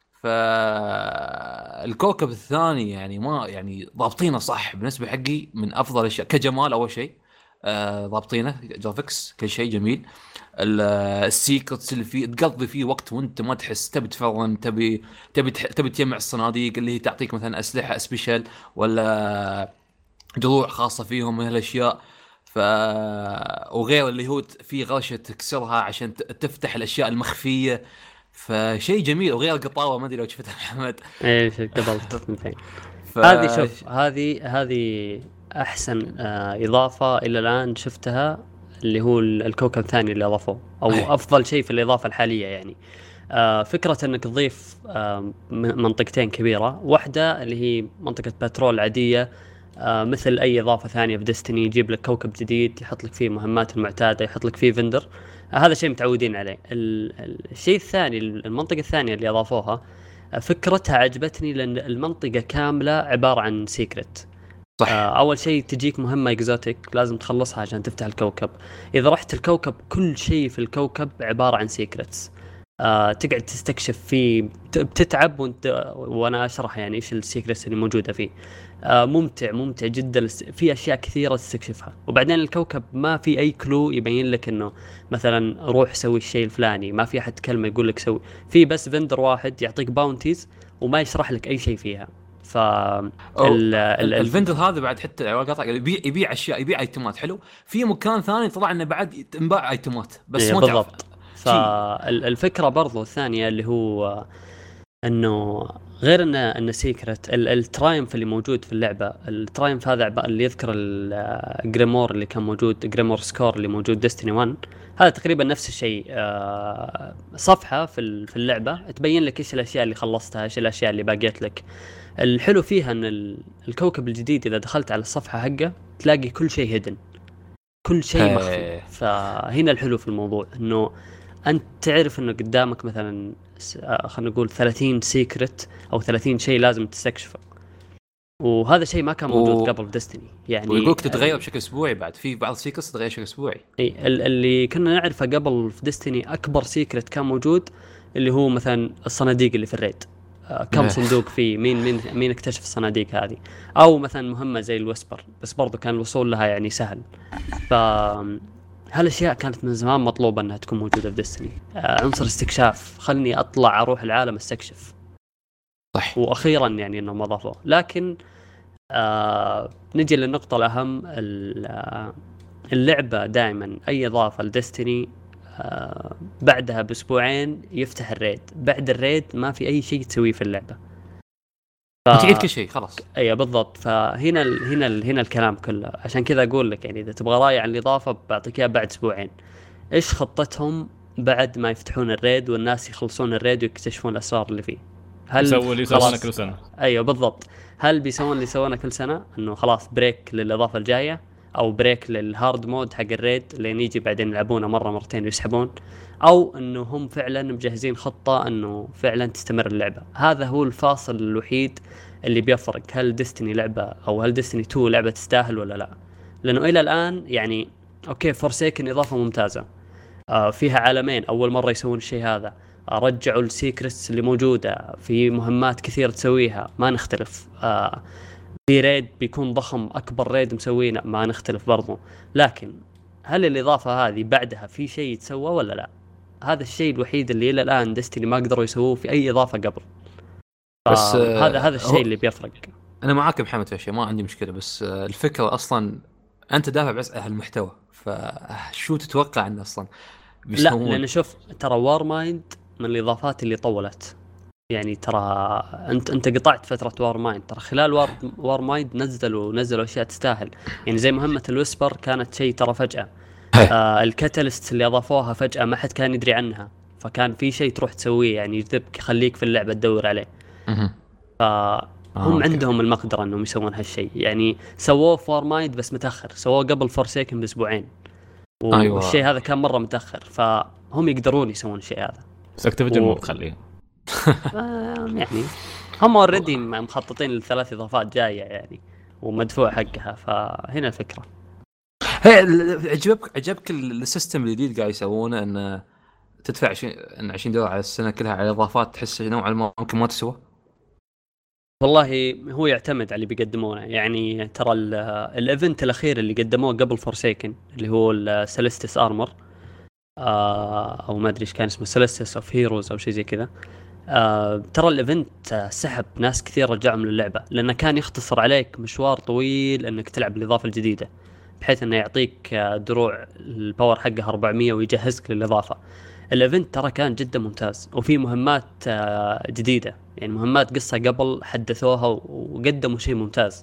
فالكوكب الثاني يعني ما يعني ضابطينه صح بالنسبه حقي، من افضل الاشياء كجمال. اول شيء آه ضابطينه جرافيكس كل شيء جميل. السيكرتس اللي فيه تقضي فيه وقت وانت ما تحس تبي تفرن، تبي تبي تبي تجمع الصناديق اللي هي تعطيك مثلا اسلحه سبيشال ولا دروع خاصه فيهم من هالاشياء. ف وغير اللي هو في غرشه تكسرها عشان تفتح الاشياء المخفيه، فشيء جميل. وغير القطاوه ما ادري لو شفتها محمد. ايه قبلت اثنتين. ف... هذه شوف هذه هذه احسن آه اضافه الى الان شفتها، اللي هو الكوكب الثاني اللي اضافوه، او أيه. افضل شيء في الاضافه الحاليه يعني. آه فكره انك تضيف آه منطقتين كبيره، واحده اللي هي منطقه بترول عاديه آه مثل اي اضافه ثانيه في ديستني، يجيب لك كوكب جديد يحط لك فيه مهمات المعتاده، يحط لك فيه فندر، آه هذا شيء متعودين عليه. الشيء الثاني المنطقه الثانيه اللي اضافوها آه فكرتها عجبتني، لان المنطقه كامله عباره عن سيكرت. صح. أول شيء تجيك مهمة إكزوتيك لازم تخلصها عشان تفتح الكوكب. إذا رحت الكوكب كل شيء في الكوكب عبارة عن سيكرتس، آه تقعد تستكشف فيه، بتتعب وانت وأنا أشرح يعني إيش السيكرتس اللي موجودة فيه. آه ممتع ممتع جدا، في أشياء كثيرة تستكشفها. وبعدين الكوكب ما في أي كلو يبين لك إنه مثلا روح سوي الشيء الفلاني، ما في أحد كلمة يقول لك سوي، في بس فندر واحد يعطيك باونتيز وما يشرح لك أي شيء فيها. ف الفندر هذا بعد حتى يبيع يبيع اشياء، يبيع ايتمات حلو. في مكان ثاني طلع انه بعد تنباع ايتمات بس إيه ما بالضبط. فالفكره برضو الثانيه اللي هو انه غير انه انه سيكرت الترايمف اللي موجود في اللعبه. الترايمف هذا اللي يذكر الجريمور اللي كان موجود، جريمور سكور اللي موجود ديستني واحد، هذا تقريبا نفس الشيء. صفحه في في اللعبه تبين لك ايش الاشياء اللي خلصتها، ايش الاشياء اللي باقيت لك. الحلو فيها ان الكوكب الجديد اذا دخلت على الصفحه حقه تلاقي كل شيء هيدن، كل شيء مخفي. فهنا الحلو في الموضوع انه انت تعرف انه قدامك مثلا خلينا نقول ثلاثين سيكرت او ثلاثين شيء لازم تستكشفه، وهذا شيء ما كان موجود و... قبل في ديستني. يعني ويقولك تتغير بشكل اسبوعي، بعد في بعض سيكرتس تتغير بشكل اسبوعي. اي اللي كنا نعرفه قبل في ديستني اكبر سيكرت كان موجود اللي هو مثلا الصناديق اللي في الريد، كم صندوق فيه، مين مين مين اكتشف الصناديق هذه، او مثلا مهمه زي الويسبر بس برضو كان الوصول لها يعني سهل. ف هالاشياء كانت من زمان مطلوبه انها تكون موجوده في ديستني. آه عنصر استكشاف، خلني اطلع اروح العالم استكشف. صح. واخيرا يعني انهم اضافوا. لكن آه نجي للنقطه الاهم، اللعبه دائما اي اضافه لديستني آه بعدها باسبوعين يفتح الريد، بعد الريد ما في اي شيء تسويه في اللعبه، ف... تعيد كل شيء خلاص. اي بالضبط. فهنا ال... هنا ال... هنا الكلام كله. عشان كذا اقول لك يعني اذا تبغى راي عن الاضافه بعطيك اياها بعد اسبوعين. ايش خطتهم بعد ما يفتحون الريد والناس يخلصون الريد ويكتشفون الاسرار اللي فيه؟ هل يسووا اللي يسوونه كل سنه؟ ايوه بالضبط. هل بيسوون اللي يسوونه كل سنه انه خلاص بريك للاضافه الجايه، او بريك للهارد مود حق الريد اللي يجي بعدين يلعبونه مره مرتين ويسحبون، او انه هم فعلا مجهزين خطه انه فعلا تستمر اللعبه؟ هذا هو الفاصل الوحيد اللي بيفرق هل ديستني لعبه او هل ديستني تو لعبه تستاهل ولا لا. لانه الى الان يعني اوكي فورسيكن اضافه ممتازه، آه فيها عالمين اول مره يسوون الشيء هذا، آه رجعوا السيكريتس اللي موجوده، في مهمات كثير تسويها ما نختلف، آه في ريد بيكون ضخم اكبر ريد مسوينه ما نختلف برضو. لكن هل الاضافه هذه بعدها في شيء يتسوى ولا لا؟ هذا الشيء الوحيد اللي الى الان ديستني ما قدروا يسووه في اي اضافه قبل. بس آه هذا هذا الشيء اللي بيفرق. انا معاك محمد في شيء، ما عندي مشكله، بس آه الفكره اصلا انت دافع بس على المحتوى، فشو تتوقع عنه اصلا؟ لا لان شوف ترى وار مايند من الاضافات اللي طولت. يعني ترى انت انت قطعت فتره وار مايند، ترى خلال وار وار مايند نزلوا نزلوا اشياء تستاهل. يعني زي مهمه الويسبر كانت شيء ترى فجاه، آه الكاتاليست اللي اضافوها فجاه ما حد كان يدري عنها، فكان في شيء تروح تسويه يعني يجذبك يخليك في اللعبه تدور عليه. فهم آه، عندهم المقدره انهم يسوون هالشيء. يعني سووه في وار مايند بس متاخر، سووه قبل فورسيكن باسبوعين، أيوة. والشيء هذا كان مره متاخر، فهم يقدرون يسوون الشيء هذا. بس اكتيفيجن مو بتخليه يعني هم اوريدي مخططين للثلاث اضافات جايه يعني ومدفوع حقها، فهنا الفكره. هي عجبك عجبك السيستم الجديد قاعد يسوونه ان تدفع عشرين دولار على السنه كلها على اضافات تحس نوعا ما ممكن ما تسوى؟ والله هو يعتمد على اللي بيقدمونه. يعني ترى الايفنت الاخير اللي قدموه قبل فورسيكن اللي هو السيلستس ارمر او ما ادري ايش كان اسمه، سيلستس اوف هيروز او شيء زي كذا. آه، ترى الايفنت سحب ناس كثير رجعهم للعبه، لانه كان يختصر عليك مشوار طويل انك تلعب الاضافه الجديده، بحيث انه يعطيك دروع الباور حقها أربعمية ويجهزك للاضافه. الايفنت ترى كان جدا ممتاز، وفي مهمات آه جديده، يعني مهمات قصه قبل حدثوها وقدموا شيء ممتاز.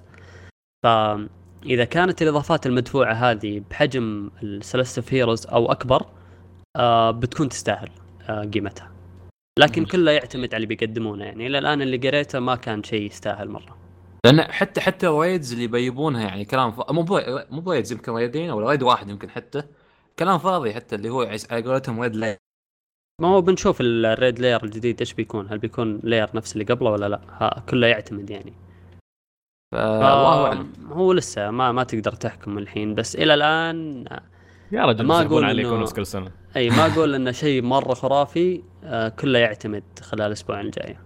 فاذا كانت الاضافات المدفوعه هذه بحجم السلسله هيروز او اكبر آه بتكون تستاهل آه قيمتها. لكن كله يعتمد على اللي بيقدمونه. يعني الى الان اللي قريته ما كان شيء يستاهل مره، لان حتى حتى الريدز اللي بيبونها يعني كلام ف... مو بي... مو ريدز، يمكن ريدين او ريد واحد يمكن حتى كلام فاضي، حتى اللي هو على قولتهم ريد لاير. ما هو بنشوف الريد لاير الجديد ايش بيكون، هل بيكون لاير نفس اللي قبله ولا لا؟ ها كله يعتمد يعني. ف... الله اعلم، هو لسه ما ما تقدر تحكم الحين، بس الى الان يا رجل ما اقول عليكم نفس كل سنه. اي ما اقول انه شيء مره خرافي، آه كله يعتمد خلال الاسبوعين الجايه.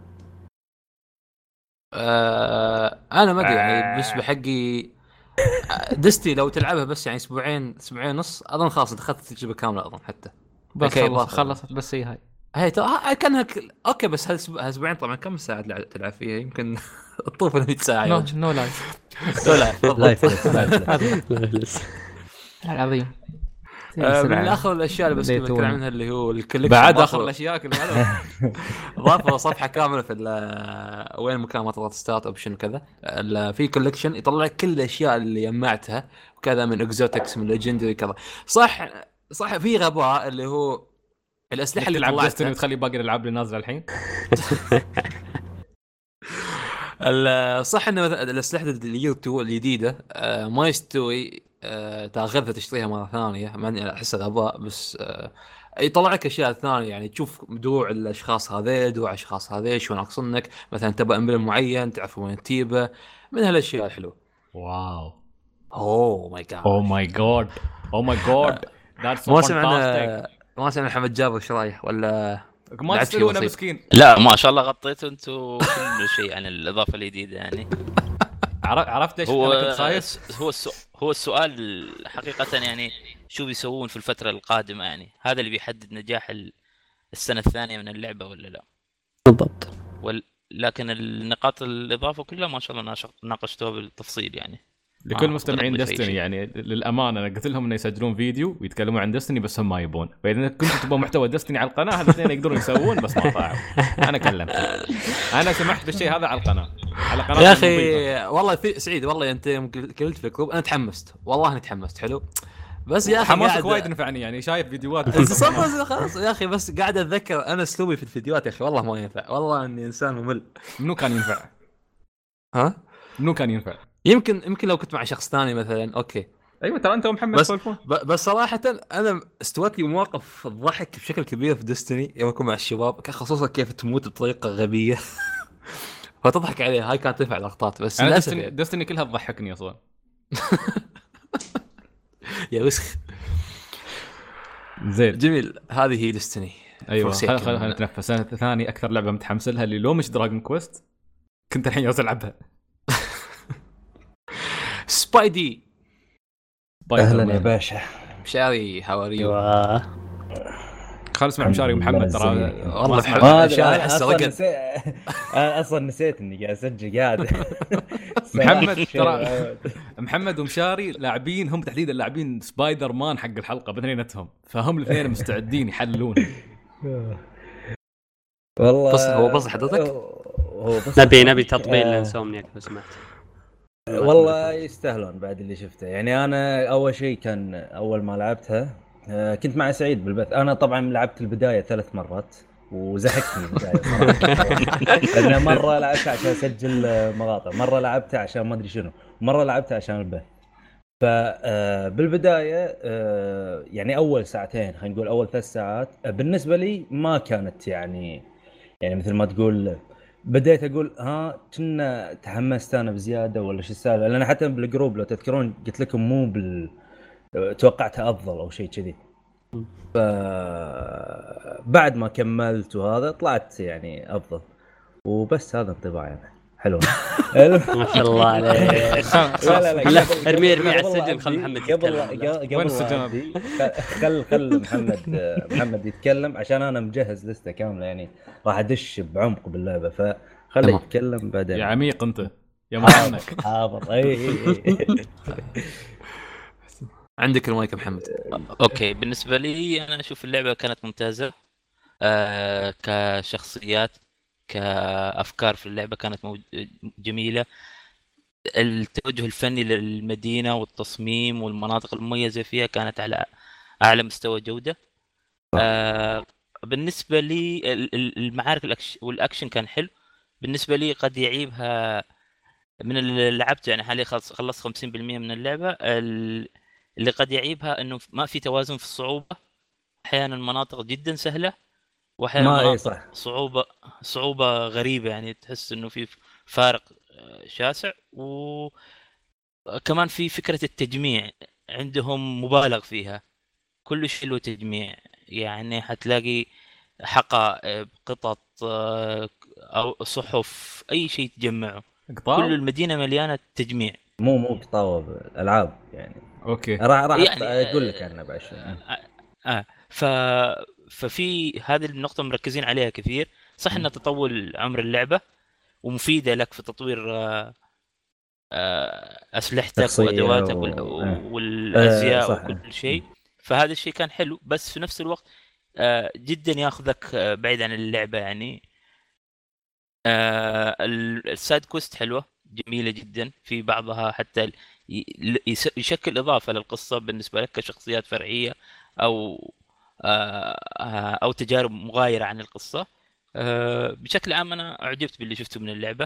آه انا ما ادري يعني بس بحقي دستي لو تلعبها بس يعني اسبوعين اسبوعين ونص اظن خلاص دخلت التجربه كامله اظن. حتى بس خلص خلصت بس هي هاي هي ترى كانها ك... اوكي بس هالاسبوعين طبعا كم ساعه تلعب فيها؟ يمكن الطوف مية ساعه. نو نو لايف نو لايف لايف لايف العظيم. آه، من اخر الاشياء اللي بس كنت بتكلم عنها اللي هو الكوليكشن بعد اخر الاشياء كلها ضافوا صفحه كامله في ال- وين مكان ما تضغط ستارت اوبشن وكذا ال- في كوليكشن يطلع لك كل الاشياء اللي جمعتها وكذا من اكزوتكس من ليجندري كذا. صح صح في غباء اللي هو الاسلحه اللي تلعب دستني طلعتها وتخلي باقي الالعاب اللي نازله الحين. ال- صح ان مثلاً الاسلحه اليير تو الجديده آه، ما يستوي آه، تاخذها تشتريها مره ثانيه، مع اني احسها غباء، بس آه، يطلع لك اشياء ثانيه يعني تشوف دروع الاشخاص هذيل دروع الاشخاص هذيل شو ناقصنك، مثلا تبغى امبلم معين تعرف وين تجيبه، من هالاشياء الحلوه. واو اوه ماي جاد او ماي جاد او ماي جاد ذاتس ما سو سمعنا فانتاستيك. ما سمعنا محمد جابر ايش رايح ولا ما لعبت شيء تسالونا بسيط؟ مسكين. لا ما شاء الله غطيتوا انتم كل شيء عن الاضافه الجديده يعني. عر- عرفت ايش هو انا كنت خايف؟ هو السؤال هو السؤال حقيقه يعني شو بيسوون في الفتره القادمه، يعني هذا اللي بيحدد نجاح ال- السنه الثانيه من اللعبه ولا لا. بالضبط. وال... لكن النقاط الاضافه كلها ما شاء الله ناش- ناقشتوها بالتفصيل يعني. لكل ما مستمعين أقدر أضيف أي دستني شيء. يعني للامانه انا قلت لهم انه يسجلون فيديو ويتكلمون عن دستني بس هم ما يبون، فاذا كنتوا تبغوا محتوى دستني على القناه هذا الاثنين يقدرون يسوون بس ما طاعوا. انا كلمت انا سمحت بالشيء هذا على القناه على قناه يا المضيفة. اخي والله في سعيد والله انت يوم قلت في الكلوب انا تحمست والله اني تحمست حلو، بس يا اخي حماسك قاعد- وايد نفعني يعني شايف فيديوات بس صبر خلاص يا اخي، بس قاعد اتذكر انا اسلوبي في الفيديوهات يا اخي والله ما ينفع، والله اني انسان ممل. منو كان ينفع؟ ها منو كان ينفع؟ يمكن يمكن لو كنت مع شخص ثاني مثلا اوكي، ايوه ترى انت ومحمد بس تسولفون. ب- بس صراحه انا استوت لي مواقف الضحك بشكل كبير في ديستني يوم اكون مع الشباب، خصوصا كيف تموت بطريقه غبيه فتضحك عليها، هاي كانت تنفع لقطات بس انا للاسف دستني, يعني. دستني كلها تضحكني اصلا. يا وسخ. زين جميل هذه هي ديستني. ايوه Forsaken. خل خل نتنفس. انا ثاني اكثر لعبه متحمس لها اللي لو مش دراجون كويست كنت الحين جالس العبها. سبايدي. اهلا يا باشا. مشاري هاوريو. ايوه خل اسمع مشاري ومحمد ترى والله ما محمد ما مشاري أدري، احس أصلاً رقد. نسيت- انا اصلا نسيت اني قاعد اسجل قاعد. محمد ترى محمد ومشاري لاعبين هم تحديدا لاعبين سبايدر مان حق الحلقه باثنينتهم، فهم الاثنين مستعدين يحللون. والله بص- هو بص حضرتك؟ هو بص نبي نبي تطبيل آه. لانسومنياك لو سمحت. والله يستاهلون بعد اللي شفته. يعني انا اول شيء كان اول ما لعبتها آه، كنت مع سعيد بالبث. انا طبعا لعبت البدايه ثلاث مرات وزهقتني البدايه صراحه. لان مره لعبتها عشان اسجل آه، مقاطع، مره لعبتها عشان ما ادري شنو، مره لعبتها عشان البث. فبالبدايه يعني اول ساعتين خلينا نقول اول ثلاث ساعات آه، بالنسبه لي ما كانت يعني يعني مثل ما تقول بديت اقول ها كنا تحمست انا بزياده ولا شو السالفه، لان حتى بالجروب لو تذكرون قلت لكم مو بال توقعتها افضل او شيء كذي. ف بعد ما كملت وهذا طلعت يعني افضل، وبس هذا انطباعي يعني. حلو. ما شاء الله عليك. لا لا لا لا، قبل- ارمي- قبل- ارمي على قبل السجن، لا خل أبدي- محمد قبل يتكلم. لا- قبل وين لا السجن؟ أبدي، خل خل محمد محمد يتكلم عشان انا مجهز لسته كامله يعني راح ادش بعمق باللعبه، فخليه تمام. يتكلم بعدين. يا عميق انت يا مهنك. حاضر. اي اي اي عندك المايك محمد. اوكي بالنسبه لي انا اشوف اللعبه كانت ممتازه. آه كشخصيات كافكار في اللعبه كانت موج... جميله. التوجه الفني للمدينه والتصميم والمناطق المميزه فيها كانت على اعلى مستوى جوده. آه بالنسبه لي ال- ال- المعارك الأكش... والاكشن كان حلو. بالنسبه لي قد يعيبها من اللي لعبته يعني حاليا خلص خلصت خمسين بالمئة من اللعبه. ال- اللي قد يعيبها انه ما في توازن في الصعوبه. احيانا مناطق جدا سهله واحيانا ما اي مناطق صح. صعوبه صعوبه غريبه يعني تحس انه في فارق آه، شاسع. وكمان في فكره التجميع عندهم مبالغ فيها. كل شيء له تجميع يعني حتلاقي حقائب قطط آه، او صحف اي شيء تجمعه. كل قطار المدينه مليانه تجميع مو مو قطاوه العاب يعني. اوكي راح راح يعني اقول لك انا بعد شوي. آه, آه ف ففي هذه النقطة مركزين عليها كثير. صح انها تطول عمر اللعبة ومفيدة لك في تطوير آه آه اسلحتك شخصية وادواتك و- وال... آه. والازياء آه، صح. وكل شيء. فهذا الشيء كان حلو، بس في نفس الوقت آه، جدا ياخذك آه، بعيد عن اللعبه يعني. آه، ال- السايد كويست حلوه جميله جدا، في بعضها حتى ال- ي- يس- يشكل اضافه للقصه بالنسبه لك كشخصيات فرعيه، او آه، آه، او تجارب مغايره عن القصه. آه، بشكل عام انا اعجبت باللي شفته من اللعبه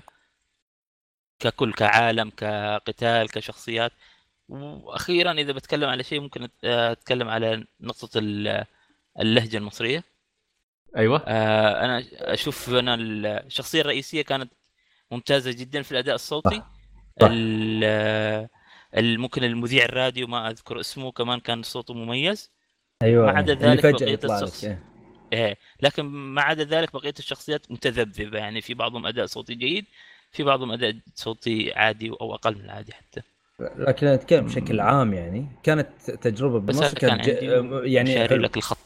ككل، كعالم، كقتال، كشخصيات. واخيرا اذا بتكلم على شيء ممكن أت- اتكلم على نقطه ال- اللهجه المصريه. ايوه. آه، انا اشوف انا الشخصيه الرئيسيه كانت ممتازه جدا في الاداء الصوتي. صح صح. ال- ال- ممكن المذيع الراديو ما اذكر اسمه كمان كان صوته مميز. ما ايوه عدا إيه. اللي ذلك فجاه بقيه يطلع لك الشخص إيه. ايه، لكن ما عدا ذلك بقيه الشخصيات متذبذبه يعني، في بعضهم اداء صوتي جيد، في بعضهم اداء صوتي عادي او اقل من العادي حتى. لكن اتكلم بشكل عام يعني كانت تجربه بس بالمصري هذا كان كانت ج... عندي يعني وشاري حلو. لك الخط.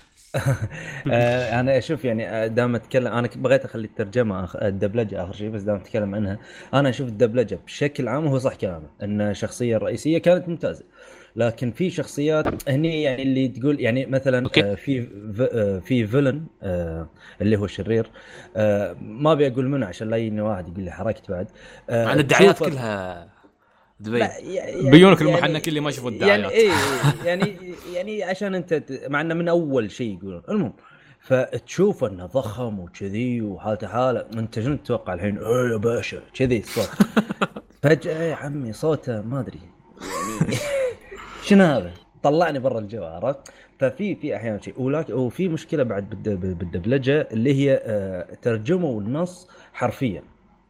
آه، انا اشوف يعني آه، دام اتكلم انا بغيت اخلي الترجمه آخ- الدبلجه اخر شيء، بس دام اتكلم عنها انا اشوف الدبلجه بشكل عام هو صح كلامه ان الشخصيه الرئيسيه كانت ممتازه، لكن في شخصيات هني يعني اللي تقول يعني مثلا اوكي. آه، في ف- آه، في فيلن آه، اللي هو الشرير، آه، ما ابي اقول منه عشان لا يجيني واحد يقول لي حركت بعد. مع ان آه، الدعايات تشوفه كلها لا دبي. يعني بيونك يعني المحنك اللي ما شافوا يعني الدعايات. ايه يعني يعني عشان انت ت- مع انه من اول شيء يقولون المهم، فتشوف انه ضخم وكذي وحالته حاله، انت شنو تتوقع الحين؟ ايه يا باشا كذي الصوت. فجأة يا عمي صوته ما ادري يعني شنو هذا، طلعني برا الجو، عرفت؟ ففي في احيانا شيء، ولكن وفي مشكله بعد بالد- بالدبلجه اللي هي آه، ترجموا النص حرفيا.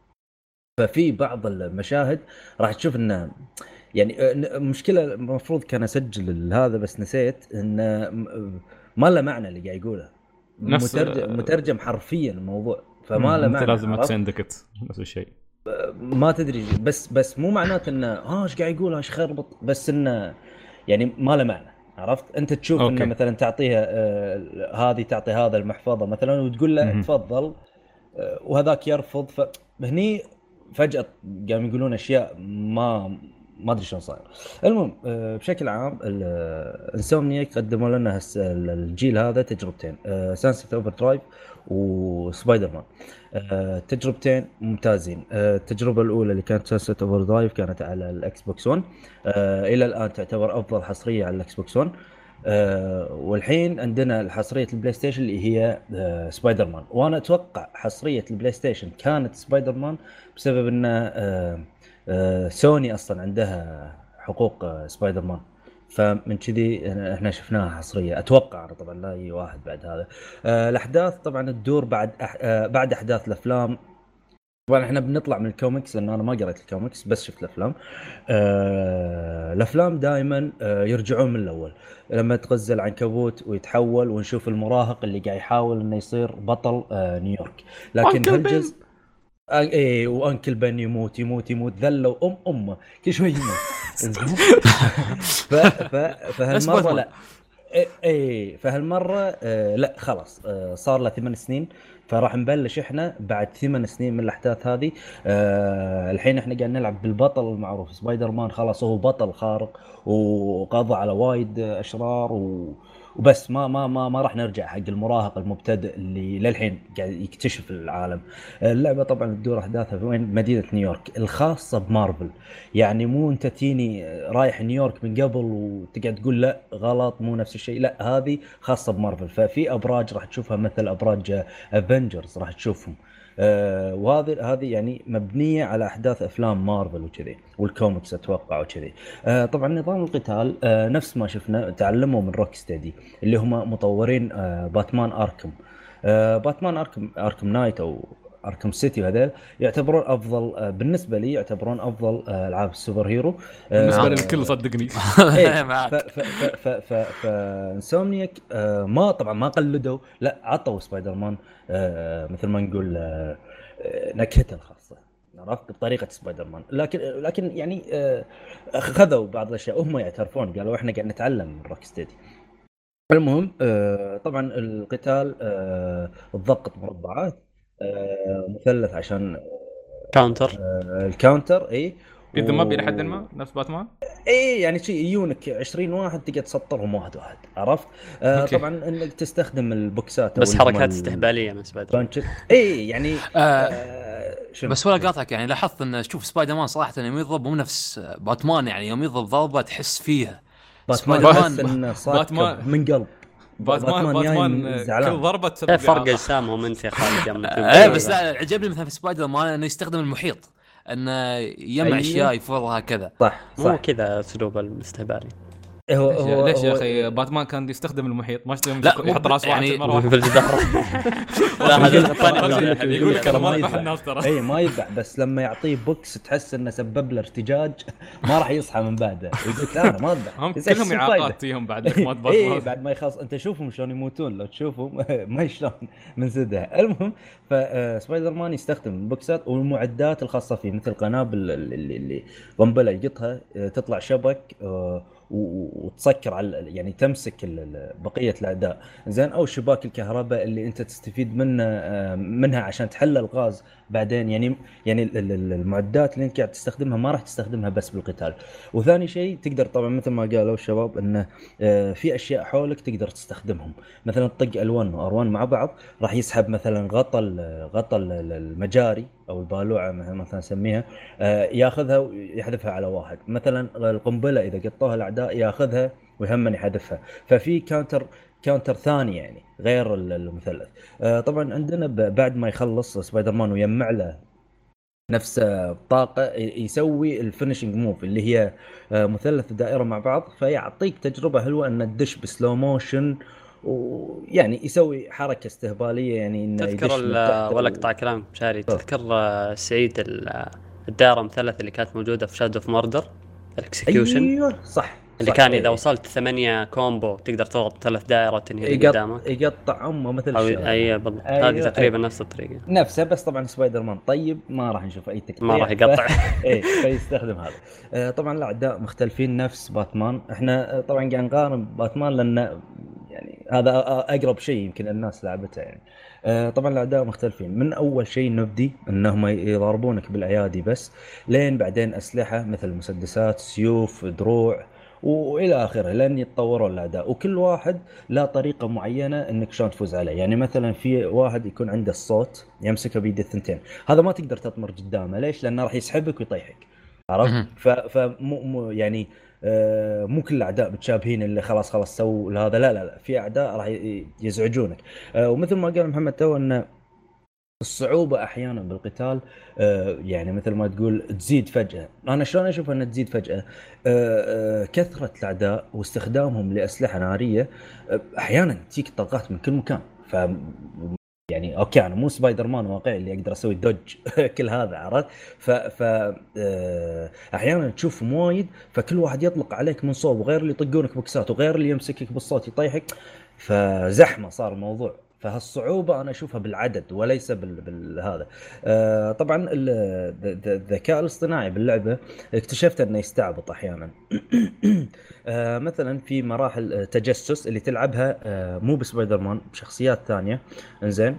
ففي بعض المشاهد راح تشوف انه يعني آه، مشكله المفروض كان اسجل هذا بس نسيت انه م- ما له معنى اللي قاعد يقوله، نفس مترجم مترجم حرفيا الموضوع، فما مم، له انت معنى، لازم عرفت؟ تسندكت نفس الشيء. ما تدري بس بس مو معناته انه اه ايش قاعد يقول ايش خربط، بس انه يعني ما له معنى، عرفت؟ انت تشوف انه اوكي. مثلا تعطيها آه هذه تعطي هذا المحفظه مثلا وتقول له مهم. تفضل، آه وهذاك يرفض، فهني فجاه قاموا يقولون اشياء ما ما ادري شلون صاير. المهم آه بشكل عام انسومنياك قدموا لنا هس- الجيل هذا تجربتين، آه سانست اوفر درايف وسبايدر مان. آه، تجربتين ممتازين. آه، التجربة الأولى اللي كانت سلسلة أوفر درايف كانت على الأكس بوكس ون، آه، إلى الآن تعتبر أفضل حصرية على الأكس بوكس ون. آه، والحين عندنا حصرية البلاي ستيشن اللي هي آه، سبايدر مان، وأنا أتوقع حصرية البلاي ستيشن كانت سبايدر مان بسبب أن آه، آه، سوني أصلا عندها حقوق آه، سبايدر مان، فمن كذي احنا شفناها حصريه اتوقع. أنا طبعا لا اي واحد بعد هذا. آه الاحداث طبعا تدور بعد أح آه بعد احداث الافلام. طبعا احنا بنطلع من الكوميكس لان انا ما قريت الكوميكس بس شفت الافلام. آه الافلام دائما آه يرجعون من الاول لما تغزل عنكبوت ويتحول ونشوف المراهق اللي قاعد يحاول انه يصير بطل آه نيويورك، لكن أنكل هالجزء آه ايه وانكل بن يموت يموت يموت ذله وام امه كل شوي يموت. زين. ف ف فهالمره لا ايه إيه، فهالمره آه لا خلاص آه صار له ثمان سنين، فراح نبلش احنا بعد ثمان سنين من الاحداث هذه. آه الحين احنا قاعد نلعب بالبطل المعروف سبايدر مان، خلاص هو بطل خارق وقضى على وايد اشرار و وبس ما ما ما ما راح نرجع حق المراهق المبتدئ اللي للحين قاعد يكتشف العالم. اللعبه طبعا تدور احداثها في وين؟ مدينه نيويورك الخاصه بمارفل، يعني مو انت تيني رايح نيويورك من قبل وتقعد تقول لا غلط مو نفس الشيء، لا هذه خاصه بمارفل، ففي ابراج راح تشوفها مثل ابراج افنجرز راح تشوفهم. آه وهذه هذه يعني مبنيه على احداث افلام مارفل وكذي والكوميكس اتوقع وكذي. آه طبعا نظام القتال آه نفس ما شفنا تعلموا من روك ستدي اللي هم مطورين آه باتمان اركم. آه باتمان اركم اركم نايت او اركم سيتي، وهذا يعتبرون افضل آه، بالنسبه لي يعتبرون افضل آه، العاب السوبر هيرو. بالنسبه آه، للكل صدقني. ايه ف معك. ف ف ف ف ف انسومنياك آه، ما طبعا ما قلدوا، لا عطوا سبايدر مان آه، مثل ما نقول آه، آه، نكهته الخاصه، عرفت؟ بطريقه سبايدر مان، لكن لكن يعني آه، خذوا بعض الاشياء وهم يعترفون قالوا احنا قاعد نتعلم من روك ستيدي. المهم آه، طبعا القتال آه، الضغط مربعات، آه، مثلث عشان كاونتر. آه، الكاونتر اي، في الذماب الى حد ما نفس باتمان. ايه يعني شيء يجونك عشرين واحد تقدر تسطرهم واحد واحد، عرفت؟ آه أوكي. طبعا انك تستخدم البوكسات بس اللي هم حركات ال- استهباليه من سبايدر مان. بانشز. ايه يعني آه آه شنو؟ بس ولا قاطعك، يعني لاحظت ان شوف سبايدر مان صراحه يوم يضرب مو نفس باتمان، يعني يوم يضرب ضربه تحس فيها باتمان سبايدر تحس مان. انه صادق باتمان- من قلب. باتمان جاي باتمان من آه، زعلان. كل ضربه ايه تسبب فرق إعاقة. اجسامهم انت يا خالد يوم تقول ايه بس كذا. لا عجبني مثلا في سبايدر مان انه يستخدم المحيط، انه يجمع أيوه. اشياء يفرها كذا. صح مو صح. كذا اسلوب الاستهبالي. هو ليش, هو ليش يا هو- اخي باتمان كان يستخدم المحيط ما يستخدم لا، يشق- مو يحط ب- راس واحد يعني- في مره واحده. في الجدار. لا هذا يقول الثاني. يقول لك انا ما ما اذبح يذبح. الناس ترى. اي ما يذبح، بس لما يعطيه بوكس تحس انه سبب له ارتجاج ما راح يصحى من بعده، يقول لا انا ما اذبح. هم بس إيش كلهم الفايدة؟ اعاقات فيهم بعد لك ما ايه تبطل. بعد ما يخلص انت شوفهم شلون يموتون، لو تشوفهم ما شلون من زدها. المهم فسبايدر مان يستخدم البوكسات والمعدات الخاصه فيه، مثل قنابل اللي, اللي قنبله يقطها آه، تطلع شبك آه، و- وتسكر على يعني تمسك ال- ال- بقيه الاعداء زين، او شباك الكهرباء اللي انت تستفيد منه آه، منها عشان تحل الغاز بعدين. يعني يعني ال- ال- المعدات اللي انت قاعد تستخدمها ما راح تستخدمها بس بالقتال. وثاني شيء تقدر طبعا مثل ما قالوا الشباب انه آه، في اشياء حولك تقدر تستخدمهم، مثلا تطق ال1 وار1 مع بعض راح يسحب مثلا غطا ال- غطا ال- المجاري او البالوعه مثلا نسميها، آه، ياخذها ويحذفها على واحد. مثلا القنبله اذا قطوها الاعداء ياخذها ويهمن يحذفها. ففي كاونتر كاونتر ثاني يعني غير ال- المثلث. آه، طبعا عندنا ب- بعد ما يخلص سبايدر مان ويجمع له نفس طاقة ي- يسوي الفينشنج موف اللي هي آه، مثلث ودائرة مع بعض، فيعطيك تجربة حلوة انه تدش بسلو موشن، ويعني يسوي حركة استهبالية، يعني انه تذكر يدش من تحت ولا ال- اقطع كلام مشاري، تذكر آه، سعيد ال- الدائره مثلث اللي كانت موجوده في شادو اوف موردر الاكسكيوشن، ايوه صح اللي صح. كان إيه. اذا وصلت ثمانية كومبو تقدر تضغط ثلاث دائره وتنهي اللي يقط... قدامك. يقطع امه مثل أو الشارع. اي بالضبط، أيوة، هذه تقريبا أيوة. نفس الطريقه. نفسه، بس طبعا سبايدر مان طيب ما راح نشوف اي تقطيع، ما راح يقطع. ف... ايه فيستخدم هذا. آه طبعا الاعداء مختلفين نفس باتمان. احنا آه، طبعا قاعد نقارن باتمان لان يعني هذا أ- اقرب شيء يمكن الناس لعبته يعني. آه طبعا الاعداء مختلفين، من اول شيء نبدي انهم يضربونك بالايادي بس، لين بعدين اسلحه مثل مسدسات، سيوف، دروع والى اخره، لين يتطوروا الاعداء. وكل واحد لا طريقه معينه انك شلون تفوز عليه. يعني مثلا في واحد يكون عنده الصوت يمسكه بيده الثنتين، هذا ما تقدر تطمر قدامه. ليش؟ لانه راح يسحبك ويطيحك، عرفت؟ مهم. ف فمو مو يعني آه مو كل الاعداء متشابهين اللي خلاص خلاص سووا هذا، لا لا لا، في اعداء راح ي- يزعجونك. آه ومثل ما قال محمد تو انه الصعوبة أحيانا بالقتال آه، يعني مثل ما تقول تزيد فجأة. أنا شلون أشوف أنها تزيد فجأة؟ آه، آه، كثرة الأعداء واستخدامهم لأسلحة نارية آه، أحيانا تجيك طلقات من كل مكان. ف يعني اوكي انا مو سبايدر مان واقعي اللي اقدر اسوي دوج كل هذا، عرفت؟ ف ف آه، احيانا تشوف وايد، فكل واحد يطلق عليك من صوب، وغير اللي يطقونك بوكسات، وغير اللي يمسكك بالصوت يطيحك، فزحمه صار الموضوع. فهالصعوبه انا اشوفها بالعدد وليس بال... بالهذا. آه طبعا ال- الذ- الذكاء الاصطناعي باللعبه اكتشفت انه يستعبط احيانا. آه مثلا في مراحل تجسس اللي تلعبها آه مو بسبايدر مان، بشخصيات ثانيه، انزين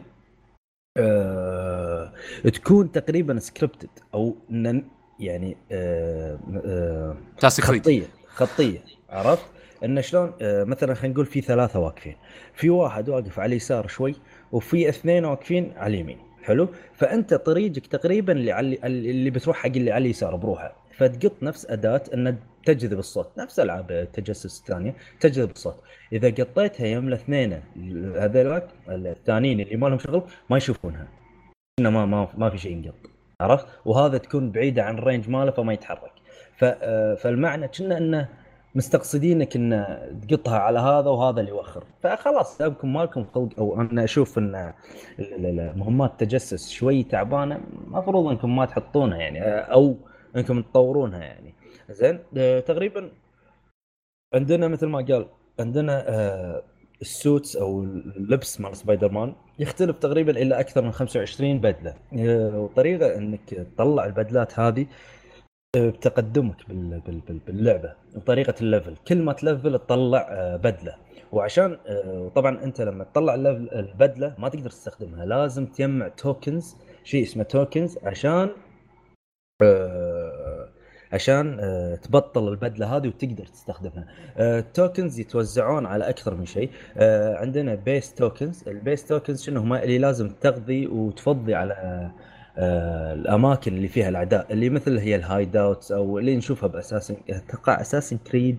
آه تكون تقريبا سكريبتد او نن يعني آه آه كلاسيك كريد. خطيه خطيه، عرفت؟ انه شلون آه مثلا خلينا نقول في ثلاثه واقفين، في واحد واقف على اليسار شوي، وفي اثنين واقفين على اليمين، حلو؟ فانت طريقك تقريبا اللي على اللي بتروح حق اللي على اليسار بروحه، فتقط نفس اداه ان تجذب الصوت، نفس العاب التجسس الثانيه تجذب الصوت. اذا قطيتها يوم الاثنين هذولك الثانيين اللي ما لهم شغل ما يشوفونها، انه ما ما ما في شيء ينقط، عرفت؟ وهذا تكون بعيده عن الرينج ماله فما يتحرك. ف فالمعنى كنا انه مستقصدينك ان تقطها على هذا وهذا اللي يوخر. فخلاص ابكم مالكم خلق، او انا اشوف ان ال- ال- ال- مهمات تجسس شوي تعبانه، المفروض انكم ما تحطونها يعني، او انكم تطورونها يعني. زين آه، تقريبا عندنا مثل ما قال عندنا آه، السوتس او اللبس مال سبايدر مان يختلف تقريبا الى اكثر من خمسة وعشرين بدله، آه، وطريقه انك تطلع البدلات هذه آه، بتقدمك بال- بال- بال- باللعبه، وطريقه الليفل، كل ما تلفل تطلع آه، بدله. وعشان آه، طبعا انت لما تطلع الليفل البدله ما تقدر تستخدمها، لازم تجمع توكنز، شيء اسمه توكنز، عشان آه، عشان آه، تبطل البدله هذه وتقدر تستخدمها. التوكنز يتوزعون على اكثر من شيء. آه، عندنا بيس توكنز. البيس توكنز شنو هم؟ اللي لازم تغذي وتفضي على آه، آه، الاماكن اللي فيها الاعداء، اللي مثل هي الهايد اوتس او اللي نشوفها باساس تقع اساسن كريد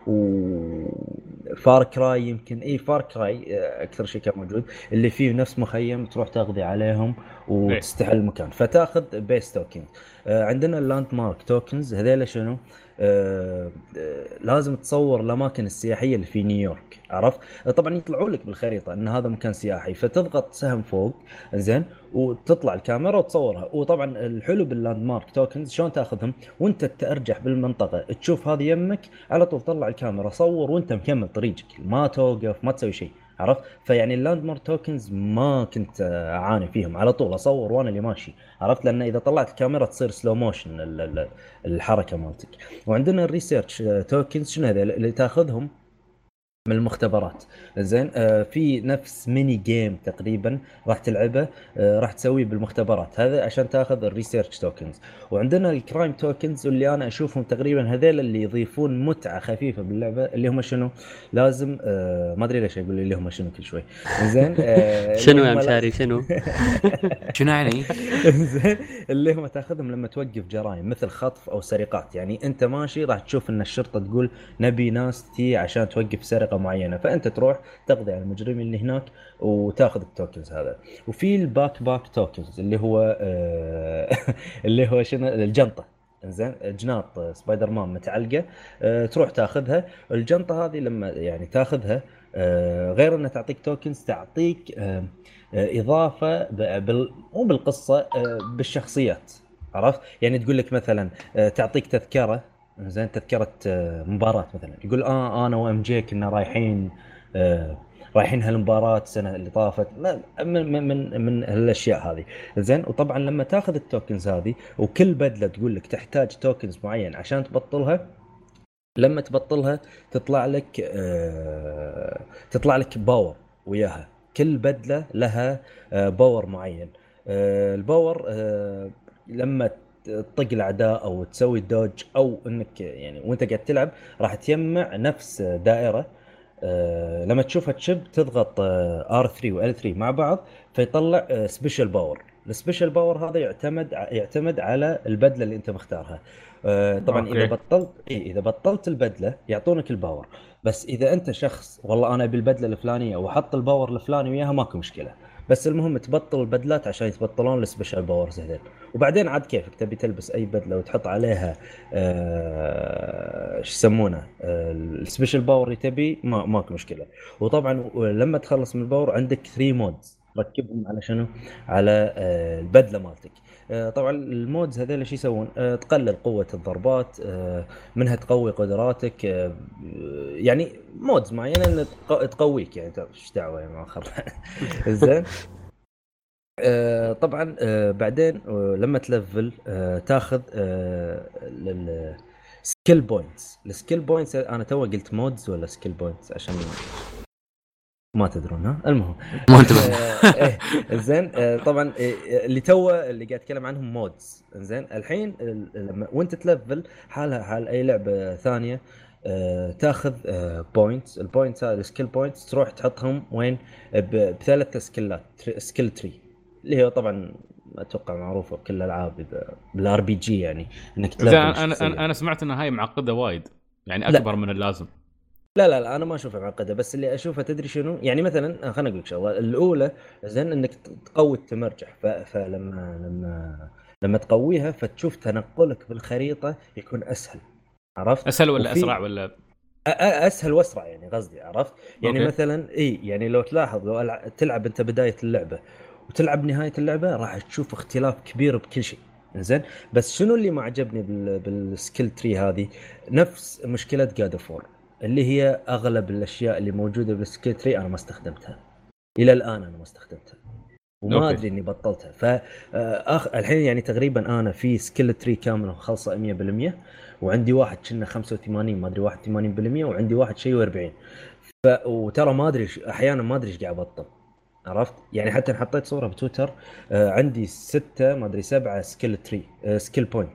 وفار كراي. يمكن اي فار كراي اكثر شيء كان موجود، اللي فيه نفس مخيم تروح تغذي عليهم وتستحل المكان فتاخذ بيس توكن. آه، عندنا اللاند مارك توكنز. هذول شنو؟ آه، آه، لازم تصور الاماكن السياحيه اللي في نيويورك، عرفت؟ آه، طبعا يطلعوا لك بالخريطه ان هذا مكان سياحي، فتضغط سهم فوق زين وتطلع الكاميرا وتصورها. وطبعا الحلو باللاند مارك توكنز شلون تاخذهم؟ وانت ترجح بالمنطقه تشوف هذه يمك على طول طلع الكاميرا صور وانت مكمل طريقك، ما توقف ما تسوي شيء، عرفت؟ فيعني اللاند مارك توكنز ما كنت اعاني فيهم، على طول اصور وانا اللي ماشي، عرفت؟ لان اذا طلعت الكاميرا تصير سلو موشن الحركه مالتك. وعندنا الريسيرش توكنز. شنو هذا؟ اللي تاخذهم من المختبرات. زين آه في نفس ميني جيم تقريبا راح تلعبه، آه راح تسويه بالمختبرات، هذا عشان تاخذ الريسيرش توكنز. وعندنا الكرايم توكنز اللي انا اشوفهم تقريبا هذول اللي يضيفون متعه خفيفه باللعبه، اللي هم شنو؟ لازم آه ما ادري ليش اقول اللي هم شنو كل شوي. زين آه شنو يا مشاري شنو؟ شنو يعني؟ زين اللي هم تاخذهم لما توقف جرائم مثل خطف او سرقات. يعني انت ماشي راح تشوف ان الشرطه تقول نبي ناس تي عشان توقف سرقه معينه، فانت تروح تقضي على المجرمين اللي هناك وتاخذ التوكنز هذا. وفي الباك باك توكنز اللي هو آه اللي هو شنو؟ الجنطه. زين جناط سبايدر مان متعلقه، آه تروح تاخذها. الجنطه هذه لما يعني تاخذها آه غير انها تعطيك توكنز، تعطيك آه اضافه بال مو بالقصه آه بالشخصيات، عرفت؟ يعني تقول لك مثلا آه تعطيك تذكره، زين تذكره آه مباراه مثلا، يقول اه انا وام جي كنا رايحين آه رايحين هالمباراه السنه اللي طافت، من من من, من هالاشياء هذه. زين وطبعا لما تاخذ التوكنز هذه وكل بدله تقول لك تحتاج توكنز معين عشان تبطلها، لما تبطلها تطلع لك آه تطلع لك باور وياها. كل بدله لها آه باور معين. آه الباور آه لما تطق الاعداء او تسوي دوج او انك يعني وانت قاعد تلعب راح تجمع نفس دائره. آه لما تشوفها تشب تضغط آه ار ثري و ال ثري مع بعض فيطلع آه سبيشال باور. السبيشال باور هذا يعتمد يعتمد على البدله اللي انت مختارها. آه طبعا أوكي. اذا بطلت إيه اذا بطلت البدله يعطونك الباور، بس اذا انت شخص والله انا بالبدله الفلانيه وحط الباور الفلاني وياها ماكو مشكله، بس المهم تبطل البدلات عشان يتبطلون السبيشال باورز هذول. وبعدين عاد كيفك تبي تلبس اي بدله وتحط عليها آه ايش يسمونه آه السبيشال باور اللي تبي، ما ماكو مشكله. وطبعا لما تخلص من الباور عندك ثري مودز ركبهم على شنو؟ على آه البدله مالتك. آه طبعا المودز هذول ايش يسوون؟ آه تقلل قوه الضربات، آه منها تقوي قدراتك، آه يعني مودز معينه ان تق- تقويك، يعني ايش دعوه يا ماخر. زين آه طبعا آه بعدين آه لما تلفل آه تاخذ آه السكيل بوينتس. السكيل بوينتس انا تو قلت مودز ولا سكيل بوينتس عشان ما تدرون ها؟ المهم ما انتبه. آه، إيه، زين آه، طبعا آه، اللي تو اللي قاعد اتكلم عنهم مودز. زين الحين ال- لما وانت تلفل حالها حال اي لعبه ثانيه آه، تاخذ بوينتس. البوينتس هذه السكيل بوينتس تروح تحطهم وين؟ ب- بثلاث سكيلات، سكيل تري اللي هي طبعا اتوقع معروفه بكل الالعاب بالار بي جي، يعني انك تلفل انا انا الشخصية. انا, أنا سمعت ان هاي معقده وايد، يعني لا. اكبر من اللازم. لا لا لا انا ما اشوفها معقده، بس اللي اشوفها تدري شنو؟ يعني مثلا خليني اقول لك شغله. الاولى زين انك تقوي التمرجح، ف- فلما لما لما تقويها فتشوف تنقلك بالخريطه يكون اسهل، عرفت؟ اسهل ولا وفي- اسرع ولا؟ أ- أ- اسهل واسرع يعني قصدي، عرفت؟ يعني أوكي. مثلا اي يعني لو تلاحظ لو ألع- تلعب انت بدايه اللعبه وتلعب نهايه اللعبه راح تشوف اختلاف كبير بكل شيء. زين بس شنو اللي ما عجبني بال بالسكيل تري هذه؟ نفس مشكله جاد اوف وور، اللي هي اغلب الاشياء اللي موجوده بالسكيل تري انا ما استخدمتها الى الان، انا ما استخدمتها وما أوكي. ادري اني بطلتها. ف أخ... الحين يعني تقريبا انا في سكيل تري كامل خلصه مية بالمية، وعندي واحد كنا خمسة وثمانين ما ادري واحد وثمانين بالمية، وعندي واحد شيء وأربعين. ف... وترى ما ادري احيانا ما ادري ايش قاعد ابطل، عرفت؟ يعني حتى حطيت صوره بتويتر آه عندي ستة ما ادري سبعة سكيل تري آه سكيل بوينت،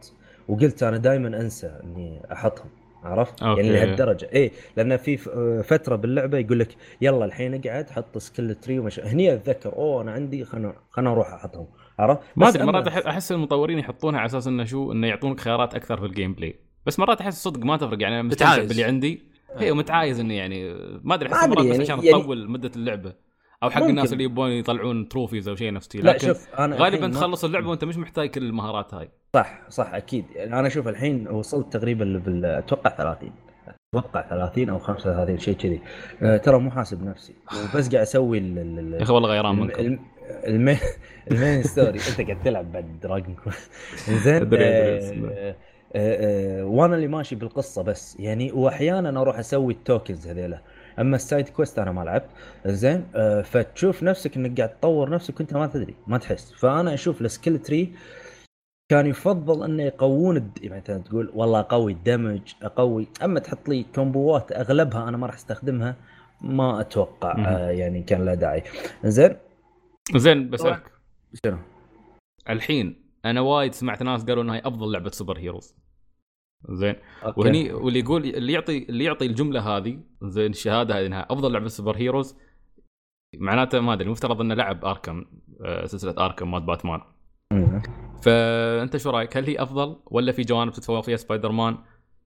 وقلت انا دائما انسى اني احطهم، عرفت؟ أوكي. يعني لهالدرجه ايه، لان في ف- فتره باللعبه يقول لك يلا الحين اقعد حط سكيل تري ومش هني اتذكر اوه انا عندي خلنا خلنا اروح احطهم، عرفت؟ ما بس ادري، مرات أما- أح- احس المطورين يحطونها على اساس انه شو، انه يعطونك خيارات اكثر في الجيم بلاي، بس مرات احس صدق ما تفرق. يعني انا مستمتع متعايز. باللي عندي، هي متعايز اني يعني ما ادري، ما احس أدري مرات بس يعني- عشان يعني- تطول مده اللعبه، او حق ممكن. الناس اللي يبون يطلعون تروفيز او شيء نفسي. لا لكن شوف انا غالبا الحين ما- تخلص اللعبه وانت مش محتاج كل المهارات هاي. صح صح اكيد. يعني انا اشوف الحين وصلت تقريبا بال اتوقع ثلاثين، اتوقع ثلاثين او خمسة وثلاثين شيء كذي. أه ترى مو حاسب نفسي وبس قاعد اسوي ال- ال- يا اخي والله غيران الم- منكم. الم- المين المين ستوري. انت قاعد تلعب بعد دراجون كويست زين. أدري- آه، أدري. آه، آه، وانا اللي ماشي بالقصه بس يعني، واحيانا اروح اسوي التوكنز هذيلا. اما السايد كويست انا ما لعبت زين. آه، فتشوف نفسك انك قاعد تطور نفسك وانت ما تدري ما تحس. فانا اشوف السكيل تري كان يفضل انه يقوون الد... يعني مثلا تقول والله اقوي الدمج اقوي، اما تحط لي كومبوات اغلبها انا ما راح استخدمها، ما اتوقع مهم. آه يعني كان له داعي. زين زين بسألك شنو؟ الحين، انا وايد سمعت ناس قالوا انها هي افضل لعبه سوبر هيروز. زين. أوكي. وهني واللي يقول اللي يعطي اللي يعطي الجمله هذه زين الشهاده هذه انها افضل لعبه سوبر هيروز، معناته ما ادري، المفترض انه لعب اركم، آه، سلسله اركم مال باتمان. مم. فانت شو رايك؟ هل هي افضل ولا في جوانب تتفوق فيها سبايدر مان؟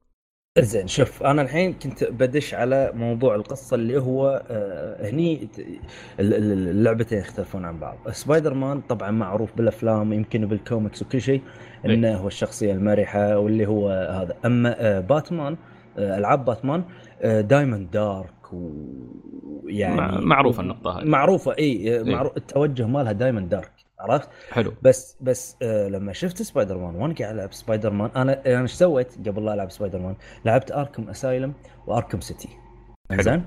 زين شوف انا الحين كنت بدش على موضوع القصه اللي هو آه هني ت- ال- ال- اللعبتين يختلفون عن بعض. سبايدر مان طبعا معروف بالافلام يمكن بالكوميكس وكل شيء انه هو الشخصيه المرحه واللي هو هذا. اما آه باتمان آه العاب باتمان آه دايما دارك ويعني مع- معروفة النقطة هاي. معروفه اي معروف التوجه مالها دايما دارك، عرفت؟ حلو. بس بس آه لما شفت سبايدر مان وانا قاعد العب سبايدر مان، انا انا ايش سويت قبل لا العب سبايدر مان؟ لعبت اركم اسايلم واركم سيتي. زين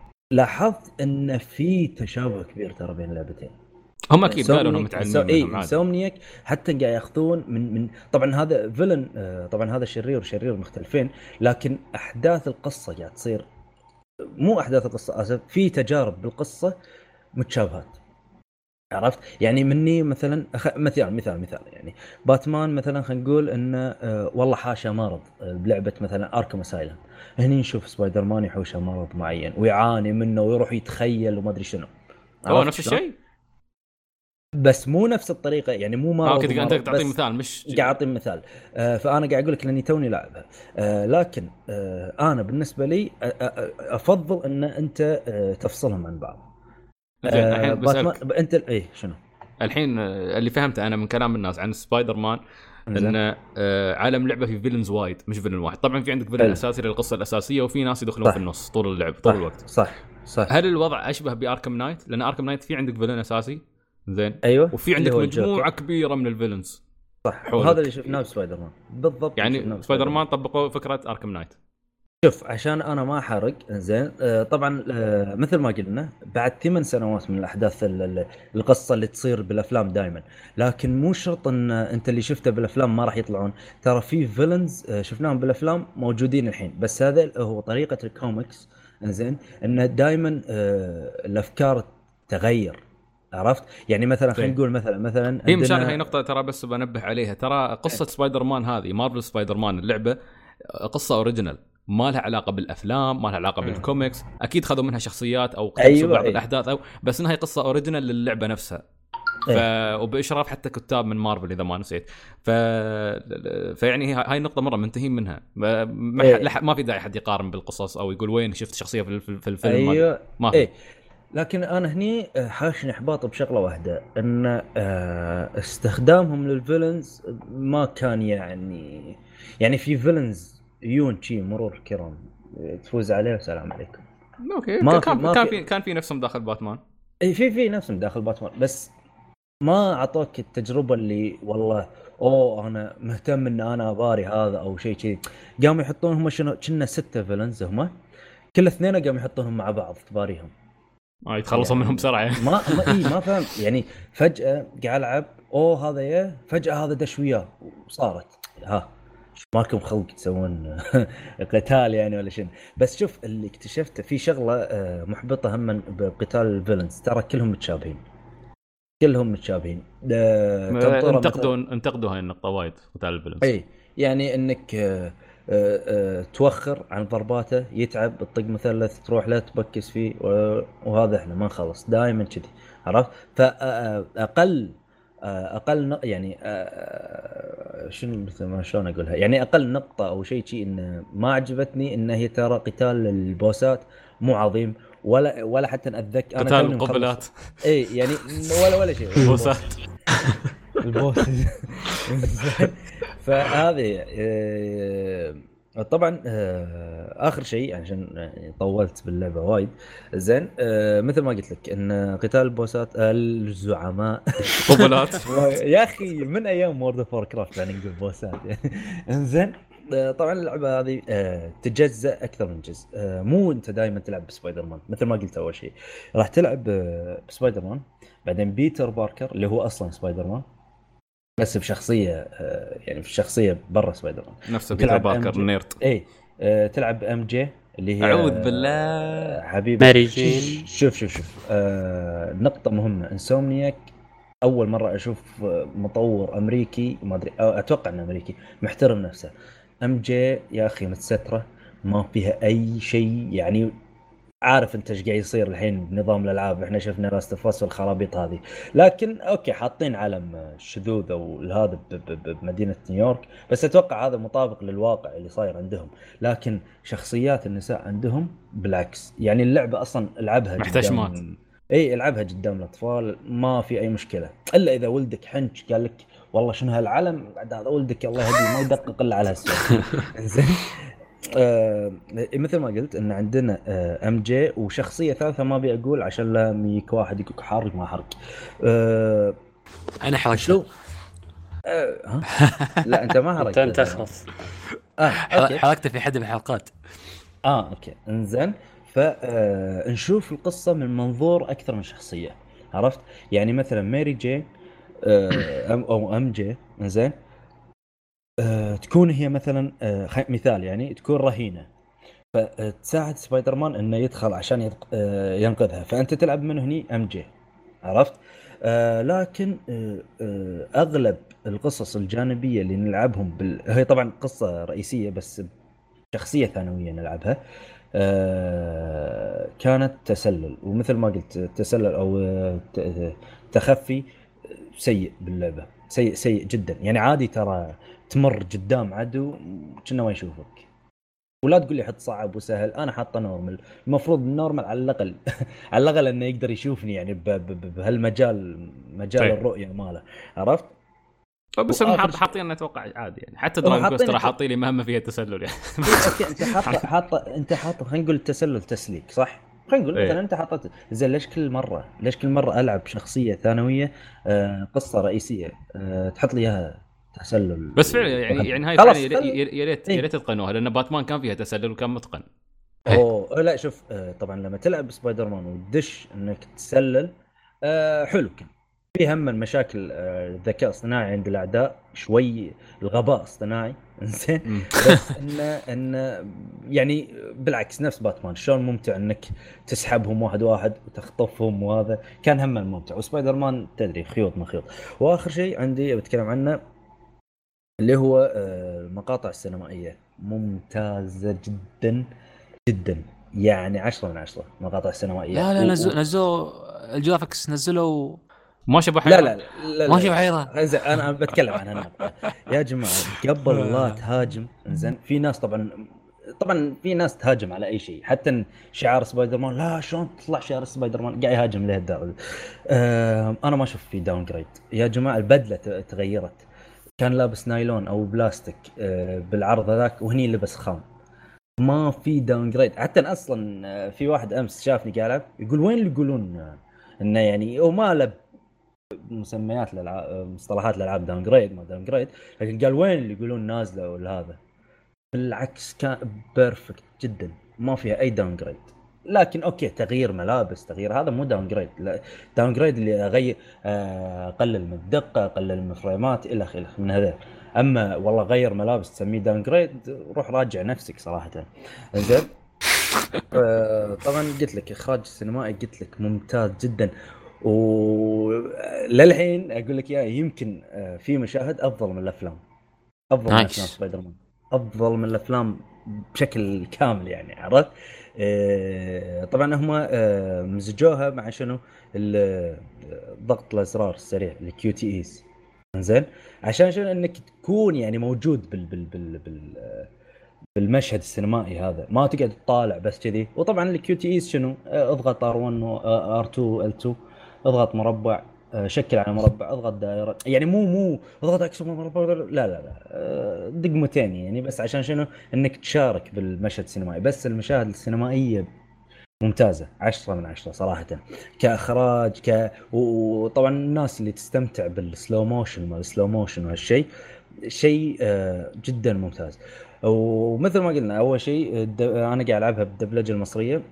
لاحظت ان في تشابه كبير ترى بين اللعبتين. هم اكيد قالوا انهم متعلمين اي منهم عادي. سومنيك حتى قاعد ياخذون من من طبعا هذا فيلن، آه طبعا هذا شرير وشرير مختلفين، لكن احداث القصه قاعد تصير مو احداث القصه اسف، في تجارب بالقصه متشابهات، عرفت؟ يعني مني مثلا أخ... مثال مثال مثال يعني باتمان مثلا خلينا نقول انه آه والله حاشا مرض آه بلعبه مثلا اركم اسايلم، هني نشوف سبايدر مان يحوشه مرض معين ويعاني منه ويروح يتخيل وما ادري شنو. هو عرفت نفس شلون؟ الشيء بس مو نفس الطريقه، يعني مو مرض. اه كنت انت ومرض، تعطي بس مثال مش قاعد اعطي مثال. آه فانا قاعد اقول لك لاني توني لاعبها. آه لكن آه انا بالنسبه لي آه آه افضل ان انت آه تفصلهم عن بعض. زين. آه الحين باتمان بسألك انت ايه شنو؟ الحين آه، اللي فهمته انا من كلام الناس عن سبايدر مان إنزين. ان آه، عالم لعبه في فيلنز وايد مش فيلن واحد. طبعا في عندك فيلن حلو. اساسي للقصه الاساسيه وفي ناس يدخلون صح. في النص طول اللعب طول صح الوقت. صح صح. هل الوضع اشبه باركم نايت؟ لان اركم نايت في عندك فيلن اساسي زين، ايوه وفي عندك اللي هو مجموعه الجوكر. كبيره من الفيلنز. صح حولك. هذا اللي شفناه بسبايدر مان بالضبط. اللي شفناه يعني سبايدر مان طبقوا فكره اركم نايت. شوف عشان انا ما احرق زين. آه طبعا آه مثل ما قلنا بعد ثمان سنوات من الاحداث ال- ال- القصه اللي تصير بالافلام دائما، لكن مو شرط ان انت اللي شفته بالافلام ما راح يطلعون. ترى في فيلنز آه شفناهم بالافلام موجودين الحين، بس هذا هو طريقه الكوميكس زين، انه دائما آه الافكار تغير، عرفت؟ يعني مثلا خلينا نقول مثلا مثلا هي مشان عندنا- هاي نقطة ترى بس بنبه عليها. ترى قصة سبايدر مان هذه مارفل سبايدر مان اللعبة قصة اوريجينال، ما لها علاقة بالافلام، ما لها علاقة بالكوميكس. اكيد خذوا منها شخصيات او اقتبسوا أيوة بعض أيوة. الاحداث او بس انها هي قصة اوريجينال للعبة نفسها. ف... وباشراف حتى كتاب من مارفل اذا ما نسيت. ف... فيعني هاي النقطة مرة منتهين منها. ما, ما, إيه. لح... ما في داعي حد يقارن بالقصص او يقول وين شفت شخصية في, في, في الفيلم. ايوه ما في. ايه. لكن انا هني آه، حاشني احباط بشغله واحده، ان آه، استخدامهم للفيلنز ما كان يعني يعني في فيلنز يون شي مرور الكرام آه، تفوز عليه والسلام عليكم. اوكي ما كان في- ما كان في- في كان في نفسهم داخل باتمان. اي في في نفسهم داخل باتمان، بس ما اعطوك التجربه اللي والله اوه انا مهتم ان انا اباري هذا او شيء كذي. قاموا يحطون هم شنو كنا ستة فيلنز هم كل اثنين قاموا يحطونهم مع بعض تباريهم. اه يتخلصون يعني منهم بسرعة. ما ما اي ما فهمت يعني فجأة قاعد العب اوه هذا يه فجأة هذا دش وياه وصارت ها ماكم خلق تسوون قتال يعني ولا شيء. بس شوف اللي اكتشفته في شغلة آه، محبطة هم بقتال الفيلنز، ترى كلهم متشابهين كلهم متشابهين. آه، تنطرة انتقدوا مثلاً- انتقدوا هاي النقطة وايد قتال الفيلنز. اي يعني انك آه، آه، آه، توخر عن ضرباته، يتعب، تطق مثلث، تروح له تبكس فيه، و- وهذا احنا ما نخلص دائما كذي، عرفت؟ فاقل اقل ن- يعني آه، شنو مثل ما شلون اقولها، يعني اقل نقطه او شيء شيء انه ما عجبتني انه هي ترى قتال البوسات مو عظيم، ولا ولا حتى اتذكر انا قتال توني مخلص. القبلات اي يعني ولا ولا شيء ولا بوسات. البوس. زين. فهذه آه، طبعا آه، اخر شيء عشان يعني طولت باللعبه وايد. زين آه، مثل ما قلت لك ان قتال البوسات آه، الزعماء قبلات. يا اخي من ايام وورد اوف كرافت يعني نقول بوسات يعني. انزين آه، طبعا اللعبه هذه آه، تجزأ اكثر من جزء، آه، مو انت دائما تلعب بسبايدر مان مثل ما قلت اول شيء، راح تلعب آه، بسبايدر مان، بعدين بيتر باركر اللي هو اصلا سبايدر مان بس بشخصيه آه، يعني في شخصيه برا سبايدر مان، نفسه بيتر وتلعب ام باركر جي. النيرد. اي آه، تلعب ام جي اللي هي اعوذ بالله. آه، حبيبي. ماري جين. شوف شوف شوف آه، نقطه مهمه، انسومنياك اول مره اشوف آه، مطور امريكي ما ادري أو اتوقع انه امريكي محترم نفسه. ام جي يا اخي متستره، ما فيها اي شيء يعني. عارف انت ايش قاعد يصير الحين بنظام الالعاب، احنا شفنا لاست اوف اس والخرابيط هذه، لكن اوكي حاطين علم الشذوذ او هذا ب- ب- ب- بمدينه نيويورك، بس اتوقع هذا مطابق للواقع اللي صاير عندهم. لكن شخصيات النساء عندهم بالعكس، يعني اللعبه اصلا العبها محتشمات. قدام، اي العبها قدام الاطفال ما في اي مشكله، الا اذا ولدك حنش قال لك والله شنو هالعلم، بعد هذا ولدك الله يهديه ما يدقق الا على هالسؤال. زين آه مثل ما قلت ان عندنا آه ام جي وشخصيه ثالثه ما ابي اقول عشان لا يجيك واحد يقول حارق ما حرق. آه انا حرقت. شو آه ها؟ لا انت ما حرقت. انت انت خلاص. اه حرق- اوكي حرقته في حد من الحلقات. اه اوكي انزين. فنشوف القصه من منظور اكثر من شخصيه، عرفت؟ يعني مثلا ماري جي آه أم او ام جي انزين آه تكون هي مثلا آه خ- مثال يعني تكون رهينه، فتساعد سبايدر مان انه يدخل عشان يدق... آه، ينقذها، فانت تلعب من هني ام جي، عرفت؟ آه لكن آه آه اغلب القصص الجانبيه اللي نلعبهم بال... هي طبعا قصه رئيسيه بس شخصيه ثانويه نلعبها، آه كانت تسلل، ومثل ما قلت تسلل او آه، ت- تخفي سيء باللعبه، سيء سيء جدا يعني. عادي ترى تمر قدام عدو كأنه ما يشوفك، ولا تقول لي حط صعب وسهل، انا حاطه نورمال، المفروض النورمال على الاقل على الاقل انه يقدر يشوفني يعني ب- ب- بهالمجال مجال طيب. الرؤيه ماله، عرفت؟ بس هم وآخر حاط شيء- حاطين اتوقع عادي يعني، حتى هم دراجون كويست حاطين ترى الت- حاطين لي مهمه فيها تسلل يعني. إيه اوكي انت حاطه حاطه انت حاطه خلينا نقول التسلل تسليك صح، خلينا نقول مثلا إيه. انت حاطط زين، ليش كل مره ليش كل مره العب شخصيه ثانويه آه قصه رئيسيه آه تحط لي اياها تسلل؟ بس فعلا يعني يعني هاي خلاص فعلا يا خل... ريت يا ريت إيه. يا ريت يتقنوها، لان باتمان كان فيها تسلل وكان متقن. اوه لا شوف آه طبعا لما تلعب سبايدر مان وتدش انك تسلل آه حلو، كان في هم المشاكل آه، الذكاء الاصطناعي عند الاعداء شوي، الغباء الاصطناعي زين، مم. بس انه انه يعني بالعكس نفس باتمان شلون ممتع انك تسحبهم واحد واحد وتخطفهم، وهذا كان هم ممتع. وسبايدر مان تدري خيوط ما خيوط. واخر شيء عندي بتكلم عنه اللي هو آه، المقاطع السينمائيه ممتازه جدا جدا، يعني عشرة من عشرة مقاطع السينمائيه. لا لا و- نزل و- نزلوا الجرافيكس نزلوا ما شبه لا حيران. لا لا ما لا شوف حيرة. انزين انا أنا بتكلم عن هالنقطه يا جماعه قبل لا تهاجم. انزين في ناس طبعا طبعا في ناس تهاجم على اي شيء، حتى شعار سبايدر مان لا شلون تطلع شعار سبايدر مان قاعد يهاجم له الداعي. آه انا ما اشوف في داون جريد يا جماعه، البدله ت- تغيرت، كان لابس نايلون او بلاستيك آه بالعرض هذاك وهني لبس خام، ما في داون جريد. حتى أنا اصلا آه، في واحد امس شافني قاعد العب يقول وين اللي يقولون آه، انه يعني هو ما له مسميات للالعاب مصطلحات الالعاب داون جريد ما داون جريد، لكن قال وين اللي يقولون نازله ولا هذا، بالعكس كان بيرفكت جدا ما فيها اي داون جريد. لكن اوكي تغيير ملابس تغيير هذا مو داون جريد، لا داون جريد اللي اغير آه، اقلل من الدقه اقلل من الفريمات الى اخره من هذا. اما والله غير ملابس تسميه داون جريد روح راجع نفسك صراحه. زين آه، طبعا قلت لك اخراج السينمائي قلت لك ممتاز جدا، وللحين اقول لك يا يمكن آه، في مشاهد افضل من الافلام افضل من نايس. افلام سبايدر مان، افضل من الافلام بشكل كامل يعني، عرفت؟ آه، طبعا هم آه، مزجوها مع شنو ال- آه، ضغط الازرار السريع الكيو تي ايز، زين، عشان شنو انك تكون يعني موجود بال بال بال بال آه، بالمشهد السينمائي هذا، ما تقعد تطالع بس كذي. وطبعا الكيو تي ايز شنو، آه، اضغط ار واحد ار اتنين ال تو، اضغط مربع، آه، شكل على مربع، اضغط دائره، يعني مو مو اضغط اكس مربع، لا لا لا، آه، دقمتين يعني، بس عشان شنو انك تشارك بالمشهد السينمائي. بس المشاهد السينمائيه ممتازه، عشرة من عشرة صراحه، كاخراج ك وطبعا الناس اللي تستمتع بالسلو موشن، ما السلو موشن وهالشيء شيء آه، جدا ممتاز. ومثل ما قلنا اول شيء الد- انا قاعد العبها بالدبلجه المصريه،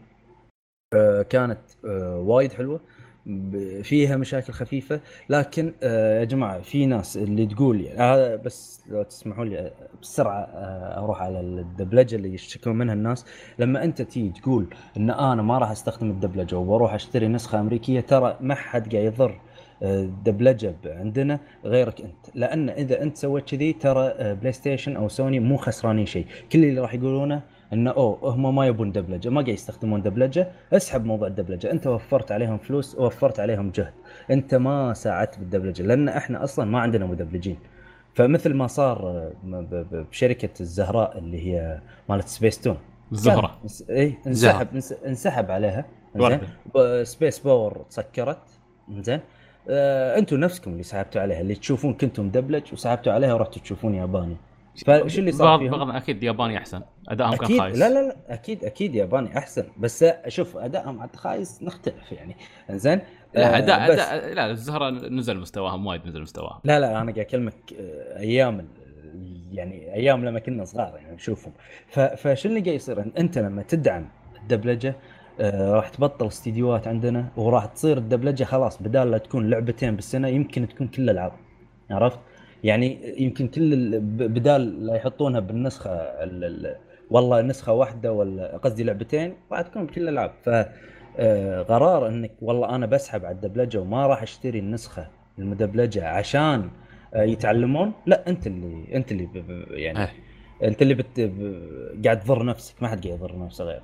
آه، كانت آه، وايد حلوه، ب- فيها مشاكل خفيفه، لكن آه، يا جماعه في ناس اللي تقول يعني هذا، بس لو تسمحوا لي آه، بسرعه آه، اروح على الدبلجه اللي يشتكون منها الناس. لما انت تيجي تقول ان انا ما راح استخدم الدبلجه وبروح اشتري نسخه امريكيه، ترى ما حد قاعد يضر آه، الدبلجه عندنا غيرك انت، لان اذا انت سويت كذي ترى آه، بلاي ستيشن او سوني مو خسرانين شيء. كل اللي راح يقولونه انه اوه هم ما يبون دبلجه، ما قاعد يستخدمون دبلجه، اسحب موضوع الدبلجه، انت وفرت عليهم فلوس ووفرت عليهم جهد، انت ما ساعدت بالدبلجه، لان احنا اصلا ما عندنا مدبلجين. فمثل ما صار آه، ب- ب- بشركه الزهراء اللي هي مالت سبيستون، الزهرة اي انسحب انس- انسحب عليها، زين، وردة. سبيس باور تسكرت، زين. آه، انتم نفسكم اللي سحبتوا عليها، اللي تشوفون كنتم مدبلج وسحبتوا عليها ورحتوا تشوفون ياباني. فشو اللي صار بغض فيهم؟ بغض اكيد ياباني احسن، ادائهم كان اكيد، خايس. لا لا لا، اكيد اكيد ياباني احسن، بس شوف ادائهم عاد خايس، نختلف يعني، زين. لا اداء آه بس اداء لا الزهرة نزل مستواهم وايد، نزل مستواهم. لا لا، انا قاعد اكلمك آه، ايام ال- يعني ايام لما كنا صغار يعني نشوفهم. ف- فشو اللي قاعد يصير، انت لما تدعم الدبلجه آه، راح تبطل استديوهات عندنا، وراح تصير الدبلجه خلاص، بدال لا تكون لعبتين بالسنه يمكن تكون كل الالعاب، عرفت؟ يعني يمكن كل ال- ب- بدال لا يحطونها بالنسخه ال- ال- والله نسخه واحده، ولا قصدي لعبتين، راح تكون بكل الالعاب. ف آه، قرار انك والله انا بسحب على الدبلجه وما راح اشتري النسخه المدبلجه عشان آه، يتعلمون، لا انت اللي انت اللي ب- ب- يعني إيه. انت اللي بت... ب- قاعد تضر نفسك، ما حد قاعد يضر نفسه غيرك.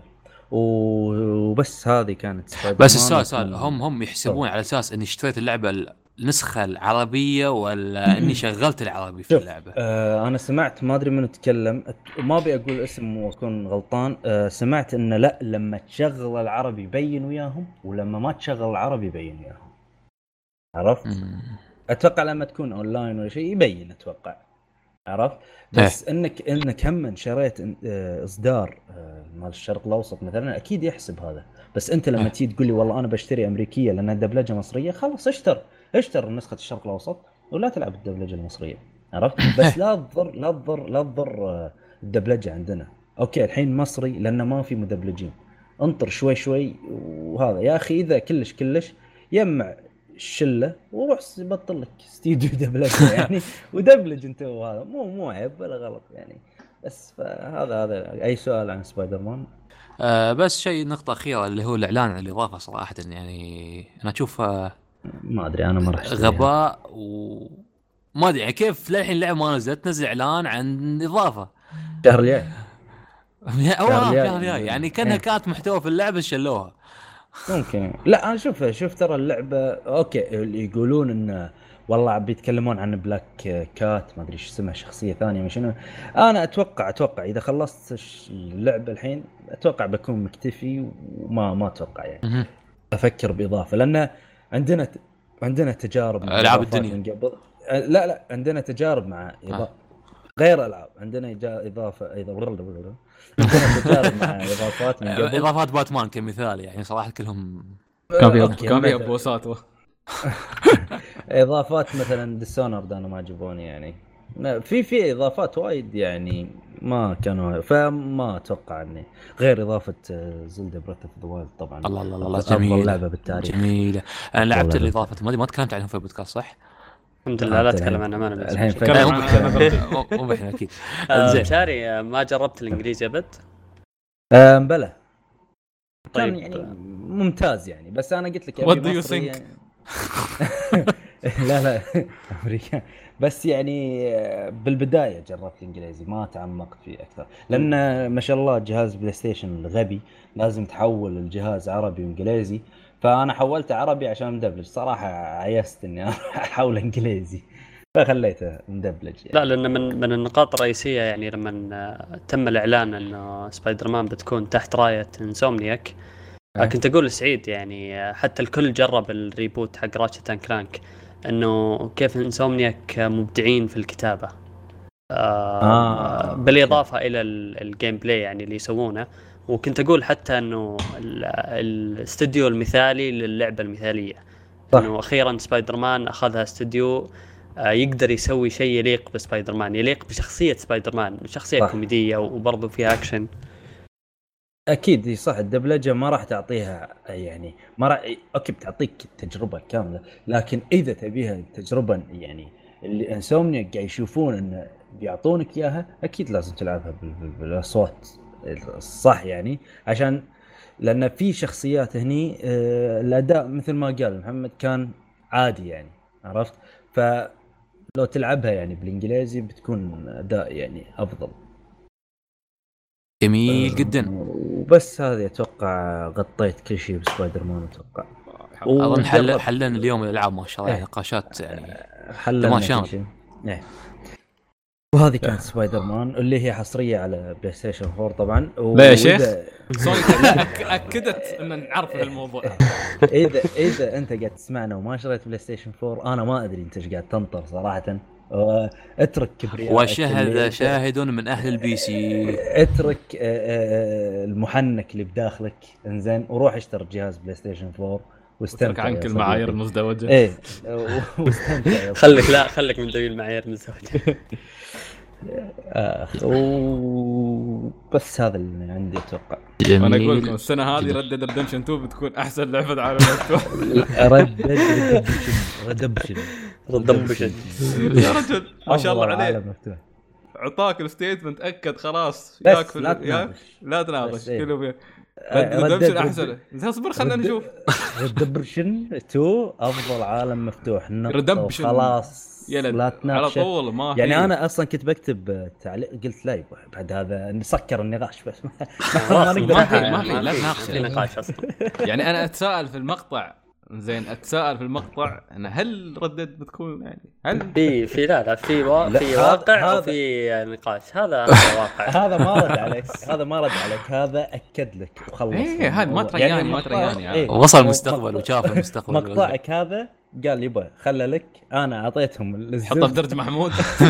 وبس هذه كانت سبايدر بس مان. السؤال سؤال، وأتمنى- هم هم يحسبون طبعا. على اساس اني اشتريت اللعبه النسخه العربيه ولا اني شغلت العربي في شوف اللعبه؟ آه انا سمعت، ما ادري من تكلم، ما ابي اقول اسم واكون غلطان، آه سمعت انه لا، لما تشغل العربي يبين وياهم، ولما ما تشغل العربي يبين وياهم، عرفت؟ مم. اتوقع لما تكون اونلاين ولا شيء يبين، اتوقع، عرفت؟ إيه. بس انك انك هم شريت آه، اصدار آه، مال الشرق الاوسط مثلا، اكيد يحسب هذا. بس انت لما إيه. تيجي تقول لي والله انا بشتري امريكيه لانها دبلجه مصريه، خلاص اشتر اشتر نسخه الشرق الاوسط ولا تلعب الدبلجه المصريه، عرفت؟ بس لا تضر لا تضر لا تضر آه، الدبلجه عندنا. اوكي الحين مصري لانه ما في مدبلجين، انطر شوي شوي. وهذا يا اخي اذا كلش كلش يجمع الشله وروح بطل لك استديو دبلجه يعني، ودبلج انت، وهذا مو مو عيب ولا غلط يعني. بس فهذا هذا اي سؤال عن سبايدر مان؟ آه بس شيء نقطه اخيره اللي هو الاعلان عن الاضافه، صراحه يعني انا اشوف آه ما ادري، انا ما راح اشتريها. غباء، وما ادري يعني كيف للحين اللعبه ما نزلت تنزل اعلان عن اضافه. الشهر الجاي، او شهر اه الجاي شهر جاي، يعني كانها إيه. كانت محتوى في اللعبه شلوها. ممكن. لا انا شوف شوف ترى اللعبه اوكي، اللي يقولون انه والله بيتكلمون عن بلاك كات، ما ادري ايش اسمها، شخصيه ثانيه مش انه، انا اتوقع اتوقع اذا خلصت اللعبه الحين اتوقع بكون مكتفي، وما ما اتوقع يعني مهم. افكر باضافه، لان عندنا عندنا تجارب مع ألعاب اضافات الدنيا. من قبل. لا لا، عندنا تجارب مع إضافة. آه. غير العاب، عندنا إجا- اضافه اضافه عندنا تجارب مع اضافات من قبل. اضافات باتمان كمثال يعني صراحه كلهم كان في أوكي، كان في مثل- بوسات و... اضافات مثلا ديسونرد انا ما عجبوني يعني، لا، في في اضافات وايد يعني ما كانوا، فما اتوقع اني غير اضافه زلدا بريث اوف ذا وايلد طبعا. الله الله الله افضل جميله لعبه بالتاريخ. جميله. انا لعبت لعبة الاضافه، ما ادري ما تكلمت عنهم في البودكاست صح؟ الحمد لله لا أنت اتكلم الحين- عنها، ما انا الحين بسوي فجأة شيء. كلام عن- مو مو احنا اكيد. آه، زين. مشاري آه، ما جربت الانجليزي ابد. آه، بلى كان طيب يعني ممتاز يعني، بس انا قلت لك What do you مصري think؟ يعني. لا لا امريكا، بس يعني بالبدايه جربت الانجليزي ما تعمقت فيه اكثر، لان ما شاء الله جهاز بلاي ستيشن الغبي لازم تحول الجهاز عربي وانجليزي، فانا حولته عربي عشان مدبلج. صراحه عيست اني احول انجليزي فخليته مدبلج يعني. لا، لأن من من النقاط الرئيسية يعني لما تم الإعلان أنه سبايدر مان بتكون تحت راية انسومنياك، أه. كنت أقول لسعيد يعني حتى الكل جرب الريبوت حق راتشت اند كلانك انه كيف انسومنياك مبدعين في الكتابه، آه آه. بالاضافه الى الجيم بلاي يعني اللي يسوونه. وكنت اقول حتى انه الاستوديو المثالي للعبه المثاليه، صح. انه اخيرا سبايدر مان اخذها استوديو آه يقدر يسوي شيء يليق بسبايدر مان، يليق بشخصيه سبايدر مان، شخصيه صح. كوميديه وبرضه فيها اكشن. اكيد صح. الدبلجه ما راح تعطيها يعني ما راح اوكي بتعطيك تجربه كامله، لكن اذا تبيها تجربه يعني اللي انسومنيا قاعد يشوفون انه بيعطونك اياها، اكيد لازم تلعبها بال- بالاصوات الصح يعني، عشان لان في شخصيات هني آه، الاداء مثل ما قال محمد كان عادي يعني، عرفت؟ فلو تلعبها يعني بالانجليزي بتكون اداء يعني افضل. جميل جدا. وبس هذه اتوقع غطيت كل شيء بسبايدر مان اتوقع. اظن حل وجربت- حلنا اليوم الالعاب ما شاء الله، إيه. نقاشات يعني حللنا تمام كل شامل. شيء. ايه. وهذه كانت سبايدر مان اللي هي حصريه على بلاي ستيشن فور طبعا. لا يا شيخ. وإذا- سوني أك- اكدت ان نعرف الموضوع. اذا اذا انت قاعد تسمعنا وما شريت بلاي ستيشن فور، انا ما ادري انت ايش قاعد تنطر صراحه. اترك كبرياء وشهد شاهد من اهل البي سي. اترك آه، آه، المحنك اللي بداخلك انزين، وروح اشتري جهاز بلاي ستيشن فور واستمتع. اترك عنك يا المعايير صديقي. المزدوجه. ايه واستمتع يا صديقي. خليك لا خليك من ذوي المعايير من زوجة. اخ وبس هذا اللي عندي اتوقع. وانا اقول لكم جميل. السنه هذه ردد ريدمشن تو بتكون احسن لعبه عالم المفتوح. ردد ردبشن ردمبشن. يا رجل ما شاء الله عليه، مفتوح. عطاك الستيتمنت اكد خلاص. بس ياكل لا يا تناقش. لا بس تناقش إيه. كله فيه. آه، ريدمشن ردد- احسن. زين اصبر خلينا ردد- نشوف. ردبشن تو افضل عالم مفتوح نقطة ردبشن. خلاص يا لا لد على تناقش. طول ما يعني في. انا اصلا كنت بكتب تعليق قلت لا يبا بعد هذا نسكر النقاش بس ما خلاص، نقدر ما في- نحل. ما في- لا تناقش. في نقاش اصلا. يعني انا اتساءل في المقطع، زين اتساءل في المقطع انا هل ردد بتكون يعني هل في في لا لا في وا... لا، في هذا- واقع هذا- وفي نقاش. هذا هذا واقع. هذا ما رد عليك، هذا ما رد عليك، هذا اكد لك وخلص. إيه، هذا ما ترياني، ما مقطع- ترياني، إيه، وصل مقطع- المستقبل وشاف المستقبل. مقطعك هذا قال يبا خلى لك، انا اعطيتهم حطه في الزبده درج محمود.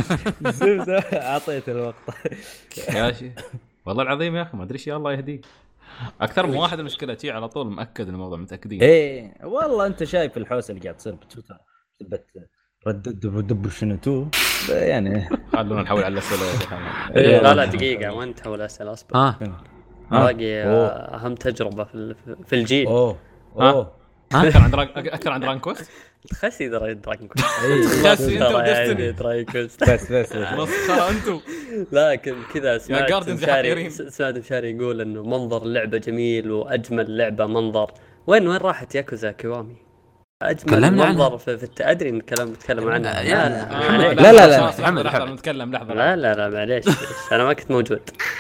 الزبده اعطيت المقطع. يا شيخ والله العظيم يا اخي ما ادري ايش، الله يهديه. اكثر من واحد المشكله شيء على طول مأكد الموضوع، متاكدين. ايه والله انت شايف الحوسه اللي قاعد تصير بتويتر، ثبت ردد ردب شنو تو يعني. خلونا نحول على الاسئله. إيه، لا لا دقيقة، وين تحول أسئلة؟ أصبر. ها باقي أوه. آه، أهم تجربة في ال- في الجيل. اوه اوه اكثر عند رانك اكثر عند رانك كويست. خسي درا دراجون كويست. ايه خسي انت ودستني. دراجون كويست. بس بس بس مسخره انتم. لكن كذا سمعت Guardians مشاري حقيرين. سمعت مشاري يقول انه منظر اللعبه جميل واجمل لعبه منظر. وين وين راحت ياكوزا كيوامي؟ اجمل تكلمنا منظر عنها. في, في الت... ادري ان كلام بتكلم عنها. يا- لا لا, آه، معليش. لا، لا، لا. خلاص، محمد، لحظه محمد. نتكلم لحظه. لا لا لا معليش انا ما كنت موجود.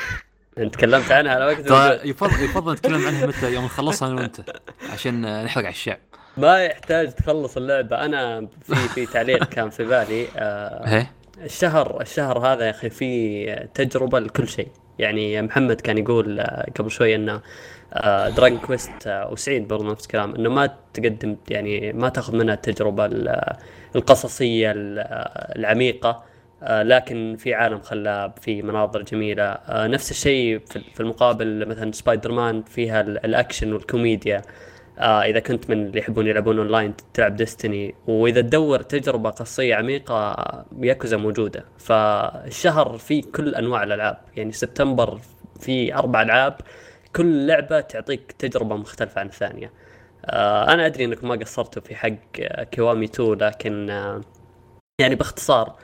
انت تكلمت عنها انا ما كنت موجود. ترى يفضل يفضل نتكلم عنها متى يوم نخلصها انا وانت عشان نحرق على الشعب. ما يحتاج تخلص اللعبه. انا في في تعليق كان في بالي آه ايه الشهر الشهر هذا يا اخي في تجربه لكل شيء. يعني محمد كان يقول آه، قبل شوي انه آه، دراجون كويست آه، وسعيد برضه نفس الكلام، انه ما تقدم يعني ما تاخذ منها التجربه ال- القصصيه ال- آه، العميقه، آه، لكن في عالم خلاب، في مناظر جميله. آه، نفس الشيء في في المقابل مثلا سبايدر مان فيها ال- الاكشن والكوميديا. آه اذا كنت من اللي يحبون يلعبون اونلاين تلعب ديستني، واذا تدور تجربه قصيه عميقه ياكوزا موجوده. فالشهر فيه كل انواع الالعاب، يعني سبتمبر في اربع العاب كل لعبه تعطيك تجربه مختلفه عن الثانيه. آه انا ادري انكم ما قصرتوا في حق آه، كيوامي تو، لكن آه يعني باختصار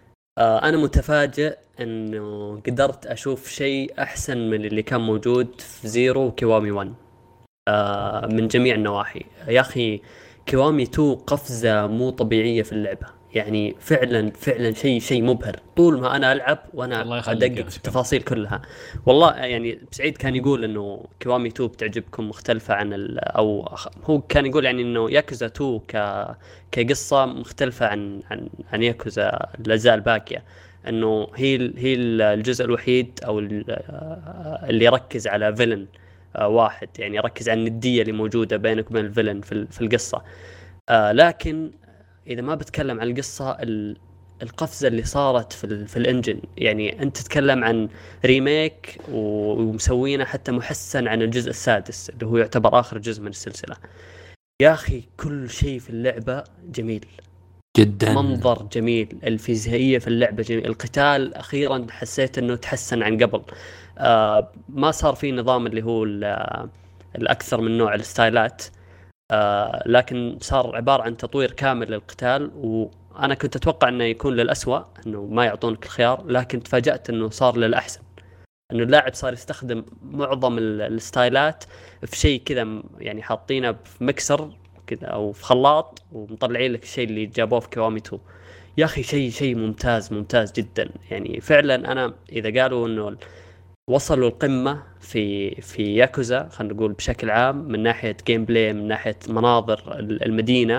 آه انا متفاجئ انه قدرت اشوف شيء احسن من اللي كان موجود في زيرو وكيوامي ون. آه من جميع النواحي يا أخي. كيوامي اثنين قفزة مو طبيعية في اللعبة، يعني فعلا فعلا شيء شيء مبهر. طول ما انا العب الله وانا يخليك يا ادقق في أشكر. التفاصيل كلها. والله يعني سعيد كان يقول انه كيوامي اثنين بتعجبكم مختلفة عن ال... او أخ- هو كان يقول يعني انه ياكوزا اثنين ك كقصة مختلفة عن عن عن ياكوزا الاجزاء الباقية، انه هي ال- هي ال- الجزء الوحيد او ال- اللي يركز على فيلن واحد، يعني يركز على الندية اللي موجودة بينك وبين الفيلن في ال- في القصة. آه لكن اذا ما بتكلم عن القصه، ال- القفزه اللي صارت في ال في الانجن، يعني انت تتكلم عن ريميك و- ومسوينه حتى محسن عن الجزء السادس اللي هو يعتبر اخر جزء من السلسله. يا اخي كل شيء في اللعبه جميل جدا. منظر جميل، الفيزيائيه في اللعبه جميل، القتال اخيرا حسيت انه تحسن عن قبل. آه ما صار في نظام اللي هو ال- الاكثر من نوع الستايلات، آه لكن صار عبارة عن تطوير كامل للقتال. وأنا كنت أتوقع أنه يكون للأسوأ، أنه ما يعطونك الخيار، لكن تفاجأت أنه صار للأحسن، أنه اللاعب صار يستخدم معظم ال- الستايلات في شيء كذا، م- يعني حاطينه في مكسر كذا أو في خلاط ومطلعين لك الشيء اللي جابوه في كيوامي اثنين. يا أخي شيء شيء ممتاز ممتاز جدا. يعني فعلا أنا إذا قالوا أنه وصلوا القمة في في ياكوزا، خلينا نقول بشكل عام، من ناحية جيم بلاي، من ناحية مناظر ال- المدينة،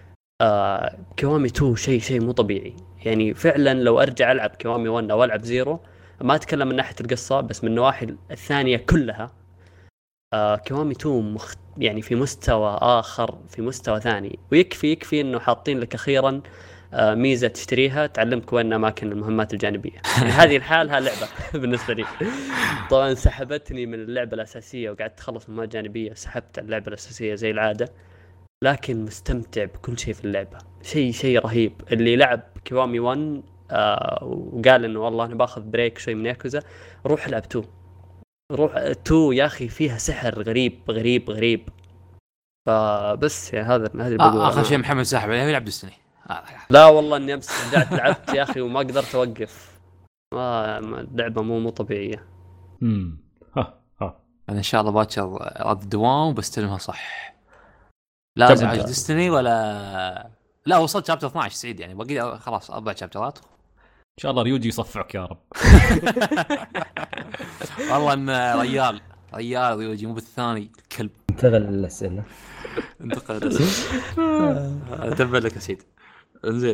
آه كيوامي اثنين شيء شيء مو طبيعي. يعني فعلا لو أرجع ألعب كيوامي واحد أو ألعب زيرو، ما أتكلم من ناحية القصة بس من النواحي الثانية كلها، آه كيوامي اثنين مخ... يعني في مستوى آخر، في مستوى ثاني. ويكفي يكفي إنه حاطين لك أخيرا آه ميزة تشتريها تعلمك وين أماكن المهمات الجانبية. يعني هذه الحالها لعبة بالنسبة لي. طبعا سحبتني من اللعبة الأساسية وقعدت أخلص مهمات جانبية، سحبت اللعبة الأساسية زي العادة، لكن مستمتع بكل شيء في اللعبة. شيء شيء رهيب. اللي لعب كيوامي واحد آه وقال إنه والله أنا باخذ بريك شوي من ياكوزا، روح العب اثنين. روح اثنين يا أخي فيها سحر غريب غريب غريب. فبس يعني هذا هذا اللي بقوله. آه اخر شيء محمد ساحب عليه يلعب دستني. آه. لا والله اني امس رجعت لعبت يا اخي وما قدرت اوقف. ما ما- اللعبه مو مو طبيعيه. امم ها ها انا ان شاء الله باكر ارد الدوام وبستلمها صح. لازم تمام. اعيش دستني ولا لا؟ وصلت شابتر اثناشر سعيد، يعني باقي خلاص اربع شابترات. ان شاء الله ريوجي يصفعك يا رب. والله ان ريال ريال ريوجي مو بالثاني الكلب. انتقل للاسئله. انتقل تبا لك يا سيد. انزين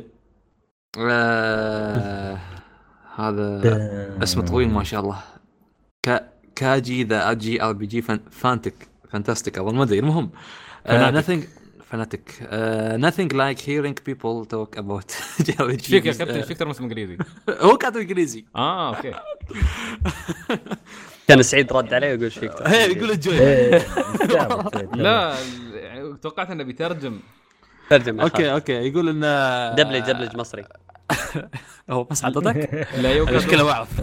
آه... هذا اسمه طويل ما شاء الله. ك... كاجي ذا اجي ار بي جي فانتك فانتاستيك اظن ما ادري. المهم uh, nothing فاناتيك uh, nothing like hearing people talk about ايش فيك يا كابتن؟ ايش فيك ترى اسمه انجليزي؟ هو كاتب انجليزي. اه اوكي. كان سعيد رد عليه ويقول فيك هي يقول الجوي. إيه، مستعبط. لا يعني توقعت انه بيترجم. ترجم يا اوكي خالد. اوكي يقول انه دبلج دبلج مصري. هو بس حضرتك لا يوجد المشكله ما اعرف.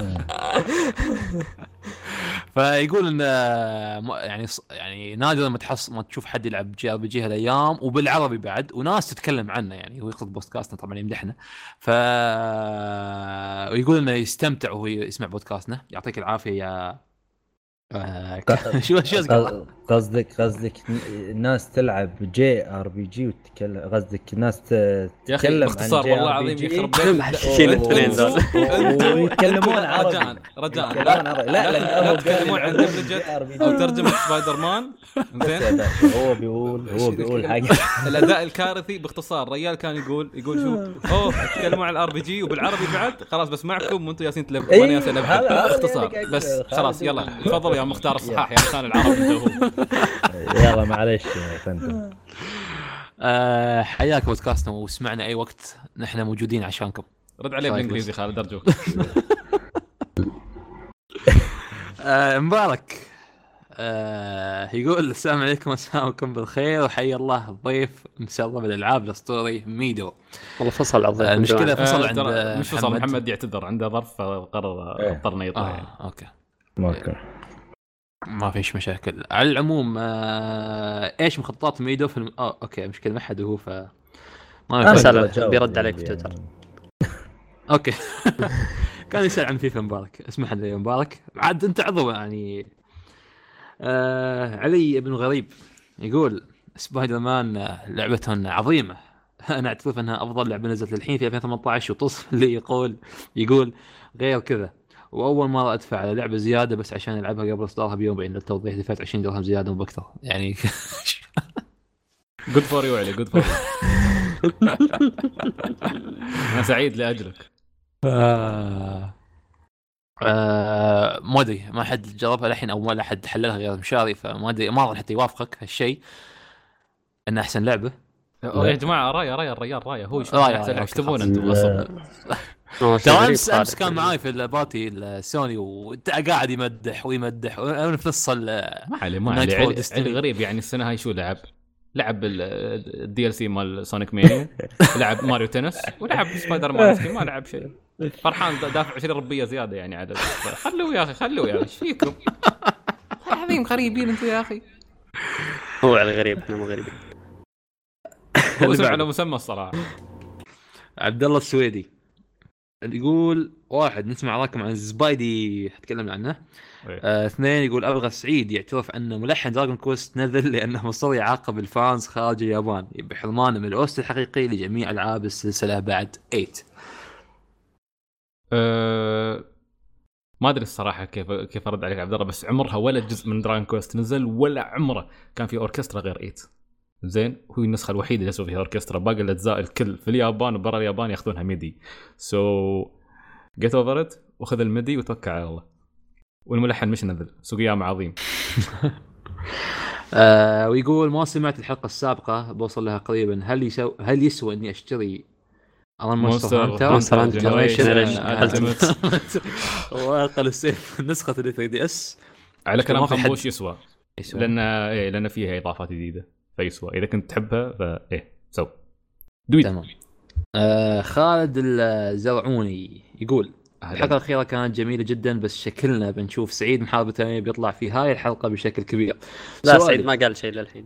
فيقول ان يعني يعني نادر ما تحصل ما تشوف حد يلعب جي ار بي جي هالايام وبالعربي بعد، وناس تتكلم عنه. يعني هو يقصد بودكاستنا طبعا يمدحنا. ف ويقول انه يستمتع وهو يسمع بودكاستنا. يعطيك العافيه يا آه، شو شو قصدك؟ قصدك قصدك ناس تلعب جي ار بي جي وتتكلم، قصدك ناس تتكلم باختصار والله العظيم يخرب بيت محششين الاثنين ذول. ويتكلمون عربي. رجاء رجاء يتكلمون عربي. لا لا لا تتكلمون عن دبلجة او ترجمة سبايدر مان. زين هو بيقول هو بيقول حاجه. الاداء الكارثي باختصار. ريال كان يقول يقول شو اوه تتكلمون عن الار بي جي وبالعربي بعد خلاص بسمعكم وانتم ياسين تلعبوا وانا ياسين العب. باختصار بس خلاص يلا تفضل يا مختار الصحاح يا لسان العرب انت هو. يلا معليش يا فندم. أه حياك بودكاستنا واسمعنا اي وقت، نحن موجودين عشانكم. رد عليه بالانجليزي خالد ارجوك. أه مبارك أه يقول السلام عليكم وسلامكم بالخير وحي الله الضيف مسرب الالعاب الاسطوري ميدو. والله فصل عظيم. أه المشكله فصل آه عند ترى مش فصل. محمد. محمد يعتذر عنده ظرف قرر إيه. اضطرنا يطلع آه يعني. اوكي ممكن. ما فيش مشاكل. على العموم آه ايش مخططات ميدو في الم... آه اوكي مشكله ما حد هو ف ما اسال بيرد عليك في تويتر. اوكي. كان يسأل عن فيفا مبارك. اسمح لي يا مبارك عاد انت عضو يعني. آه علي ابن غريب يقول سبايدر مان لعبة عظيمة، انا اعترف انها افضل لعبة نزلت الحين في ألفين وثمانية عشر، وتصف اللي يقول يقول غير كذا. واول مرة ادفع على لعبة زيادة بس عشان العبها قبل اصدارها بيوم، بين التوضيح دفعت عشرين درهم زيادة وبكثر يعني. جود فور يو علي، جود فور انا سعيد لاجلك. آه... آه... ما ادري، ما حد جربها الحين او ما حد حللها غير مشاري، فما ادري ما راح حتى يوافقك هالشيء ان احسن لعبه. يا جماعه رايه رايه الرجال رايه هو يشوف راية احسن راية، ايش تبون خلاص. انتم غصب. ترى امس امس كان معاي في البارتي السوني وقاعد يمدح ويمدح وانا في نص ال ما عليه ما Nightfall عليه Destiny. علي غريب يعني السنه هاي شو لعب؟ لعب الدي ال سي مال سونيك مانيا، لعب ماريو تنس، ولعب سبايدر مان، ما لعب شيء. فرحان دافع عشرين ربيه زياده يعني عدد. خلوه يا اخي خلوه يا اخي ايش فيكم؟ عظيم غريبين انتم يا اخي. هو على غريب احنا مو غريبين. هو اسم على مسمى الصراحه. عبد الله السويدي يقول واحد نسمع راكم عن سبايدي تكلمنا عنه. آه، اثنين يقول ابغى سعيد يعترف ان ملحن دراجون كويست نزل لانه مصر يعاقب الفانز خارج اليابان بحرمانه من الهوست الحقيقي لجميع العاب السلسله بعد ثمانية. أه ما ادري الصراحه كيف كيف ارد عليك عبد الله، بس عمرها ولا جزء من دراجون كويست نزل ولا عمره كان في اوركسترا غير ثمانية. زين هو النسخه الوحيده اللي سووا فيها اوركسترا، باقي الاجزاء الكل في اليابان وبرا اليابان ياخذونها ميدي. سو جيت اوفر ات وخذ الميدي وتوكل على الله. والملحن مش نزل سوقياما عظيم. آه ويقول ما سمعت الحلقه السابقه بوصل لها قريبا، هل يسو هل يسوى اني اشتري مونستر هانتر مونستر جنريشن واقل السيف نسخه ال ثري دي اس على كلام خنبوش يسوى, يسوى. لان إيه لان فيها اضافات جديده فيسوى. اذا كنت تحبها فايه سو دويت. تمام. آه خالد الزرعوني يقول الحلقه الاخيره كانت جميله جدا، بس شكلنا بنشوف سعيد محارب ثاني بيطلع في هاي الحلقه بشكل كبير. لا سعيد ما قال شيء للحين.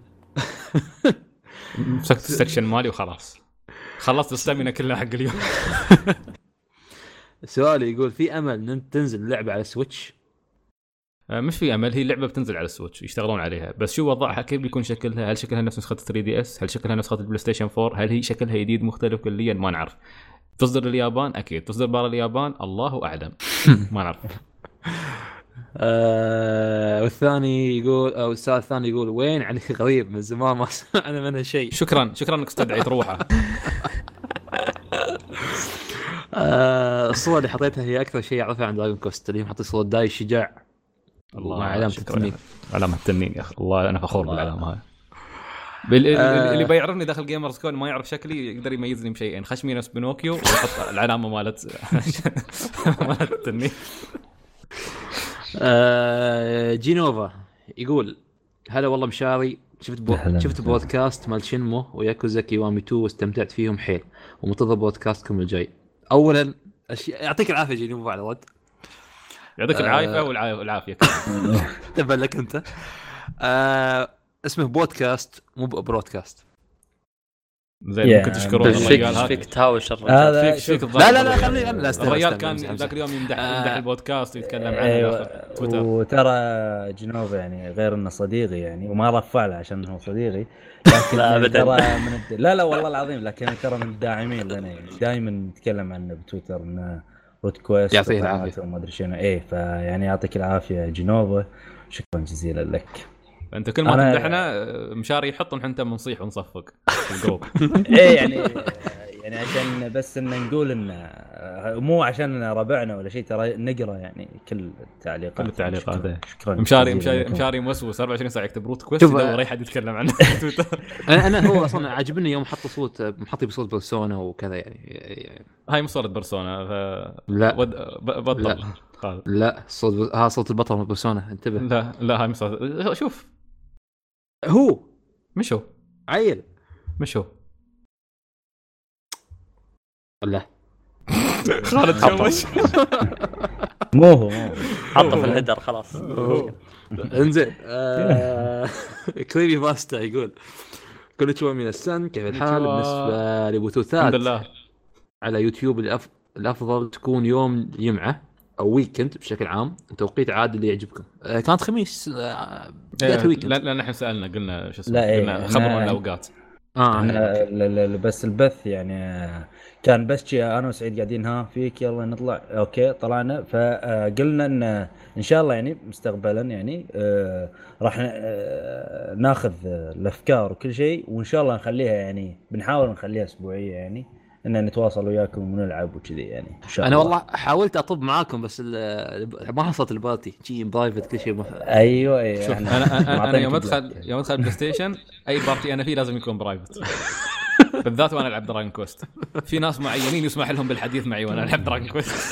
مسكت السكشن مالي وخلاص خلصت الستامينا كلها حق اليوم. سؤالي يقول في امل ان تنزل لعبه على سويتش؟ مش في امل، هي اللعبه بتنزل على السويتش يشتغلون عليها، بس شو وضعها كيف بيكون شكلها؟ هل شكلها نفس نسخه ثري دي اس؟ هل شكلها نسخه البلاي ستيشن فور؟ هل هي شكلها جديد مختلف كليا؟ ما نعرف. تصدر اليابان اكيد، تصدر برا اليابان الله اعلم. ما نعرف. آه والثاني يقول او السؤال الثاني يقول وين علي غريب من زمان ما سمعنا منها شيء. شكرا شكرا انك استدعيت روحه. آه الصور اللي حطيتها هي اكثر شيء اعرفها عن دراجون كوست، اللي حطيت صوره داي الشجاع الله مع علامه التنين. علامه التنين يا اخي الله انا فخور بالعلامه هاي. بال... آه اللي بيعرفني داخل جيمرز كون ما يعرف شكلي يقدر يميزني بشيئين، خشمي نفس بنوكيو ويحط العلامه مالت مالت التنين. آه جينوفا يقول هلا والله مشاري، شفت بو... شفت بودكاست مال شينمو وياكوزا كيوامي تو واستمتعت فيهم حيل، ومنتظر بودكاستكم الجاي. اولا أشي... يعطيك العافيه جينوفا على الرد. يعطيك العافيه والعافيه تبا لك انت. آه اسمه بودكاست مو برودكاست. زين ممكن تشكرون الرجال هذا فيك تهاوش الرجال فيك فيك لا لا لا خلي لا الرجال كان ذاك اليوم يمدح يمدح البودكاست ويتكلم عنه أيوة. تويتر. وترى جنوب يعني غير انه صديقي يعني وما رفع له عشان هو صديقي، لكن لا ترى من الد... لا لا والله العظيم، لكن ترى من الداعمين لنا يعني دائما نتكلم عنه بتويتر انه رود كويست يعطيه العافيه وما ادري شنو ايه، فيعني يعطيك العافيه جنوب، شكرا جزيلا لك. انت كل ما أنا... تمدحنا مشاري يحطهم حتى منصيح ونصفق في الجروب. ايه يعني يعني عشان بس ان نقول ان مو عشان ربعنا ولا شيء، ترى نقرا يعني كل التعليقات كل التعليقات. شكرا, شكرا مشاري مشاري مشاري موسوس أربعة وعشرين ساعه يكتب روت كويست يدور اي حد يتكلم عنه في تويتر. انا هو اصلا عجبني يوم حط صوت محطي بصوت بيرسونا وكذا يعني. هاي مو صوره بيرسونا ف لا ود... بطل لا, لا صوت ها صوت البطل من بيرسونا انتبه. لا لا هاي مو صوت. شوف هو مش هو عيل مش هو لا خالد شوش. مو هو حطه في الهيدر خلاص. انزين كريمي باستا يقول كل شوي من السن كيف الحال بالنسبه لبثوثات الحمد لله على يوتيوب. الأف... الافضل تكون يوم جمعه او ويكند بشكل عام، توقيت عادي اللي يعجبكم. آه كانت خميس آه بدايه إيه، ويكند. لا لا نحن سالنا قلنا شو اسمه لا، إيه، قلنا إحنا- خبرنا الاوقات. اه احنا يعني لا لا لا بس البث يعني آه، كان بس شيء انا وسعيد قاعدين ها فيك يلا نطلع اوكي طلعنا فقلنا ان ان شاء الله يعني مستقبلا يعني آه، راح آه، ناخذ آه، الافكار وكل شيء وان شاء الله نخليها يعني بنحاول نخليها اسبوعيه يعني ان نتواصل وياكم ونلعب وكذي يعني ان شاء انا الله. والله حاولت اطب معاكم بس ال- ما حصلت البارتي شيء برايفت كل شيء ما... ايوه ايوه شوف احنا انا انا, أنا معطينك يوم بلاك. ادخل يوم ادخل بلاي ستيشن اي بارتي انا فيه لازم يكون برايفت، بالذات وانا العب دراجون كويست. في ناس معينين يسمح لهم بالحديث معي وانا العب دراجون كويست.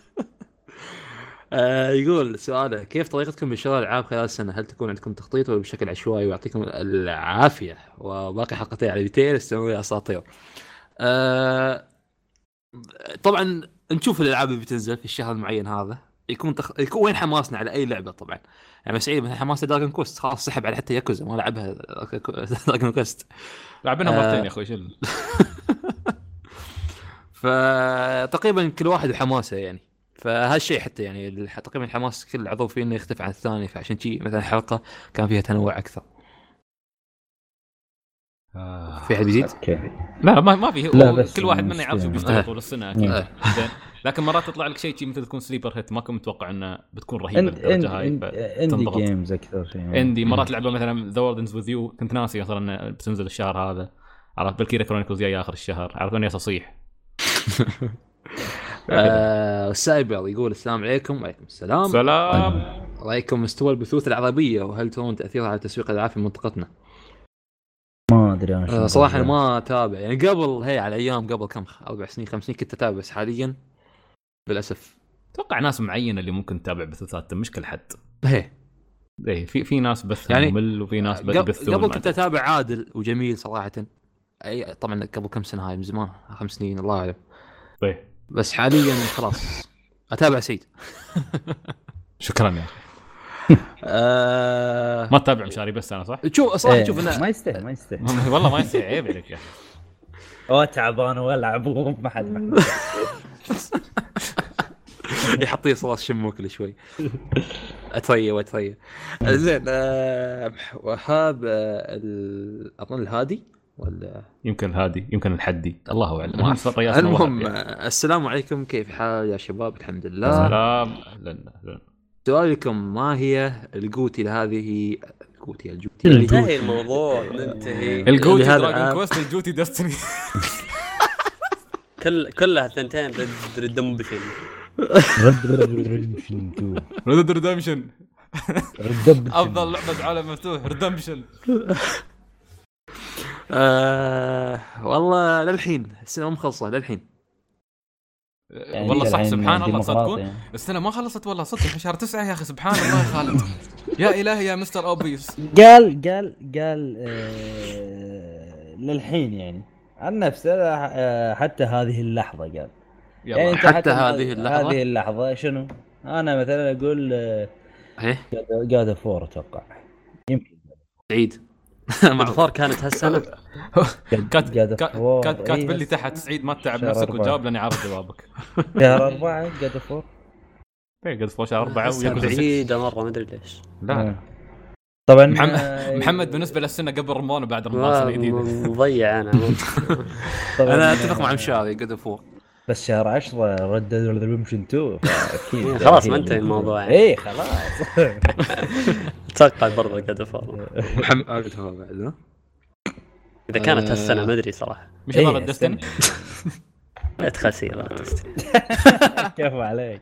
آه يقول سؤاله كيف طريقتكم بشراء الالعاب خلال السنه؟ هل تكون عندكم تخطيط ولا بشكل عشوائي؟ ويعطيكم العافيه وباقي حلقتين على ديتيل استمروا اساطير. آه طبعا نشوف الالعاب اللي بتنزل في الشهر المعين هذا يكون تخ... يكون وين حماسنا على اي لعبه. طبعا يعني سعيد مثلا حماسه دراجون كويست خلاص سحب على حتى ياكوزا ما لعبها دراجون كويست لعبنا آه. مرتين يا اخوي شل. فتقريبا كل واحد وحماسه يعني. فهالشيء حتى يعني تقريبا الحماس كل عضو فينا يختلف عن الثاني، فعشان شيء مثلا حلقه كان فيها تنوع اكثر. آه. في حد بيزيد؟ اوكي لا ما ما في لا، بس كل واحد منا يعرف شو مشكلة. بيشتغل طول السنه اكيد. آه. زين لكن مرات تطلع لك شيء مثل تكون سليبر هيت ما كنت متوقع انه بتكون رهيبه اند للدرجه هاي اند اندي فتنضغط. جيمز اكثر شيء. اندي مرات لعبه مثلا ذا ووردنز وذ يو كنت ناسي مثلا بتنزل الشهر هذا، عرفت بالكيرا كرونيكلز جاي اخر الشهر، عرفت اني اصيح. آه السايبر يقول السلام عليكم. وعليكم السلام. سلام. رايكم مستوى البثوث العربيه وهل ترون تاثيرها على تسويق الالعاب في منطقتنا؟ ما ادري انا شو آه صراحه أنا نقول. ما اتابع يعني قبل هي على ايام قبل كم اربع سنين خمس سنين كنت اتابع بس حاليا للاسف. اتوقع ناس معينه اللي ممكن تتابع بثوثات مش كل حد. هي ايه في في ناس بث يعني ممل وفي ناس قبل, بث قبل كنت اتابع عادل وجميل صراحه. اي طبعا قبل كم سنه هاي من زمان خمس سنين الله اعلم. طيب بس حاليا خلاص اتابع سيد. شكرا يا اخي. آه... ما تتابع مشاري بس انا صح؟ شوف صراحه إيه، شوف انا ما يستاهل ما يستاهل. والله ما يصير عيب عليك يا اخي. او تعبان والعب ما حد يحطيه صوص شمو كل شوي اتريا واتريا. زين آه... وهاب آه... ال... اظن الهادي ولا يمكن الهادي يمكن الحدي الله اعلم. ما أعرف. رياسنا المهم وهاب. آه... السلام عليكم كيف حال يا شباب؟ الحمد لله. سلام اهلا اهلا. سؤالكم ما هي الجوتي هذه الجوتي الجوتي انتهي الموضوع ننتهي. الجوتي لهذا دراجون العام. كويست الجوتي دستني. كل كلها ثنتين رد ريدمبشن. ريد ريدمشن ردب افضل لعبه عالم مفتوح ريدمشن. آه... والله للحين السنه مخلصه للحين. والله صح سبحان الله صدقون السنه ما خلصت والله صدق في شهر تسعة يا اخي سبحان الله يا خالد. يا الهي يا مستر اوبيس. قال قال قال آه للحين يعني عن نفسه آه حتى هذه اللحظه قال يعني يلا حتى هذه اللحظة؟ هذه اللحظه شنو انا مثلا اقول آه ايه قاعد فور اتوقع يمكن سعيد معفور كانت هالسنه. كات قاعد كات فور كات كاتب لي تحت سعيد ما تتعب شهر نفسك أربعة. وجاوب لاني عارف جوابك. شهر أربعة قاعد فور ايه قد فوش أربعة أحسها وياكوزا ستة. بعيده مره ما ادري ليش. لا طبعا محمد آه، محمد بالنسبه للسنه قبل رمضان وبعد رمضان سنه جديده. مضيع انا. طبعاً انا آه، اتفق مع مشاري قد فوق. بس شهر عشرة ردد ريدمشن تو فاكيد خلاص ما انتهى الموضوع يعني. ايه خلاص. اتوقع برضه قد فور محمد قد فوق بعد ها؟ اذا كانت هالسنه ما ادري صراحه. مش إيه، هذا دستني. لا تخسير تستري. كيف عليك.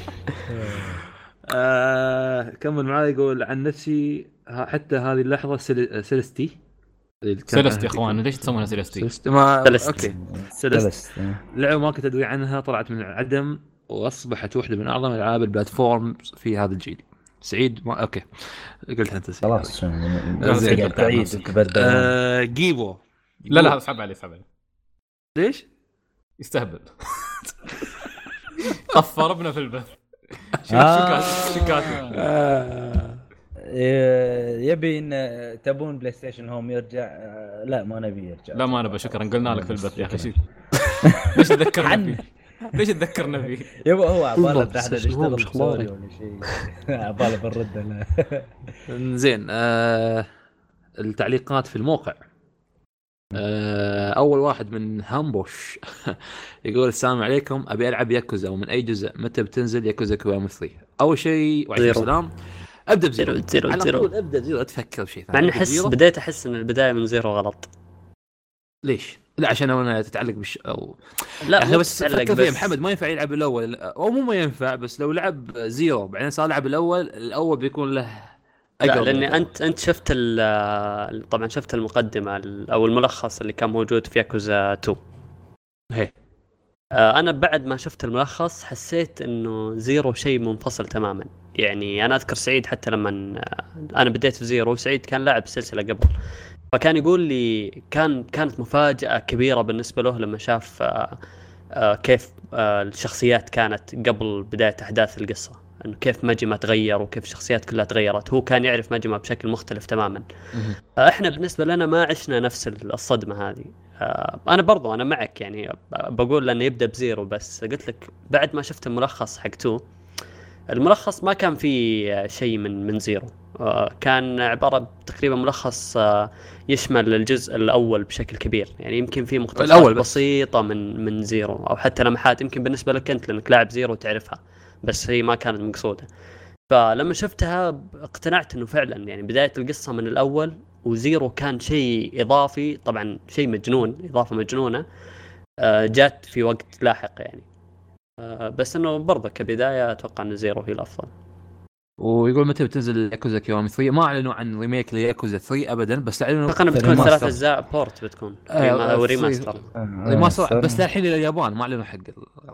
آه كمل معي. يقول عن نفسي ها- حتى هذه اللحظه سل... سلستي سلست يا اخوان ليش تسمونها سلستي؟ سلست ما سلست. اوكي سلست جلست لعبه ما كنت ادري عنها طلعت من العدم واصبحت واحده من اعظم العاب البلاتفورم في هذا الجيل. سعيد ما اوكي قلت انت سعيد. خلاص زين. قاعد تعيد تبدل. آه جيبو لا لا اسحب عليه اسحب عليه ليش؟ يستهبل. قفر ابنه في البث. شو آه. شو شو كاتب؟ آه. إيه، يبي ان تبون بلاي ستيشن هوم يرجع آه، لا ما نبي يرجع. لا ما نبى شكرا قلنا لك في البث يا اخي شو ليش تذكرنا عن فيه؟ ليش تذكرنا فيه؟ يبا هو عباله والله تحت بس شنو يشتغل مش أخباري. بسوري ولا شيء. عباله بالرد له. زين. آه التعليقات في الموقع. آه اول واحد من هامبوش يقول السلام عليكم، ابي العب ياكوزا ومن اي جزء، متى بتنزل ياكوزا كيوامي ثلاثة؟ اول شيء وعليكم زيرو. السلام، ابدا بزيرو زيرو زيرو على زيرو. طول، ابدا بزيرو، لا تفكر بشيء ثاني. مع اني ابدأ احس بزيرو. بديت احس ان البدايه من زيرو غلط. ليش؟ لا عشان انا تتعلق بش او لا يعني مو بس تتعلق فكر فيها بس. محمد، ما ينفع يلعب الاول، او مو ما ينفع، بس لو لعب زيرو بعدين صار لعب الاول، الاول بيكون له لا أقرب لاني من انت انت شفت ال- طبعا شفت المقدمه ال- او الملخص اللي كان موجود في ياكوزا تو. هي. آه، انا بعد ما شفت الملخص حسيت انه زيرو شيء منفصل تماما. يعني انا اذكر سعيد حتى لما انا بديت في زيرو، سعيد كان لاعب سلسله قبل، فكان يقول لي كان كانت مفاجاه كبيره بالنسبه له لما شاف آه، آه، كيف آه، الشخصيات كانت قبل بدايه احداث القصه، انه كيف ماجما تغير وكيف الشخصيات كلها تغيرت. هو كان يعرف ماجما بشكل مختلف تماما. آه، احنا بالنسبه لنا ما عشنا نفس الصدمه هذه. آه، انا برضو انا معك، يعني بقول لانه يبدا بزيرو، بس قلت لك بعد ما شفت الملخص حق تو، الملخص ما كان فيه شيء من من زيرو. آه، كان عباره تقريبا ملخص آه، يشمل الجزء الاول بشكل كبير، يعني يمكن فيه مختصرات الأول بس. بسيطه من من زيرو، او حتى لمحات يمكن بالنسبه لك انت لانك لاعب زيرو تعرفها، بس هي ما كانت مقصوده. فلما شفتها اقتنعت انه فعلا يعني بدايه القصه من الاول، وزيرو كان شيء اضافي، طبعا شيء مجنون، اضافه مجنونه آه، جات في وقت لاحق يعني. آه، بس انه برضه كبدايه اتوقع ان زيرو هي الافضل. ويقول متى بتنزل ياكوزا كيوامي ثلاثة؟ ما اعلنوا عن ريميك لياكوزا ثلاثة ابدا، بس اعلنوا اتوقع انها بتكون ريماستر. ثلاث اجزاء بورت بتكون آه، ريما- آه، وريماستر. ريماستر، بس الحين الى اليابان ما اعلنوا حق ال-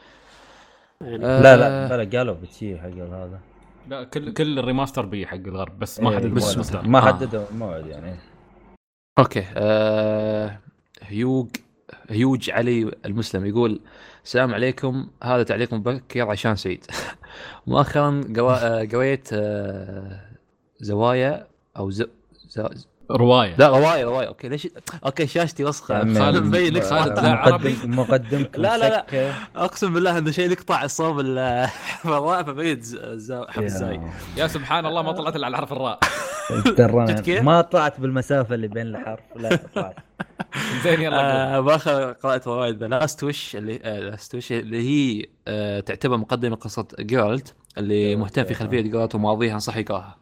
يعني لا لا بلا قالوا بتشي حق هذا. لا كل كل الريماستر بي حق الغرب، بس ما إيه، حدد بس بس متى. ما آه. حددوا موعد يعني. اوكي. آه هيوج هيوج علي المسلم يقول السلام عليكم، هذا تعليق مبكر عشان سعيد. مؤخرا قوا- آه، قويت آه، زوايا او ز... ز... روايه. لا روايه روايه اوكي. ليش اوكي شاشتي وسخه خالد مبين لك خالد صوت. لا عربي. مقدم مقدمكم لا لا لا. سكة. اقسم بالله انه شيء يقطع الصوب الروايه، فبين حرف الزاي. يا سبحان الله ما طلعت الا على حرف الراء. شفت كيف؟ ما طلعت بالمسافه اللي بين الحرف، لا طلعت. زين يلا قول. آه باخر قرأت رواية ذا لاست ويش اللي آه لاست ويش اللي هي آه تعتبر مقدمة قصة جيرالت، اللي مهتم في خلفية جيرالت وماضيها، انصح يقراها.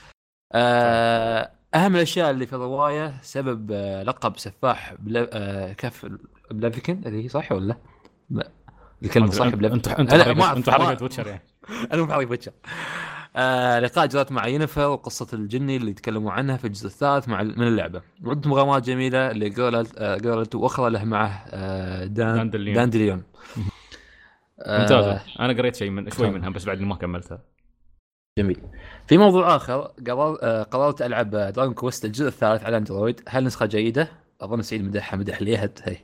آه أهم الأشياء اللي في الرواية سبب آه لقب سفاح بلا آه كف بلافيكن، اللي هي صح ولا لا؟ الكلمة صح بلافيكن. انت انت أنا ما أعرف- انت ما- حرقت ويتشر يعني. أنا مو بحرق بتشر. آه لقاء جرت مع ينفر وقصة الجني اللي يتكلموا عنها في الجزء الثالث مع من اللعبة، وعدة مغامرات جميلة لجيرالت آه جيرالت وأخرى له معه آه دان داندليون. داندليون. آه ممتازة. انا قريت شيء من شوي منها بس بعد ما كملتها. جميل. في موضوع آخر، قرر آه قررت ألعب دراجون كويست الجزء الثالث على أندرويد، هل نسخة جيدة؟ أظن سعيد مدحها مدح ليهد هي.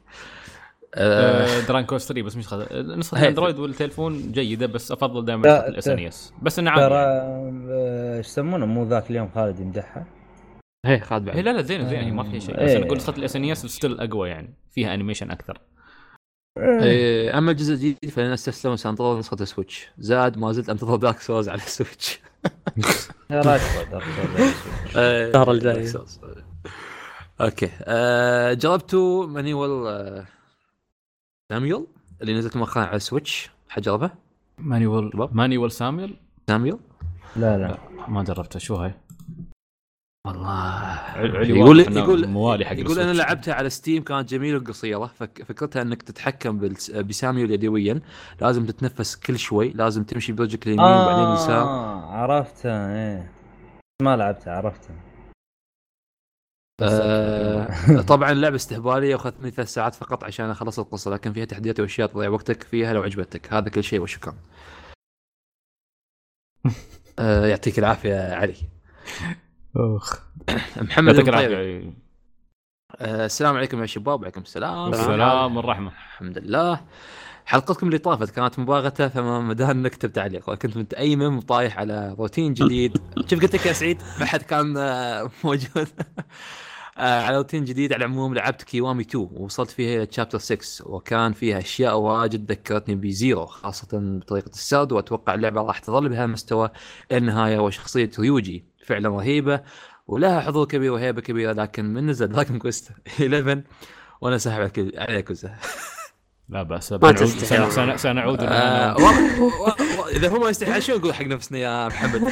آه دران كوست ثري بس مش خذ نسخة هي. الاندرويد والتليفون جيدة، بس افضل دائما لا، نسخة الاس ان اس، بس انه عادي ترى يعني. آه، ايش يسمونه مو ذاك اليوم خالد يمدحها. هي خالد بعد. هي لا لا زين زين ما فيها شيء، بس إيه. انا اقول نسخة الاس ان اس ستيل اقوى يعني، فيها انيميشن اكثر. إيه، اما الجزء الجديد فانا استسلم وسانتظر نسخه السويتش، زاد ما زلت انتظر دارك سولز على السويتش. يا راجل إيه، الشهر الجاي. Dark Souls. اوكي. أه جربتوا مانيوال أه ساميول اللي نزلت مؤخرا على السويتش؟ حجربه مانيوال شباب؟ مانيوال ساميول ساميول؟ لا لا ما جربته. شو هاي؟ والله علي يقول واضح إنه يقول موالي حق يقول انا السويتش. لعبتها على ستيم كانت جميله وقصيره. فك فكرتها انك تتحكم بالس- بساميول يدويا، لازم تتنفس كل شوي، لازم تمشي بوجهك اليمين آه وبعدين يسار. عرفتها ايه ما لعبتها عرفتها. آه طبعا اللعبه استهباليه واخذت مني ثلاث ساعات فقط عشان اخلص القصه، لكن فيها تحديات واشياء تضيع وقتك فيها لو عجبتك. هذا كل شيء وشكرا. آه يعطيك العافيه يا علي. اخ محمد يعطيك المطيري. العافيه. آه السلام عليكم يا شباب. وعليكم السلام. السلام والرحمه. الحمد لله. حلقتكم اللي طافت كانت مباغته، فما مدان نكتب تعليق، وكنت متأيمم وطايح على روتين جديد. شوف قلت لك يا سعيد ما حد كان آه، موجود. آه على روتين جديد. على العموم لعبت كيوامي تو ووصلت فيها الى تشابتر ستة، وكان فيها اشياء واجد ذكرتني بزيرو، خاصه بطريقه السرد، واتوقع اللعبه راح تظل بهذا المستوى النهايه. وشخصيه ريوجي فعلا رهيبه ولها حضور كبير وهيبه كبيره، لكن من نزل دراجون كويست إحدى عشر وانا ساحب على كوزة. لا بأس، ما بنعود تستحي. سنع- سنع- سنعود آه، لنا- و- و- و- اذا هو ما يستحي شو نقول حق نفسنا يا محمد؟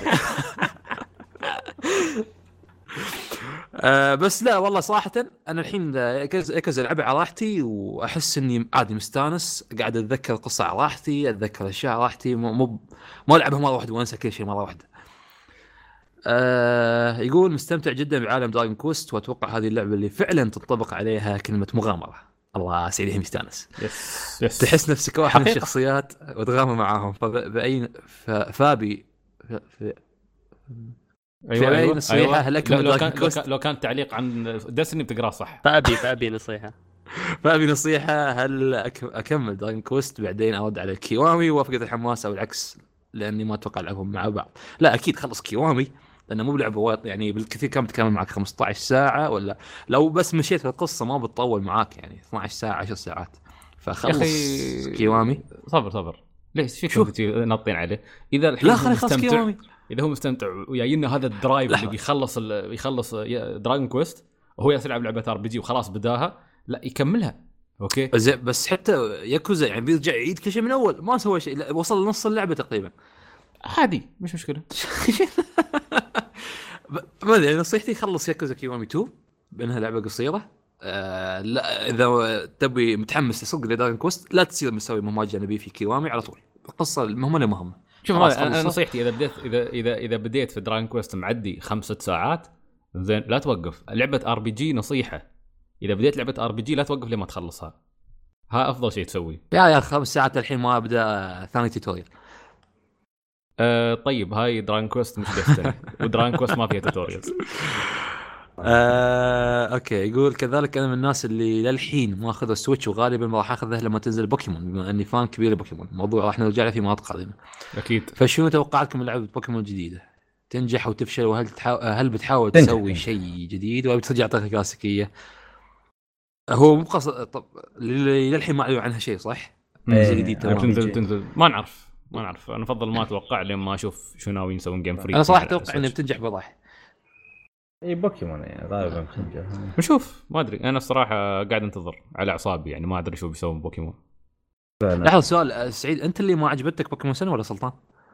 آه بس لا والله صراحة أنا الحين يكز ألعب على راحتي، وأحس إني عادي مستانس، قاعد أتذكر القصة على راحتي، أتذكر أشياء على راحتي، مو مو ما ألعبها مرة واحدة وأنسى كل شيء مرة واحدة. آه يقول مستمتع جدا بعالم دراجون كويست، وأتوقع هذه اللعبة اللي فعلا تنطبق عليها كلمة مغامرة. الله سعيد مستانس، يس يس تحس نفسك واحد من حقيقة. الشخصيات وتغامر معاهم. فبأي فابي في ايوه أي ايوه نصيحة أيوة. هل أكمل لو, لو, Dragon كان لو, Quest؟ كان لو كان تعليق عن دستني بتقراه صح. فابي فابي نصيحه. فابي نصيحة هل أك... أكمل دراجون كويست بعدين أرد على كيوامي وافقد الحماس، أو العكس لأني ما أتوقع ألعبهم مع بعض؟ لا أكيد خلص كيوامي، لأنه مو بلعبة وايد يعني، بالكثير كان بتكمل معك خمسة عشر ساعة، ولا لو بس مشيت في القصة ما بتطول معاك يعني اثنا عشر ساعة عشر ساعات. يا فخلص اخي كيوامي. صبر صبر ليش شو؟ فيكم تجي ناطين عليه؟ اذا الحين لا هو خلي خلص مستمتع- كيوامي. اذا هو مستمتع وياينا هذا الدرايف اللي لحظة. بيخلص ال... بيخلص دراجون كويست وهو يلعب لعبه ار بي جي وخلاص بداها، لا يكملها. اوكي زي بس حتى ياكوزا يعني بيرجع يعيد كل شيء من أول، ما سوى شيء، لا، وصل لنص اللعبة تقريبا. عادي مش مشكله. ما ادري، نصيحتي خلص ياكوزا كيوامي تو بانها لعبه قصيره. آه لا اذا تبي متحمس تصدق لدراجون كويست لا تصير مسوي مهمات جانبيه في كيوامي على طول، القصه المهمه مهمه. شوف خلاص انا خلصت. نصيحتي اذا بديت اذا اذا اذا بديت في دراجون كويست معدي خمسة ساعات زين لا توقف. لعبه ار بي جي نصيحه، اذا بديت لعبه ار بي جي لا توقف لما تخلصها، ها افضل شيء تسويه. يا يا خمس ساعات الحين ما ابدا ثاني توتوريال. أه طيب هاي دراجون كويست مش ديستني ودراجون كويست ما فيها توتوريالز. آه، اوكي يقول كذلك انا من الناس اللي للحين ما اخذ السويتش، وغالبا ما راح اخذه لما تنزل بوكيمون، بما اني فان كبير لبوكيمون. موضوع راح نرجع له في مناطق قادمه. اكيد. فشنو توقعاتكم من لعبه بوكيمون الجديده؟ تنجح وتفشل؟ وهل تحاول هل بتحاول تنجح. تسوي شيء جديد ولا بترجع طريقه كلاسيكيه؟ هو مو قصد طب اللي للحين ما اعلنوا عنها شيء صح؟ إيه، شيء جديد تمام. تنزل تنزل ما نعرف ما نعرف انا افضل ما اتوقع لين ما اشوف شو ناويين يسوون جيم فري. انا صراحه اتوقع انها بتنجح بوضح. اي بوكيمون يعني غالبا بتنجح. نشوف ما ادري. انا الصراحه قاعد انتظر على اعصابي يعني ما ادري شو بيسوون بوكيمون. لحظه سؤال آه، سعيد، انت اللي ما عجبتك بوكيمون سنه ولا سلطان؟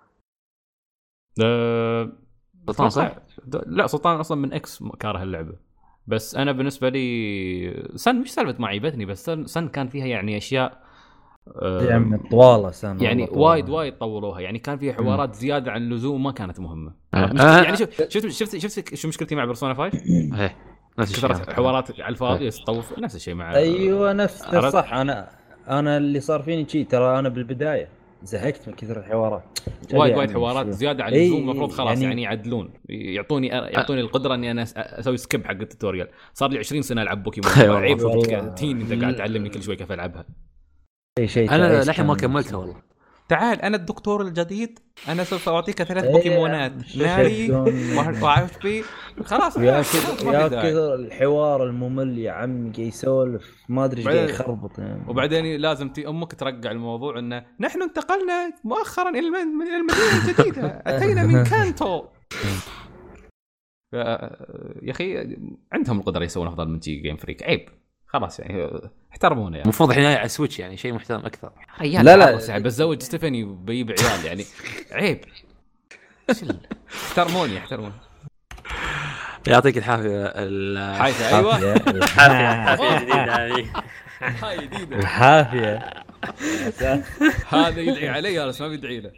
أه... سلطان صح؟ لا سلطان اصلا من اكس كاره اللعبه، بس انا بالنسبه لي سن مش سالفه ما عجبتني، بس سن, سن كان فيها يعني اشياء أه... يعني طواله سنه يعني والله وايد طوالة. وايد طولوها، يعني كان فيها حوارات زياده عن اللزوم ما كانت مهمه. آه. مشكلة- آه. يعني شوف شفت شفت شفت شو مشكلتي مع بيرسونا خمسة؟ ايه نفس الشيء. كثرت حوارات على الفاضي تطوف نفس الشيء مع ايوه نفس عرفت؟ صح. انا انا اللي صار فيني شيء ترى، انا بالبدايه زهقت من كثر الحوارات. وايد يعني وايد حوارات شو- زياده عن إيه، اللزوم. المفروض خلاص يعني, يعني- يعدلون يعطوني يعطوني القدره اني انا أس- اسوي سكيب حق التوتوريال. صار لي عشرين سنه العب بوكيمون. أيوة عيب والله. فيك تين انت قاعد تعلمني كل شوي كيف العبها. اي شيء انا تعيس للحين ما كان- كملتها والله. تعال انا الدكتور الجديد، انا سوف اعطيك ثلاث إيه، بوكيمونات مش ناري شدون. وعايش بي خلاص. يا خلاص، كذا ما يا في داعي. كذا الحوار الممل يا عم جاي يسولف ما ادري ايش بعدين- جاي يخربط يعني. وبعدين لازم تي امك ترجع الموضوع انه نحن انتقلنا مؤخرا الى الم- من المدينه الجديده، اتينا من كانتو. ف- يا اخي عندهم القدره يسوون افضل من جي جيم فريك. عيب خلاص يعني احترمونا يعني. المفروض الحين على السويتش يعني شيء محترم اكثر. عيال لا، لا. عبس يعني بتزوج ستيفاني وبيجيب عيال يعني عيب. شل. احترموني احترموني. يعطيك العافيه. ال- حايفه ايوه الحافية حافيه جديده هذه. هاي جديده. الحافية هذا يدعي علي بس ما بيدعي له.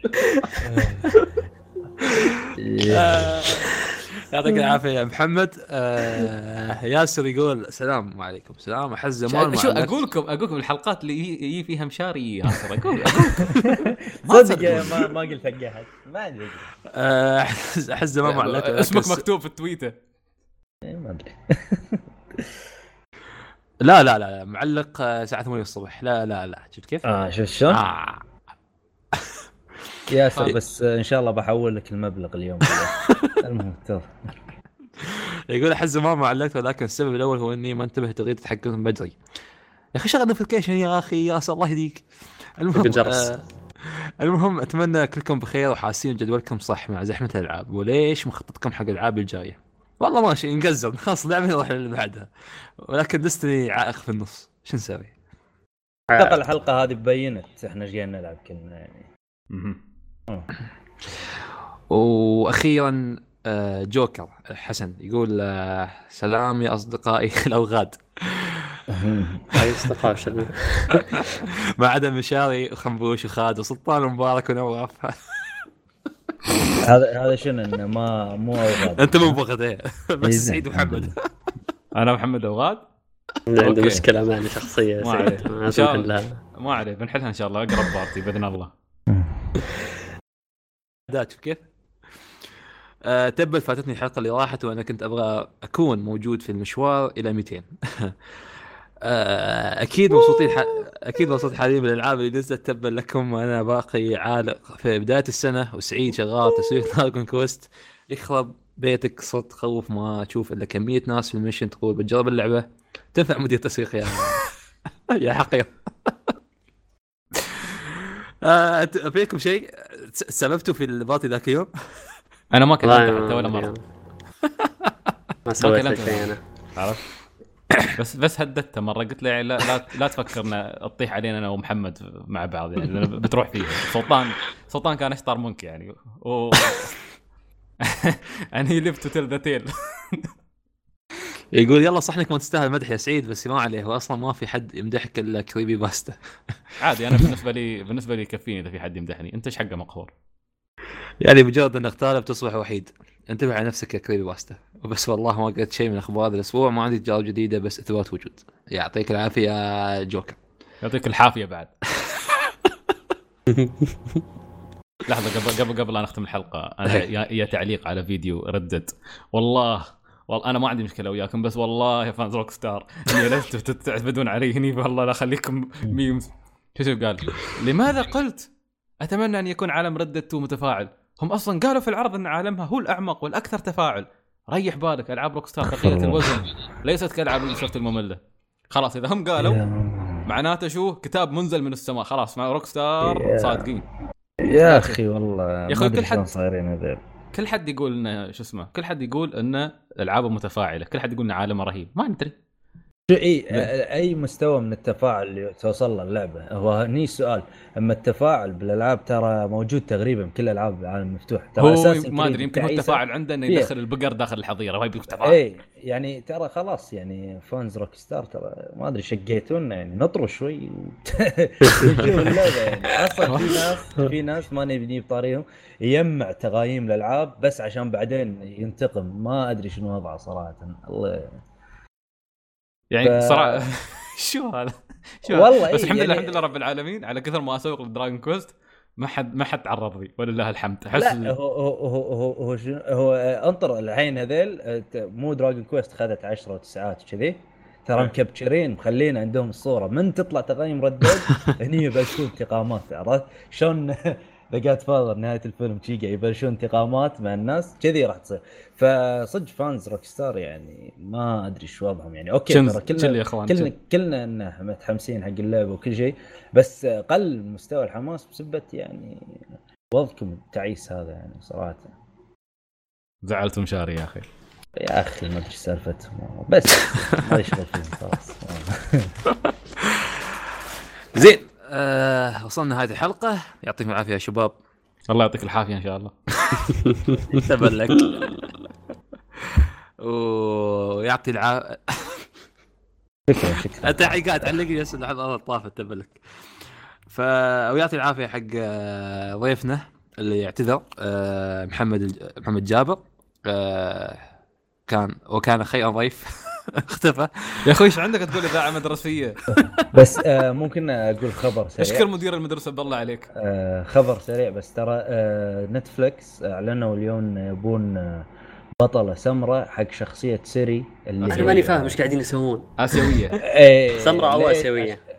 يعطيك العافيه يا محمد. آه ياسر يقول السلام عليكم. سلام احس زمان شو ما اقول لكم اقول لكم الحلقات اللي يجي فيها مشاري ياسر اقول صدق يا ما ما قلت حق احد ما ادري آه، احس أحس زمان ما علقت. اسمك مكتوب في التويتر. إيه، ما ادري لا لا لا معلق آه، الساعه ثمانية الصبح. لا لا لا شفت كيف؟ اه شوف شلون آه. يا سو بس ان شاء الله بحول لك المبلغ اليوم. المهم تفضل. يقول احس ما ما علقت، ولكن السبب الاول هو اني ما انتبه تغيير تحكم بدري. يا اخي شغل نوتيفيكيشن يا اخي، يا الله يهديك. المهم آه المهم اتمنى كلكم بخير وحاسين جدولكم صح مع زحمه الالعاب، وليش مخططكم حق الالعاب الجايه؟ والله ماشي نقزم خلاص لعبه نروح اللي بعدها، ولكن دستني عائق في النص، شو نسوي؟ اتوقع الحلقه هذه بينت احنا جايين نلعب كلنا يعني. واخيرا جوكر حسن يقول سلام يا اصدقائي الاوغاد. هاي اصدقاء شنو ما عدا مشاري وخنبوش وخالد وسلطان ومبارك ونواف. هذا هذا شنو انه ما مو اوغاد. انت مو بغد ايه بس سعيد محمد. انا محمد اوغاد عنده مشكله معنا شخصيه ما عليه ما نحلها ما عليه بنحلها ان شاء الله اقرب بارتي باذن الله. داتش كيف أه تبت فاتتني الحلقه اللي راحت وانا كنت ابغى اكون موجود في المشوار الى مئتين. أه اكيد مبسوطين ح... اكيد مبسوط حاليا بالالعاب اللي نزلت. تبا لكم وانا باقي عالق في بدايه السنه وسعيد شغال تسويق دراجون كويست. يخرب بيتك صرت تخوف ما اشوف الا كميه ناس في الميشن تقول بتجرب اللعبه تنفع مدير تسويق يا يا حقير. أه فيكم شيء سببته في البارتي ذاك اليوم؟ انا ما كلمت حتى ولا مره. ما سويت لك شيء انا عرفت. بس بس هددته مره قلت له لا لا, لا تفكرنا تطيح علينا انا ومحمد مع بعض يعني بتروح فيه. سلطان سلطان كان اشطر منك يعني و اني لفت تل ذا تيل. يقول يلا صحنك ما تستاهل مدح يا سعيد، بس ما عليه هو اصلا ما في حد يمدحك الا كريبي باستا. عادي انا بالنسبه لي بالنسبه لي يكفيني اذا في حد يمدحني. انت ايش حقه مقهور يعني مجرد انك طالب تصبح وحيد. انتبه على نفسك يا كريبي باستا. وبس والله ما قلت شيء من اخبار هذا الاسبوع، ما عندي تجارب جديده بس اثبات وجود. يعطيك العافيه يا جوكر. يعطيك الحافيه بعد. لحظه قبل قبل قبل لا نختم الحلقه انا يا تعليق على فيديو ردد. والله والله انا ما عندي مشكله وياكم، بس والله يا فانز روك ستار اني لست تعتمدون علي هني والله لا اخليكم ميمز. شو قال؟ لماذا قلت اتمنى ان يكون عالم ردد متفاعل؟ هم اصلا قالوا في العرض ان عالمها هو الاعمق والاكثر تفاعل. ريح بالك، العاب روك ستار ثقيله الوزن ليست كالعاب السوفت الممله. خلاص اذا هم قالوا معناته شو كتاب منزل من السماء. خلاص مع روك ستار صادقين يا اخي. والله يا اخي كل حد صايرين هذول كل حد يقول انه شو اسمه كل حد يقول انه العابه متفاعله، كل حد يقول ان عالمه رهيب. ما ندري شو اي اي مستوى من التفاعل اللي توصل له اللعبه. هو هني سؤال، اما التفاعل بالالعاب ترى موجود تقريبا بكل الالعاب العالم المفتوح. ترى اساسا ما ادري يمكن هو التفاعل عنده انه يدخل البقر داخل الحظيره وهي تفاعل. اي يعني ترى خلاص يعني فانز روك ستار ترى ما ادري شقيتونا يعني نطروا شوي نشوف اللعبه يعني. اصلا في ناس في ناس ما نبني بطريقهم يجمع تقايم الالعاب بس عشان بعدين ينتقم. ما ادري شنو وضعه صراحه. الله يعني ف... صراحه شو هذا شو والله بس الحمد يعني... لله الحمد لله رب العالمين على كثر ما اسوق للدراجون كويست ما حد ما حد تعرض لي ولله الحمد. احس لا هو هو هو هو, هو, هو انطر الحين هذيل مو دراجون كويست خذت عشرة وتسعات كذي ترى مكبتشرين مخلين عندهم الصوره من تطلع تقييم ردد هني يبلشون انتقامات. عرفت شلون ذا جاد فاذر نهايه الفيلم شي قاعد يبلشون انتقامات مع الناس كذي راح تصير. فصدق فانز روك ستار يعني ما ادري شو وضعهم يعني. اوكي ترى كلنا كلنا كلنا انه متحمسين حق اللعبه وكل شيء، بس قل مستوى الحماس بسبه يعني وضعكم التعيس هذا يعني صراحه. زعلت مشاري يا اخي يا اخي ما ادري سالفتهم بس ما يشغل فيهم خلاص. زين أه وصلنا نهاية الحلقة. يعطيكم العافية يا شباب. الله يعطيك العافية إن شاء الله. تبلك ويعطي العافية. شكرا شكرا. أنت قاعد تعلقني بس لحظة طافت تبلك. ف ويعطي العافية حق ضيفنا اللي يعتذر محمد محمد جابر. كان وكان خير ضيف اختفى يا اخوي. ايش عندك تقول اذاعه مدرسيه؟ بس آه ممكن اقول خبر سريع. اشكر مدير المدرسه بالله عليك. آه خبر سريع بس ترى آه نتفليكس اعلنوا اليوم يبون آه بطله سمراء حق شخصيه سيري اللي انا ماني فاهم ايش قاعدين يسوون. اسيويه سمراء او اسيويه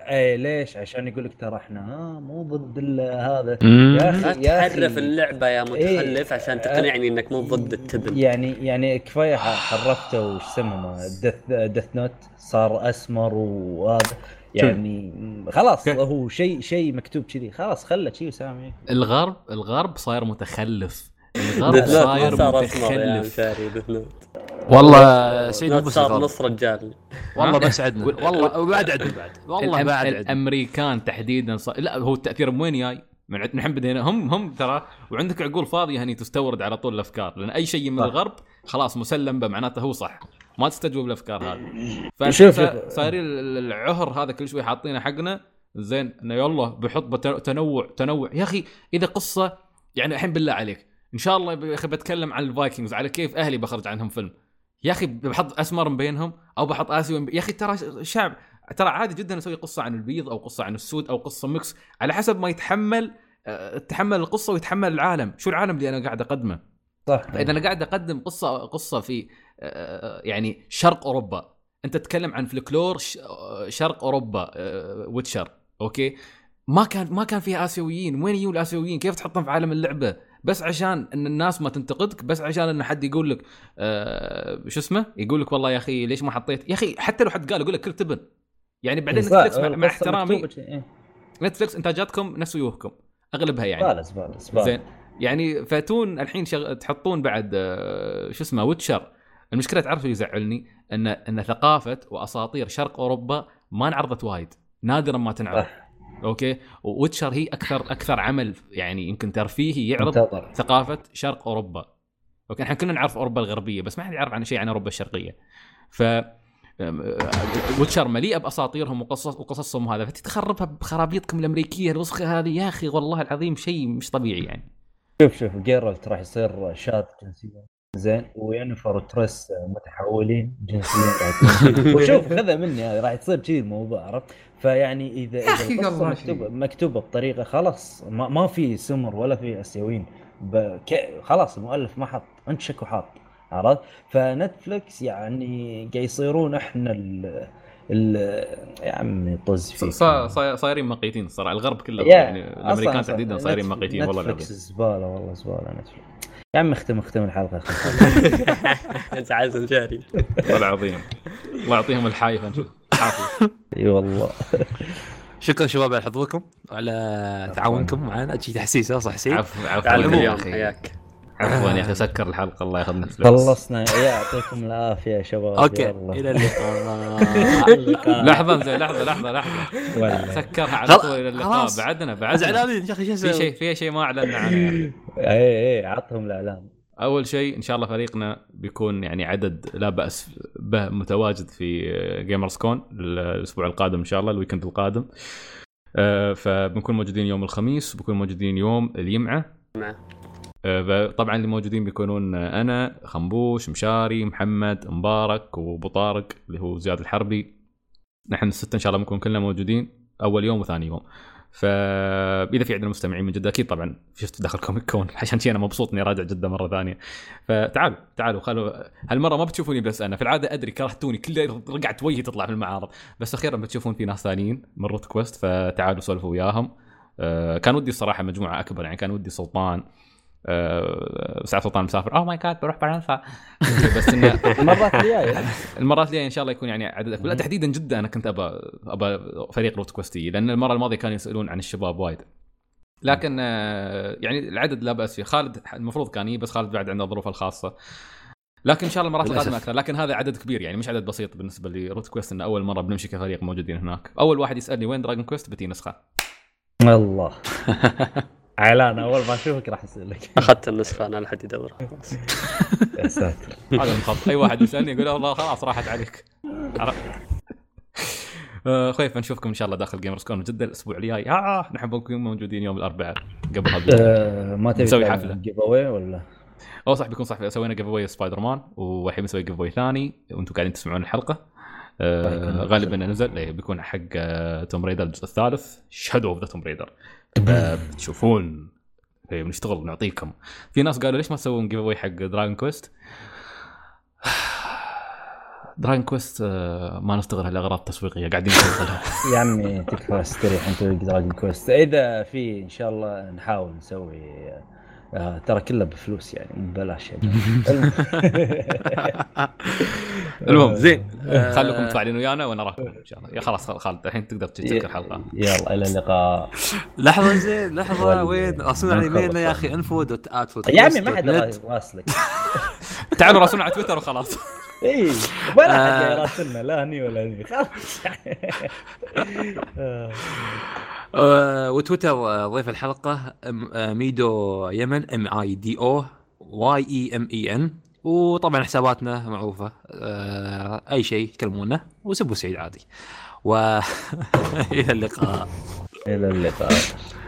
اي ليش؟ عشان يقول لك ترى احنا ها مو ضد ال- هذا مم. يا لا اخي يا تحرف اخي اللعبه يا متخلف إيه. عشان تقنعني انك مو ضد التبن. يعني يعني كفايه حرفته وش اسمه دث دث نوت صار اسمر وهذا يعني خلاص اوكي. هو شيء شيء مكتوب كذي خلاص خله شيء وسامي. الغرب الغرب صاير متخلف. الغرب ديث نوت صاير ما صار اسمر يا متخلف. مشاري. ديث نوت والله سيد نوت بس صار الغرب. نص رجال. والله ها؟ بس عدنا وال- والله وبعد عدنا بعد والله الأم- بعد عدنا. الامريكان تحديدا صار... لا هو التاثير من وين جاي؟ من عند نحن بدينا هم هم ترى وعندك عقول فاضيه هني تستورد على طول الافكار لان اي شيء من صح. الغرب خلاص مسلم به معناته هو صح ما تستجوب الافكار هذه. شوف- فصاير شوف. صاير العهر هذا كل شوي حاطينه حقنا زين انه يلا بحط بت- تنوع تنوع يا اخي اذا قصه يعني الحين بالله عليك ان شاء الله يا اخي بتكلم عن الفايكنجز على كيف اهلي بخرج عنهم فيلم يا اخي بحط اسمر بينهم او بحط اسيوي يا اخي ترى شعب ترى عادي جدا نسوي قصه عن البيض او قصه عن السود او قصه ميكس على حسب ما يتحمل أه، تحمل القصه ويتحمل العالم شو العالم اللي انا قاعد اقدمه. صح. فاذا انا قاعد اقدم قصه قصه في أه، يعني شرق اوروبا انت تتكلم عن فلكلور ش- شرق اوروبا أه، ويتشر اوكي ما كان ما كان فيها اسيويين وين يجوا الاسيويين كيف تحطهم في عالم اللعبه بس عشان ان الناس ما تنتقدك بس عشان ان حد يقول لك أه شو اسمه يقول لك والله يا اخي ليش ما حطيت يا اخي حتى لو حد قال يقول لك كل تبن يعني بعدين صح. نتفلكس مع, مع القصة احترامي مكتوبة شيء. إيه. نتفلكس انتاجاتكم نفس ويوهكم اغلبها يعني زبالة زبالة زبالة. زين يعني فاتون الحين شغ... تحطون بعد آه، شو اسمه ويتشر. المشكله تعرف اللي يزعلني ان ان ثقافه واساطير شرق اوروبا ما انعرضت وايد نادرا ما تنعرض صح. اوكي وويتشر هي اكثر اكثر عمل يعني يمكن ترفيهي يعرض انتظر. ثقافه شرق اوروبا. اوكي احنا كلنا نعرف اوروبا الغربيه بس ما حد يعرف عن شيء عن اوروبا الشرقيه. ف ويتشر مليئه باساطيرهم وقصص وقصصهم هذا فتتخربها بخرابيطكم الامريكيه الوسخه هذه يا اخي والله العظيم شيء مش طبيعي يعني. شوف شوف جيرالت راح يصير شاذ جنسيا زين وينفر وتريس متحولين جنسيا قاعدين. وشوف خذها مني هذا راح تصير كذي الموضوع عرفت. فيعني اذا اذا أخي القصة والله مكتوبه شيء. مكتوبه بطريقه خلاص ما, ما في سمر ولا في اسيويين بك... خلاص المؤلف ما حط انت شكو حاط عرفت. فنتفلكس يعني قاعد يصيرون احنا ال ال يا عمي طز فيك صا- صا- صايرين مقيتين الصراحه الغرب كله يا يعني الامريكان أصلاً- أصلاً تحديدا صايرين نتف- مقيتين والله نتفلكس العظيم. زباله والله زباله نتفلكس. يا عم اختم اختم الحلقه زعلت مشاري. والله العظيم الله يعطيهم الحايف نشوف حافظ. اي والله. شكرا شباب على حضوركم وعلى تعاونكم معنا شيء تحسيس صح حسين. عفوا عفوا تعال يا اليوم اخي حياك. عفوا يا اخي سكر الحلقه الله ياخذ نفس خلصنا يعطيكم العافيه يا شباب. اوكي يلا. الى اللقاء. لحظه زين لحظه لحظه لحظه ولا. سكرها على خلاص- طول الى اللقاء خلاص. بعدنا بعدنا زعلانين يا اخي شو في اسوي؟ شيء في شيء ما اعلنا عنه يعني. اي اي عطهم الاعلان. اول شيء ان شاء الله فريقنا بيكون يعني عدد لا باس به متواجد في جيمرز كون الاسبوع القادم ان شاء الله الويكند القادم. آه، فبنكون موجودين يوم الخميس وبنكون موجودين يوم الجمعه. معه. آه، طبعا اللي موجودين بيكونون انا خنبوش مشاري محمد مبارك وابو طارق اللي هو زياد الحربي. نحن الستة ان شاء الله بنكون كلنا موجودين اول يوم وثاني يوم. فاذا في عندنا مستمعين من جده اكيد طبعا شفت داخل كوميك كون عشان شي انا مبسوط اني راجع جده مره ثانيه. فتعالوا تعالوا خلوا هالمره ما بتشوفوني بس انا في العاده ادري كرهتوني كل رقعت وجهي تطلع في المعارض بس اخيرا بتشوفون في ناس ثانيين من روت كويست فتعالوا سولفوا وياهم. أه كان ودي الصراحه مجموعه اكبر يعني كان ودي سلطان أه بس سلطان مسافر اوه ماي جاد بروح فرنسا بس انه المرات الجايه المرات الجايه ان شاء الله يكون يعني عدد أكبر. لا تحديدا جدا انا كنت ابى ابى فريق روت كويستي لان المره الماضيه كانوا يسالون عن الشباب وايد لكن آه، يعني العدد لا باس فيه. خالد المفروض كان يجي بس خالد بعد عنده ظروفه الخاصه لكن ان شاء الله المرات القادمه اكثر. لكن هذا عدد كبير يعني مش عدد بسيط بالنسبه لروت كويست ان اول مره بنمشي كفريق موجودين هناك. اول واحد يسالني وين دراجون كويست بتي نسخه الله. اعلان اول ما اشوفك راح اسالك. اخذت النسخه انا لحد يدورها. يا ساتر. هذا الخط اي واحد يسالني يقول والله خلاص راحت عليك. عرفت آه، خويف نشوفكم ان شاء الله داخل جيمرز كون جده الاسبوع الجاي. اه نحن بنكون موجودين يوم الاربعاء قبل هذا آه، ما تبي نسوي تعمل حفلة. جيف اواي ولا؟ او صح بيكون صح سوينا جيف اواي سبايدر مان والحين بنسوي جيف اواي ثاني وانتم قاعدين تسمعون الحلقه. آه غالبا نزل إيه بيكون حق آه توم ريدر الجزء الثالث شادو اوف ذا توم ريدر. آه بتشوفون إيه بنشتغل نعطيكم. في ناس قالوا ليش ما تسوون جيف اواي حق دراجون كويست؟ دراجون كويست ما نستغلها لاغراض تسويقيه قاعدين نشغلها. يا عمي تكفى استريح انت دراجون كويست. اذا في ان شاء الله نحاول نسوي آه ترى كله بفلوس يعني ببلاش يعني. المهم زين خليكم تفاعلين ويانا ونراكم ان شاء الله. يا خلاص خالد الحين تقدر تسكر الحلقه. يلا الى اللقاء. لحظه زين لحظه وال- وين راسلنا على نخلص ايميلنا يا يعني. اخي انفو دوت ات يا عمي ما حد راسلك. تعالوا راسلنا على تويتر وخلاص. اي ولا حد يراسلنا لا هني ولا هني خلاص. آه، وتويتر آه، ضيف الحلقة أم- آه، ميدو يمن ام اي دي او واي اي ام اي ان. وطبعا حساباتنا معروفة، آه، اي شيء تكلمونا وسبوا سعيد عادي. والى اللقاء. الى اللقاء.